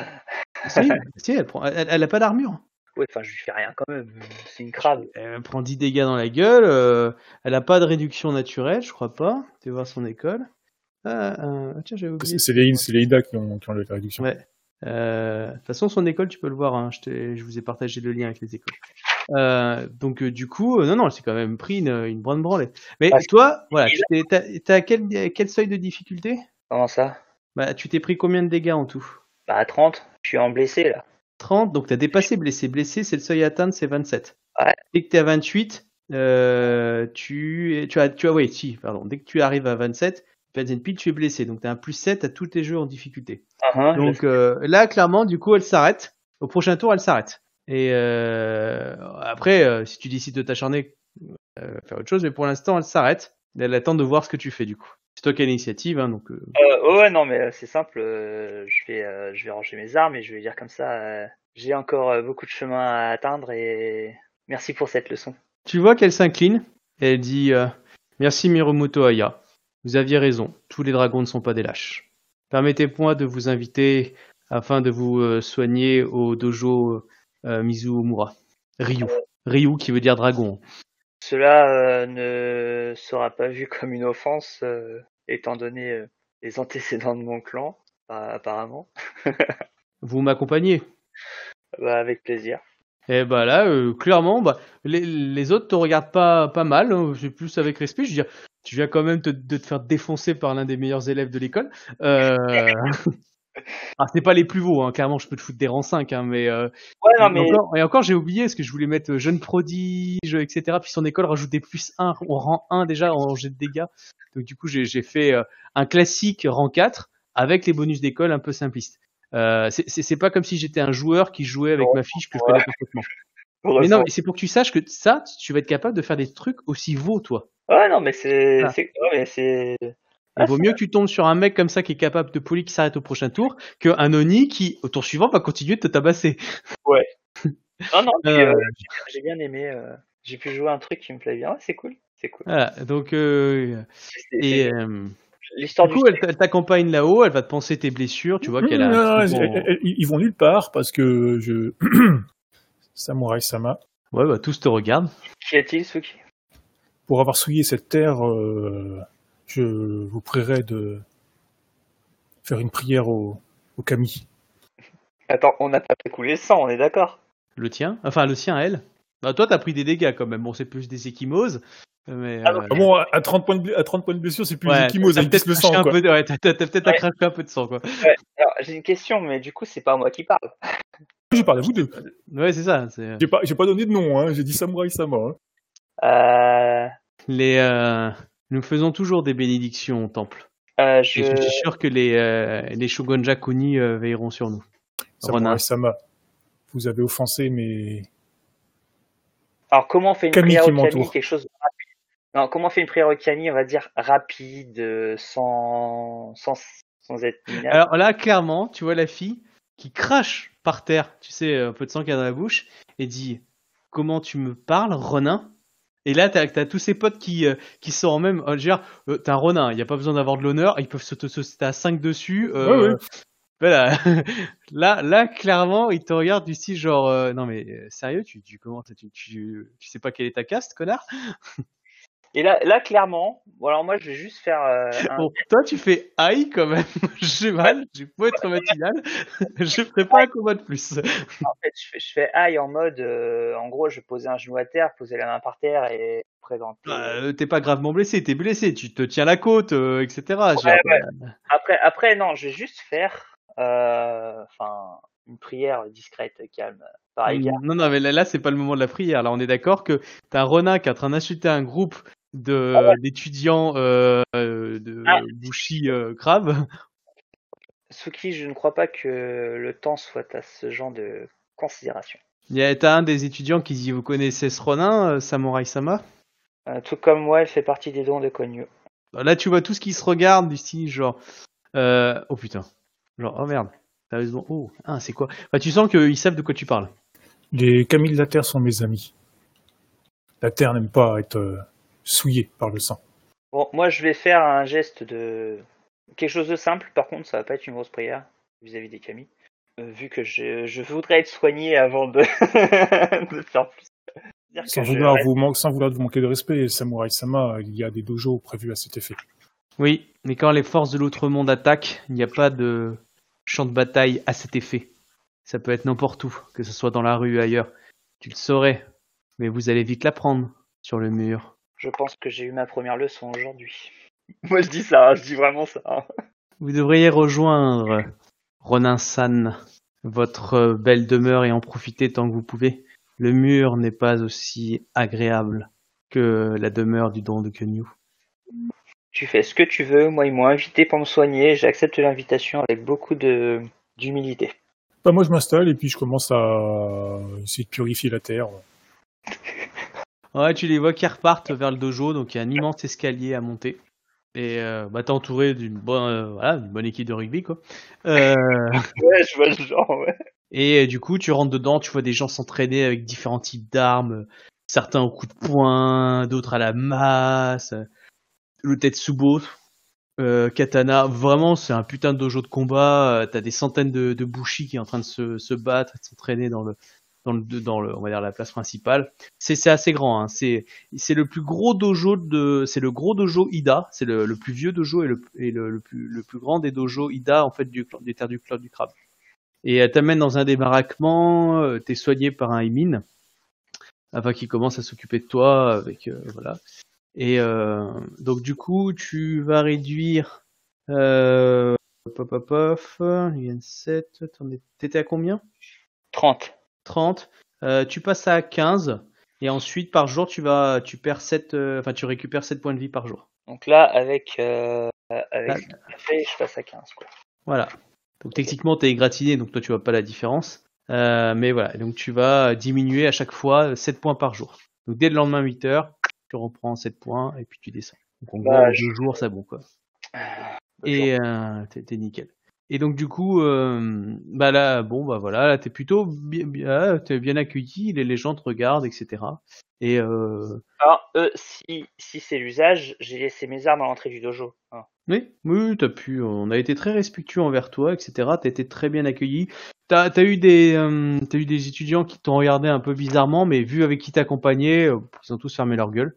Si, elle a pas d'armure. Oui, enfin, je lui fais rien quand même. C'est une crabe. Elle prend 10 dégâts dans la gueule. Elle a pas de réduction naturelle, je crois pas. Tu vas voir son école. Tiens, j'avais oublié. C'est les IDA qui ont la réduction. Ouais. De toute façon, son école, tu peux le voir. Hein. Je vous ai partagé le lien avec les écoles. Donc du coup, non, elle s'est quand même pris une bonne branlée. Mais toi, voilà, t'as quel seuil de difficulté ? Comment ça ? Bah, tu t'es pris combien de dégâts en tout ? Bah, à 30. Je suis en blessé, là. 30, donc t'as dépassé blessé. Blessé, c'est le seuil à atteindre, c'est 27. Ouais. Dès que t'es à 28, dès que tu arrives à 27, pile, tu es blessé. Donc t'as un plus 7 à tous tes jeux en difficulté. Donc là, clairement, du coup, elle s'arrête. Au prochain tour, elle s'arrête. Et après, si tu décides de t'acharner, faire autre chose, mais pour l'instant, elle s'arrête. Elle attend de voir ce que tu fais, du coup. C'est toi qui as l'initiative, hein, donc. Ouais, non, mais c'est simple. Je vais ranger mes armes et je vais dire comme ça. J'ai encore beaucoup de chemin à atteindre et merci pour cette leçon. Tu vois qu'elle s'incline et elle dit merci Miromoto Aya. Vous aviez raison. Tous les dragons ne sont pas des lâches. Permettez-moi de vous inviter afin de vous soigner au dojo Mizuomura. Ryu qui veut dire dragon. Cela ne sera pas vu comme une offense, étant donné les antécédents de mon clan, apparemment. Vous m'accompagnez ? Bah, avec plaisir. Et bah là, clairement, les autres te regardent pas mal. Hein, c'est plus avec respect. Je veux dire, tu viens quand même de te faire défoncer par l'un des meilleurs élèves de l'école. Ah, c'est pas les plus beaux, hein. Clairement, je peux te foutre des rangs 5, hein, mais. Ouais, non, mais. Encore, j'ai oublié, parce que je voulais mettre jeune prodige, etc. Puis son école rajoute des plus 1 au rang 1 déjà en jet de dégâts. Donc, du coup, j'ai fait un classique rang 4 avec les bonus d'école un peu simplistes. C'est pas comme si j'étais un joueur qui jouait avec ma fiche que je connais parfaitement. Mais Heureusement. non, mais c'est pour que tu saches que ça, tu vas être capable de faire des trucs aussi veaux, toi. Ouais, non, mais Ah. c'est. Il vaut mieux que tu tombes sur un mec comme ça qui est capable de poly qui s'arrête au prochain tour qu'un Oni qui, au tour suivant, va continuer de te tabasser. Ouais. Non, puis, Euh, j'ai bien aimé. J'ai pu jouer un truc qui me plaît bien. Ouais, c'est cool. Voilà, donc L'histoire du coup, elle t'accompagne là-haut, elle va te penser tes blessures, tu vois qu'elle a. Ils vont nulle part parce que Samurai Sama. Ouais, bah tous te regardent. Qu'y a-t-il, Suki? Pour avoir souillé cette terre, je vous prierai de faire une prière au kami. Attends, on n'a pas fait couler le sang, on est d'accord? Le tien, enfin le sien, elle. Bah toi, t'as pris des dégâts quand même. Bon, c'est plus des échymoses. Mais, bon, à 30 points de blessure, c'est plus des échymoses, t'as ils pissent le sang, t'as quoi. peut-être à cracher un peu de sang, quoi. Ouais. Alors, j'ai une question, mais du coup, c'est pas moi qui parle. Je parle à vous deux. Ouais, c'est ça. J'ai pas donné de nom, hein. J'ai dit Samurai Sama. Hein. Nous faisons toujours des bénédictions au temple. Je suis sûr que les Shogunja Kuni veilleront sur nous. Samurai Sama, vous avez offensé mes... Alors, comment on fait une prière au kami, quelque chose de rapide? Non, comment on fait une prière au kami, on va dire rapide, sans être minable. Alors là, clairement, tu vois la fille qui crache par terre, tu sais, un peu de sang qu'il y a dans la bouche, et dit « Comment tu me parles, Ronin ?» Et là, t'as tous ces potes qui sont en même... t'es un Ronin, il n'y a pas besoin d'avoir de l'honneur, ils peuvent t'as à 5 dessus. Ouais. Voilà. là, clairement, ils te regardent du style genre... non mais, sérieux, tu sais pas quelle est ta caste, connard? Et là, clairement, bon, alors moi, je vais juste faire Bon, toi, tu fais aïe quand même. J'ai mal, j'ai beau être matinal, je ferai pas un combat de plus. En fait, je fais aïe en mode, en gros, je vais poser un genou à terre, poser la main par terre et présenter. T'es pas gravement blessé, t'es blessé, tu te tiens la côte, etc. Ouais. Après, non, je vais juste faire, une prière discrète, calme, par égard. Non, mais là, c'est pas le moment de la prière. Là, on est d'accord que t'as un renard qui est en train d'insulter un groupe d'étudiants de Bushi crabe. Suki, je ne crois pas que le temps soit à ce genre de considération. T'as un des étudiants qui dit: Vous connaissez ce Ronin, Samurai Sama? Tout comme moi, elle fait partie des dons de Konyu. Là, tu vois tout ce qui se regarde du style genre oh putain, genre oh merde, sérieusement, oh c'est quoi? Bah, tu sens qu'ils savent de quoi tu parles. Les Kami de la Terre sont mes amis. La Terre n'aime pas être souillée par le sang. Bon, moi je vais faire un geste de quelque chose de simple. Par contre, ça va pas être une grosse prière vis-à-vis des Kami, vu que je voudrais être soigné avant de faire plus. Sans vouloir vous manquer de respect, Samurai Sama, il y a des dojos prévus à cet effet. Oui, mais quand les forces de l'autre monde attaquent, il n'y a pas de champ de bataille à cet effet. Ça peut être n'importe où, que ce soit dans la rue ou ailleurs. Tu le saurais, mais vous allez vite l'apprendre sur le mur. Je pense que j'ai eu ma première leçon aujourd'hui. Moi je dis ça, je dis vraiment ça. Vous devriez rejoindre Ronin-san, votre belle demeure, et en profiter tant que vous pouvez. Le mur n'est pas aussi agréable que la demeure du don de Kenyu. Tu fais ce que tu veux, moi ils m'ont invité pour me soigner, j'accepte l'invitation avec beaucoup d'humilité. Bah moi je m'installe et puis je commence à essayer de purifier la terre. Ouais, tu les vois qui repartent vers le dojo, donc il y a un immense escalier à monter. Et t'es entouré d'une bonne équipe de rugby, quoi. Ouais, je vois le genre, ouais. Et du coup, tu rentres dedans, tu vois des gens s'entraîner avec différents types d'armes, certains au coup de poing, d'autres à la masse, le tetsubo, katana. Vraiment, c'est un putain de dojo de combat. T'as des centaines de bushi qui est en train de se battre, de s'entraîner dans le, on va dire, la place principale. C'est assez grand, hein. C'est le plus gros dojo c'est le gros dojo Ida. C'est le plus vieux dojo et le plus grand des dojos Ida, en fait, des terres du clan du crabe. Et elle t'amène dans un des baraquements, t'es soigné par un Imin, afin qu'il commence à s'occuper de toi, avec, voilà. Et donc du coup, tu vas réduire, il y a 7, t'étais à combien? 30. Tu passes à 15, et ensuite par jour tu perds 7, tu récupères 7 points de vie par jour. Donc là, avec ce café, je passe à 15, quoi. Voilà. Donc techniquement, t'es égratigné, donc toi tu vois pas la différence. Mais voilà, donc tu vas diminuer à chaque fois 7 points par jour. Donc dès le lendemain 8 heures, tu reprends 7 points et puis tu descends. Donc en gros, en 2 jours, c'est bon quoi. Et t'es nickel. Et donc du coup, bah là, bon bah voilà, là t'es plutôt t'es bien accueilli, les gens te regardent, etc. Et Alors, si c'est l'usage, j'ai laissé mes armes à l'entrée du dojo. Hein. oui, on a été très respectueux envers toi, etc. T'as été très bien accueilli. T'as eu des étudiants qui t'ont regardé un peu bizarrement, mais vu avec qui t'accompagnais, ils ont tous fermé leur gueule.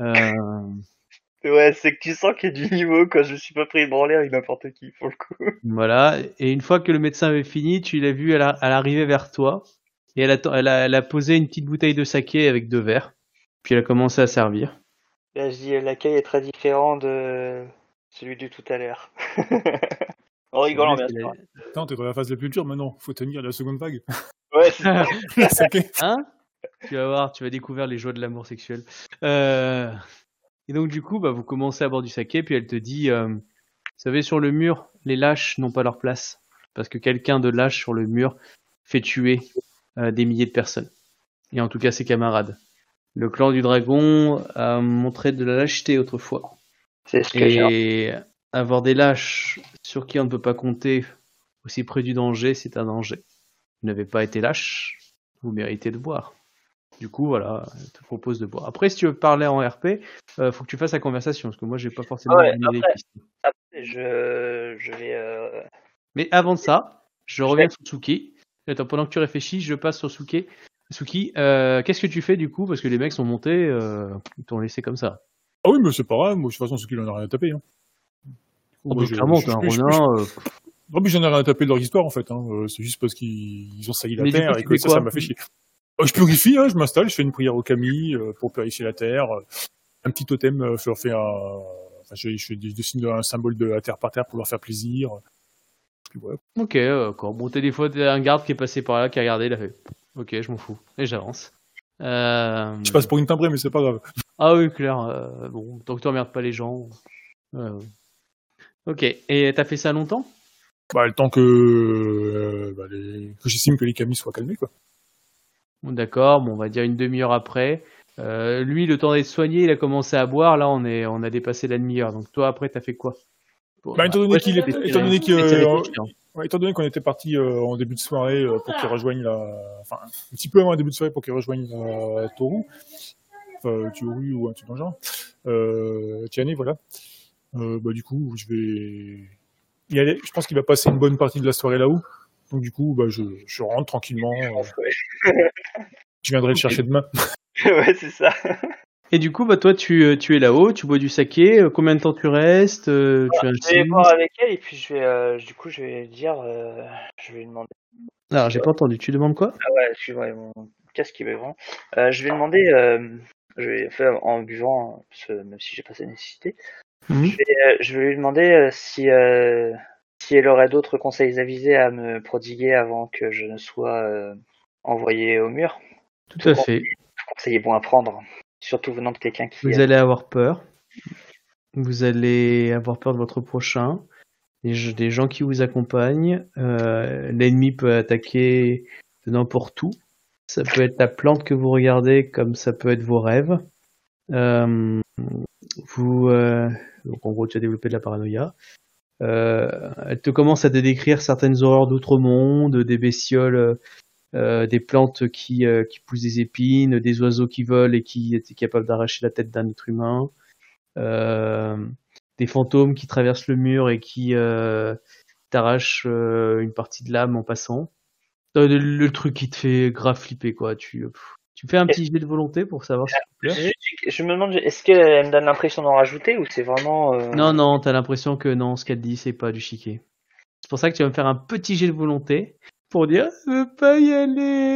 Ouais, c'est que tu sens qu'il y a du niveau quand je me suis pas pris branler avec n'importe qui, pour le coup. Voilà. Et une fois que le médecin avait fini, tu l'as vu, elle arrivait vers toi. Et elle a posé une petite bouteille de saké avec 2 verres. Puis elle a commencé à servir. Là, je dis, l'accueil est très différent de celui du tout à l'heure. En rigolant, bien sûr. Attends, t'es dans la phase la plus dure maintenant. Faut tenir la seconde vague. Ouais, c'est ça. Le saké. Hein? Tu vas voir, tu vas découvrir les joies de l'amour sexuel. Et donc du coup, bah, vous commencez à boire du saké, puis elle te dit, vous savez, sur le mur, les lâches n'ont pas leur place. Parce que quelqu'un de lâche sur le mur fait tuer des milliers de personnes. Et en tout cas ses camarades. Le clan du dragon a montré de la lâcheté autrefois. C'est ce que j'ai. Et avoir des lâches sur qui on ne peut pas compter aussi près du danger, c'est un danger. Vous n'avez pas été lâche, vous méritez de boire. Du coup, voilà, je te propose de boire. Après, si tu veux parler en RP, faut que tu fasses la conversation, parce que moi, j'ai pas forcément Ouais, donné les pistes. après, je vais... Mais avant de ça, je reviens sur Tsuki. Attends, pendant que tu réfléchis, je passe sur Tsuki. Tsuki, qu'est-ce que tu fais du coup? Parce que les mecs sont montés, ils t'ont laissé comme ça. Ah oui, mais c'est pas grave. Moi, de toute façon, ce qu'il en a rien à taper. Hein. Oh, bah, clairement, t'es un Ronin. Non, mais j'en ai rien à taper de leur histoire, en fait. Hein. C'est juste parce qu'ils ont sali la Mais du terre coup, et tu que fais ça quoi m'a fait chier. Je purifie, hein, je m'installe, je fais une prière au kami pour purifier la terre. Un petit totem, je leur fais Enfin, je dessine un symbole de la terre par terre pour leur faire plaisir. Puis voilà. Ok, d'accord. Bon, des fois, t'as un garde qui est passé par là, qui a regardé, il a fait ok, je m'en fous. Et j'avance. Je passe pour une timbrée, mais c'est pas grave. Ah oui, clair. Bon, tant que tu emmerdes pas les gens. Ok, et t'as fait ça longtemps? Bah, le temps que j'estime que les kamis soient calmés, quoi. Bon, d'accord, bon, on va dire une demi-heure après. Lui, le temps d'être soigné, il a commencé à boire. Là, on a dépassé la demi-heure. Donc toi, après, t'as fait quoi? Bon, Étant donné qu'on était parti en début de soirée pour qu'ils rejoignent enfin, un petit peu avant le début de soirée pour qu'ils rejoignent Toru, enfin, Toru ou un truc dans le genre, Tiani, voilà. Du coup, je vais y aller. Je pense qu'il va passer une bonne partie de la soirée là-haut. Donc du coup, je rentre tranquillement. Je viendrai le chercher demain. Ouais, c'est ça. Et du coup, bah toi, tu es là-haut, tu bois du saké. Combien de temps tu restes? Je vais voir avec elle et puis je vais dire, je vais lui demander. Alors, j'ai pas entendu. Tu demandes quoi? Ah ouais, excuse-moi, mon casque il est grand. Je vais demander, je vais faire en buvant, parce que même si j'ai pas cette nécessité, je vais lui demander si elle aurait d'autres conseils avisés à me prodiguer avant que je ne sois envoyé au mur. Tout à fait. Tout conseil est bon à prendre, surtout venant de quelqu'un qui. Vous allez avoir peur. Vous allez avoir peur de votre prochain. Des gens qui vous accompagnent. L'ennemi peut attaquer de n'importe où. Ça peut être la plante que vous regardez, comme ça peut être vos rêves. Donc en gros, tu as développé de la paranoïa. Elle te commence à te décrire certaines horreurs d'outre-monde, des bestioles, des plantes qui poussent des épines, des oiseaux qui volent et qui étaient capables d'arracher la tête d'un être humain. Des fantômes qui traversent le mur et qui t'arrachent une partie de l'âme en passant. Le truc qui te fait grave flipper, quoi. Tu fais un petit jet de volonté pour savoir si tu pleures. Je me demande, est-ce qu'elle me donne l'impression d'en rajouter ou c'est vraiment... Non, t'as l'impression que non, ce qu'elle dit, c'est pas du chiquet. C'est pour ça que tu vas me faire un petit jet de volonté pour dire « Je veux pas y aller !»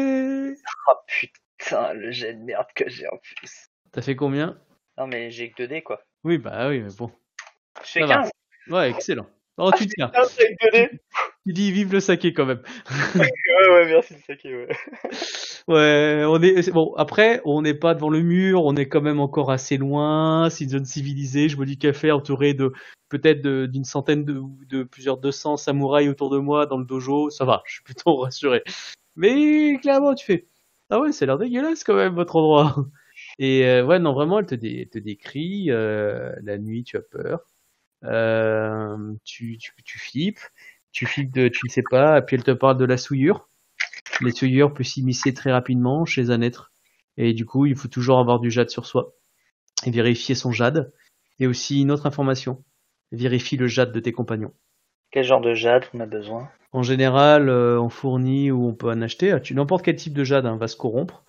Oh putain, le jet de merde que j'ai en plus. T'as fait combien? Non mais j'ai que 2 dés quoi. Oui, bah oui, mais bon. Je fais 15. Ouais, excellent. Oh, tu tiens. Ah, c'est rigolé. Tu dis vive le saké quand même. Ouais, merci le saké, ouais. Ouais, c'est bon. Après, on n'est pas devant le mur, on est quand même encore assez loin. C'est une zone civilisée. Je bois du café entouré de peut-être d'une centaine de plusieurs 200 samouraïs autour de moi dans le dojo. Ça va, je suis plutôt rassuré. Mais clairement, tu fais ah ouais, c'est l'air dégueulasse quand même votre endroit. Et ouais, non, vraiment, elle te décrit. La nuit, tu as peur. Tu flippes. Tu flippes tu ne sais pas. Et puis elle te parle de la souillure. Les souillures peuvent s'immiscer très rapidement chez un être. Et du coup, il faut toujours avoir du jade sur soi. Et vérifier son jade. Et aussi une autre information. Vérifie le jade de tes compagnons. Quel genre de jade on a besoin? En général, on fournit ou on peut en acheter. N'importe quel type de jade va se corrompre.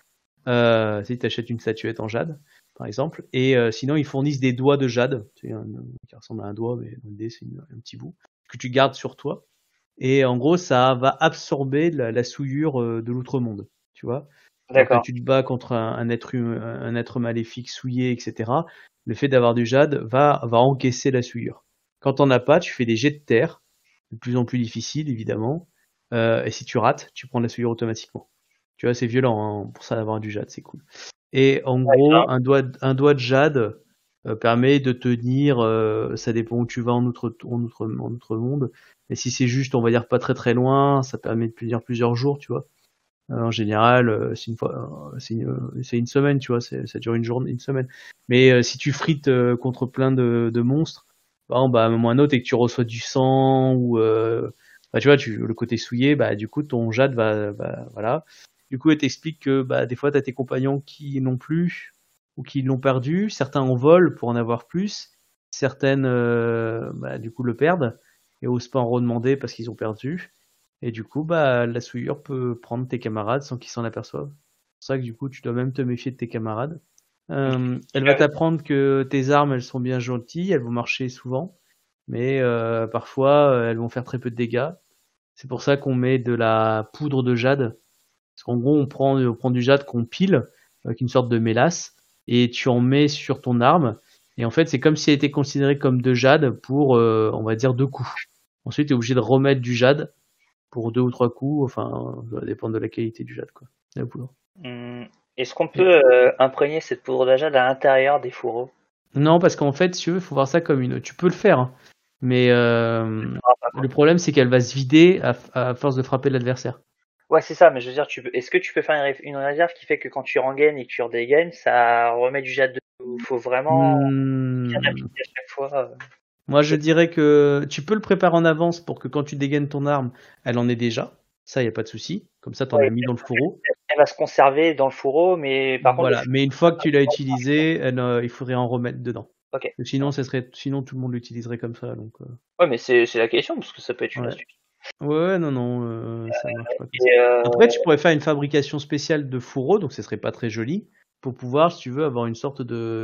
Si tu achètes une statuette en jade, par exemple. Et sinon, ils fournissent des doigts de jade. C'est qui ressemble à un doigt, mais l'idée, c'est un petit bout. Que tu gardes sur toi. Et en gros, ça va absorber la souillure de l'outre-monde. Tu vois? Alors que D'accord. tu te bats contre un être maléfique souillé, etc. Le fait d'avoir du jade va encaisser la souillure. Quand t'en as pas, tu fais des jets de terre, de plus en plus difficiles, évidemment. Et si tu rates, tu prends la souillure automatiquement. Tu vois, c'est violent, hein, pour ça d'avoir du jade, c'est cool. Et en gros, un doigt de jade permet de tenir, ça dépend où tu vas en outre-monde. Mais si c'est juste, on va dire pas très très loin, ça permet de tenir plusieurs jours, tu vois. En général, c'est une semaine, tu vois, ça dure une journée, une semaine. Mais si tu frites contre plein de monstres, bah, à un moment ou à un autre, et que tu reçois du sang ou bah, tu vois, le côté souillé, bah du coup ton jade voilà. Du coup, elle t'explique que bah des fois t'as tes compagnons qui n'ont plus ou qui l'ont perdu, certains en volent pour en avoir plus, certaines bah, du coup le perdent et osent pas en redemander parce qu'ils ont perdu. Et du coup, bah, la souillure peut prendre tes camarades sans qu'ils s'en aperçoivent. C'est pour ça que du coup, tu dois même te méfier de tes camarades. Elle va t'apprendre que tes armes, elles sont bien gentilles, elles vont marcher souvent, mais parfois, elles vont faire très peu de dégâts. C'est pour ça qu'on met de la poudre de jade. Parce qu'en gros, on prend du jade qu'on pile avec une sorte de mélasse et tu en mets sur ton arme. Et en fait, c'est comme si elle était considérée comme de jade pour, on va dire, 2 coups. Ensuite, tu es obligé de remettre du jade pour 2 ou 3 coups, enfin, ça va dépendre de la qualité du jade, quoi. La poudre. Est-ce qu'on peut imprégner cette poudre de jade à l'intérieur des fourreaux? Non, parce qu'en fait, si tu veux, il faut voir ça comme tu peux le faire, hein, mais le problème, c'est qu'elle va se vider à force de frapper l'adversaire. Ouais, c'est ça, mais je veux dire, est-ce que tu peux faire une réserve qui fait que quand tu rengaines et que tu redégaines, ça remet du jade dessous? Faut vraiment bien appliquer à chaque fois. Moi, je dirais que tu peux le préparer en avance pour que quand tu dégaines ton arme, elle en ait déjà. Ça, y a pas de souci. Comme ça, t'en as mis dans le fourreau. Elle va se conserver dans le fourreau, mais par contre, Voilà. Mais une fois que tu l'as utilisé, il faudrait en remettre dedans. ok. Sinon, sinon tout le monde l'utiliserait comme ça. Donc, Ouais, mais c'est la question parce que ça peut être une ouais. astuce. Ouais, non, ça marche pas comme ça. Après, tu pourrais faire une fabrication spéciale de fourreau, donc ce serait pas très joli, pour pouvoir, si tu veux, avoir une sorte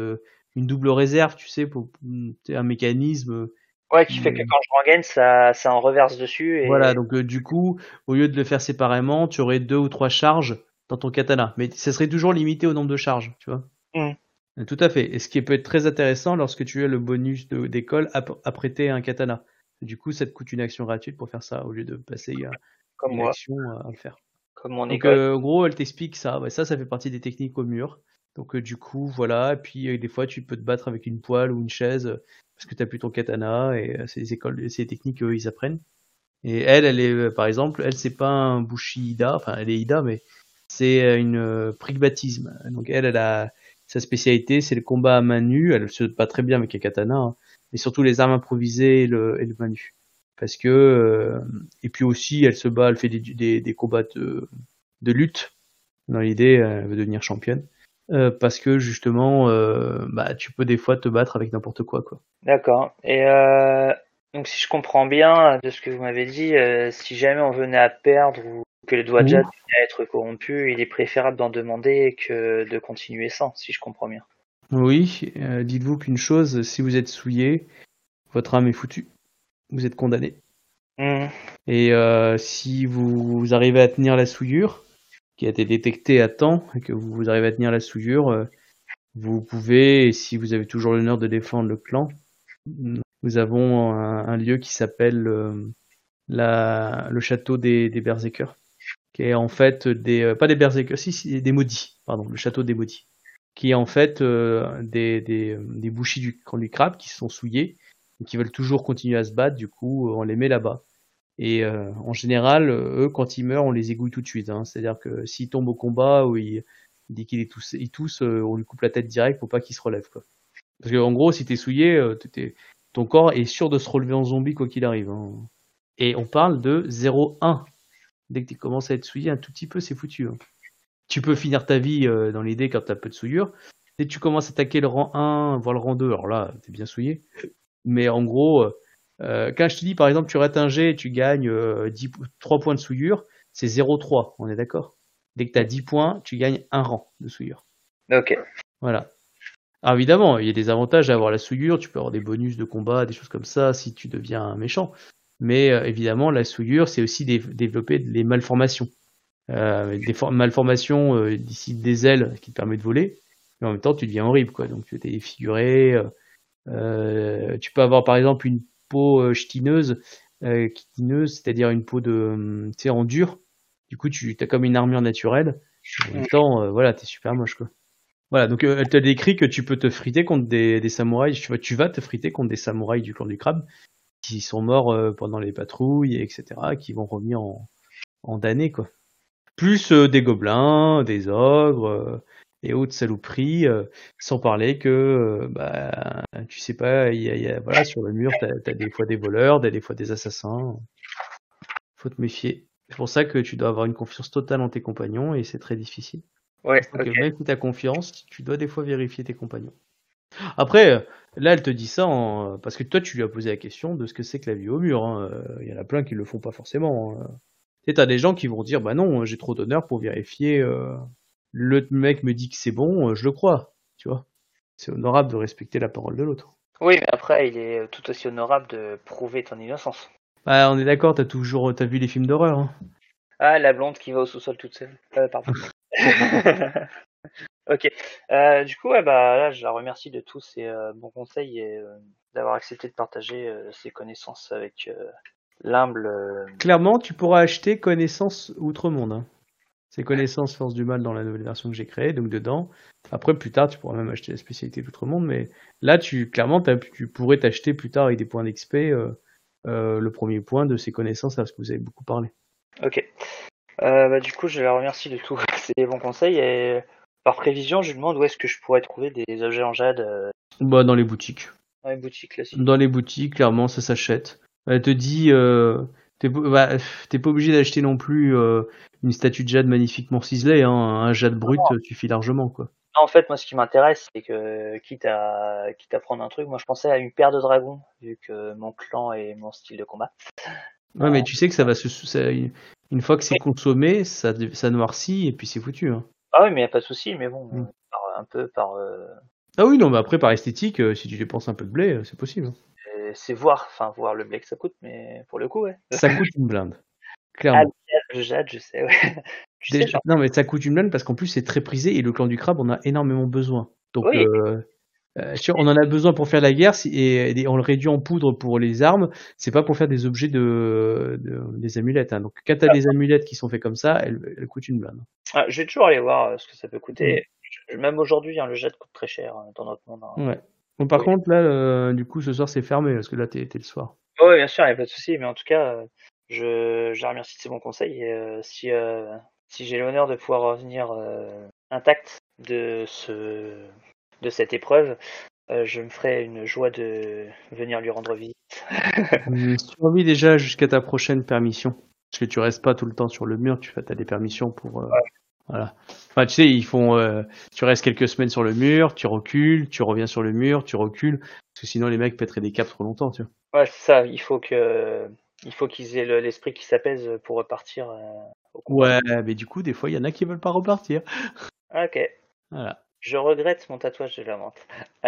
une double réserve, tu sais, pour un mécanisme. Ouais, qui fait que quand je rengaine, ça en reverse dessus. Et... Voilà, donc du coup, au lieu de le faire séparément, tu aurais 2 ou 3 charges dans ton katana, mais ça serait toujours limité au nombre de charges, tu vois. Tout à fait. Et ce qui peut être très intéressant lorsque tu as le bonus d'école à prêter un katana. Du coup, ça te coûte une action gratuite pour faire ça, au lieu de passer une action à le faire. Comme mon Donc, école. en gros, elle t'explique ça. Ouais, ça fait partie des techniques au mur. Donc, du coup, voilà. Et puis, des fois, tu peux te battre avec une poêle ou une chaise parce que t'as plus ton katana. Et c'est des techniques qu'eux, ils apprennent. Et elle est, par exemple, c'est pas un Bushi-ida. Enfin, elle est ida, mais c'est une prigmatisme. Donc, elle a sa spécialité, c'est le combat à main nue. Elle se bat très bien avec un katana, hein, mais surtout les armes improvisées et le main nue. Parce que et puis aussi, elle se bat, elle fait des combats de lutte. Dans l'idée, elle veut devenir championne. Parce que justement, bah, tu peux des fois te battre avec n'importe quoi. D'accord. Et donc, si je comprends bien de ce que vous m'avez dit, si jamais on venait à perdre ou que le doigt de jade venait à être corrompu, il est préférable d'en demander que de continuer sans, si je comprends bien. Oui, dites-vous qu'une chose, si vous êtes souillé, votre âme est foutue. Vous êtes condamné. Et si vous arrivez à tenir la souillure, qui a été détectée à temps, et que vous arrivez à tenir la souillure, vous pouvez, si vous avez toujours l'honneur de défendre le clan, vous nous avons un lieu qui s'appelle le château des Berserkers, qui est en fait pas des Berserkers, si, des maudits, pardon, le château des maudits, qui est en fait des bouchis du clan du crabe qui se sont souillés et qui veulent toujours continuer à se battre. Du coup, on les met là-bas. Et en général, eux, quand ils meurent, on les égouille tout de suite. Hein. C'est-à-dire que s'ils tombent au combat ou il dit qu'il est tousse, on lui coupe la tête direct pour pas qu'il se relève, quoi. Parce que en gros, si t'es souillé, ton corps est sûr de se relever en zombie quoi qu'il arrive. Hein. Et on parle de 0-1. Dès que tu commences à être souillé un tout petit peu, c'est foutu. Hein. Tu peux finir ta vie dans les dés quand t'as peu de souillure. Dès que tu commences à attaquer le rang 1, voire le rang 2, alors là, t'es bien souillé. Mais en gros, quand je te dis, par exemple, tu rates un jet et tu gagnes 3 points de souillure, c'est 0,3, on est d'accord? Dès que tu as 10 points, tu gagnes un rang de souillure. Ok. Voilà. Alors évidemment, il y a des avantages à avoir la souillure, tu peux avoir des bonus de combat, des choses comme ça, si tu deviens un méchant. Mais évidemment, la souillure, c'est aussi développer les malformations. Des malformations d'ici des ailes qui te permettent de voler, mais en même temps, tu deviens horrible, quoi. Donc tu es défiguré. Tu peux avoir par exemple une peau chitineuse, c'est-à-dire une peau de, tu sais, en dur. Du coup, tu as comme une armure naturelle. En même temps, voilà, t'es super moche, quoi. Voilà, donc elle te décrit que tu peux te friter contre des samouraïs. Tu vas te friter contre des samouraïs du clan du crabe qui sont morts pendant les patrouilles, etc., qui vont revenir en damnés, quoi. Plus des gobelins, des ogres et autres saloperies, sans parler que, tu sais pas, voilà, sur le mur, t'as des fois des voleurs, des fois des assassins. Faut te méfier. C'est pour ça que tu dois avoir une confiance totale en tes compagnons et c'est très difficile. Ouais, Parce que ok. même si t'as confiance, tu dois des fois vérifier tes compagnons. Après, là, elle te dit ça parce que toi, tu lui as posé la question de ce que c'est que la vie au mur. Hein. Il y en a plein qui le font pas forcément. Hein. Tu sais, t'as des gens qui vont dire, bah non, j'ai trop d'honneur pour vérifier. Le mec me dit que c'est bon, je le crois. Tu vois, c'est honorable de respecter la parole de l'autre. Oui, mais après, il est tout aussi honorable de prouver ton innocence. Bah, on est d'accord, t'as vu les films d'horreur. Hein. Ah, la blonde qui va au sous-sol toute seule. Pardon. Ok. Du coup, ouais, bah là, je la remercie de tous ces bons conseils et d'avoir accepté de partager ses connaissances avec l'humble. Clairement, tu pourras acheter Connaissance Outre-Monde. Hein. C'est Connaissance Force du Mal dans la nouvelle version que j'ai créée, donc dedans. Après, plus tard, tu pourras même acheter la spécialité d'Outre-Monde, mais là, tu pourrais t'acheter plus tard avec des points d'XP le premier point de ces connaissances, parce que vous avez beaucoup parlé. Ok. Bah, du coup, je la remercie de tous ces bons conseils et par prévision, je lui demande où est-ce que je pourrais trouver des objets en jade Bah, dans les boutiques. dans les boutiques classiques. Dans les boutiques, clairement, ça s'achète. Elle te dit, t'es pas obligé d'acheter non plus une statue de jade magnifiquement ciselée, hein. Un jade brut suffit largement, quoi. Non, en fait, moi, ce qui m'intéresse, c'est que quitte à prendre un truc, moi, je pensais à une paire de dragons, vu que mon clan et mon style de combat. Ouais, mais tu sais que ça va une fois que c'est consommé, ça noircit et puis c'est foutu. Hein. Ah oui, mais y a pas de souci, mais bon, un peu par. Ah oui, non, mais après par esthétique, si tu dépenses un peu de blé, c'est possible. Hein. C'est voir le blé que ça coûte, mais pour le coup, ouais. Ça coûte une blinde, Ah, clairement. le jade, je sais, ouais. Non, mais ça coûte une blinde parce qu'en plus c'est très prisé et le clan du crabe en a énormément besoin. Donc Oui. on en a besoin pour faire la guerre et on le réduit en poudre pour les armes. C'est pas pour faire des objets des amulettes. Hein. Donc quand t'as des amulettes qui sont faites comme ça, elles coûtent une blinde. Ah, je vais toujours aller voir ce que ça peut coûter. Même aujourd'hui, hein, le jade coûte très cher dans notre monde. Hein. Ouais. Bon, par contre, là, du coup, ce soir, c'est fermé, parce que là, t'es le soir. Oui, bien sûr, il n'y a pas de souci, mais en tout cas, je la remercie de ses bons conseils, et si j'ai l'honneur de pouvoir revenir intact de cette épreuve, je me ferai une joie de venir lui rendre visite. Survis déjà jusqu'à ta prochaine permission. Parce que tu restes pas tout le temps sur le mur, t'as des permissions pour... Voilà. Enfin, tu sais, tu restes quelques semaines sur le mur, tu recules, tu reviens sur le mur, tu recules, parce que sinon les mecs pèteraient des câbles trop longtemps, tu vois. Ouais, c'est ça, il faut qu'ils aient l'esprit qui s'apaise pour repartir au combat. Ouais, mais du coup, des fois, il y en a qui veulent pas repartir. Ok. Voilà. Je regrette mon tatouage de la menthe.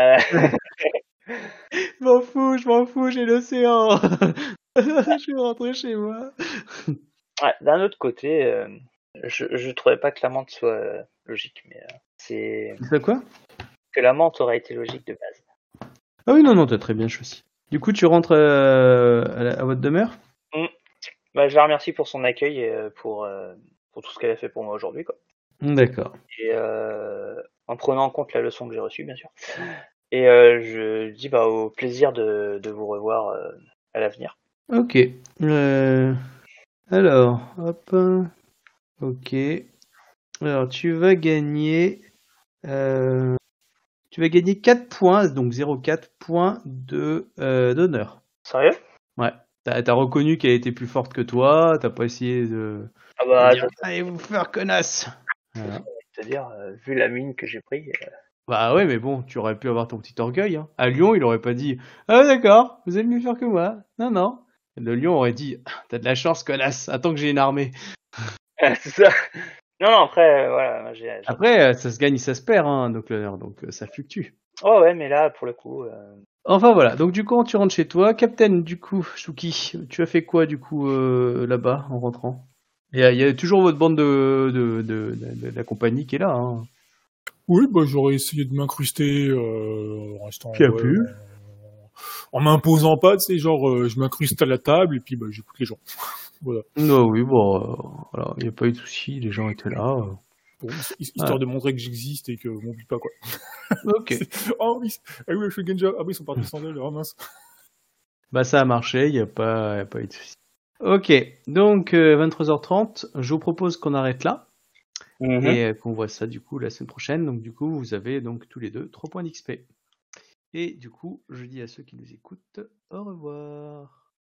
Je m'en fous, j'ai l'océan. Je vais rentrer chez moi. Ouais, d'un autre côté, je trouvais pas que la menthe soit logique, mais c'est C'est quoi? que la menthe aurait été logique de base. Ah oui, non, t'as très bien choisi. Du coup, tu rentres à votre demeure? Bah, je la remercie pour son accueil et pour tout ce qu'elle a fait pour moi aujourd'hui, quoi. D'accord. Et en prenant en compte la leçon que j'ai reçue, bien sûr. Et je dis bah, au plaisir de vous revoir à l'avenir. Ok. Alors, hop. Ok. Alors, tu vas gagner 4 points, donc 0,4 points d'honneur. Sérieux? Ouais. T'as reconnu qu'elle était plus forte que toi, t'as pas essayé de Ah bah, dire allez vous faire connasse. Voilà. c'est-à-dire, vu la mine que j'ai pris. Bah ouais, mais bon, tu aurais pu avoir ton petit orgueil. Hein. À Lyon, il aurait pas dit ah d'accord, vous allez mieux faire que moi. Non, non. Le Lion aurait dit t'as de la chance, connasse, attends que j'ai une armée. C'est ça. Non, non, après, voilà. moi, Après, ça se gagne et ça se perd, hein, donc l'honneur, donc ça fluctue. Oh ouais, mais là, pour le coup. Enfin voilà, donc du coup, quand tu rentres chez toi, Captain, du coup, Shuki, tu as fait quoi du coup là-bas en rentrant? Il y a toujours votre bande de la compagnie qui est là. Hein. Oui, bah, j'aurais essayé de m'incruster en restant Qui a pu? en m'imposant pas, tu sais, genre je m'incruste à la table et puis bah, j'écoute les gens. Voilà. Non, oui, bon, voilà, il n'y a pas eu de souci, les gens étaient là. Bon, histoire Ouais. de montrer que j'existe et que on m'oublie pas, quoi. Ok. Oh oui, ah oui, je fais Genja. Ah oui, ils sont partis sans elle, oh mince. Bah ça a marché, il n'y a pas eu de souci. Ok, donc 23h30, je vous propose qu'on arrête là et qu'on voit ça du coup la semaine prochaine. Donc du coup, vous avez donc tous les deux 3 points d'XP. Et du coup, je dis à ceux qui nous écoutent, au revoir.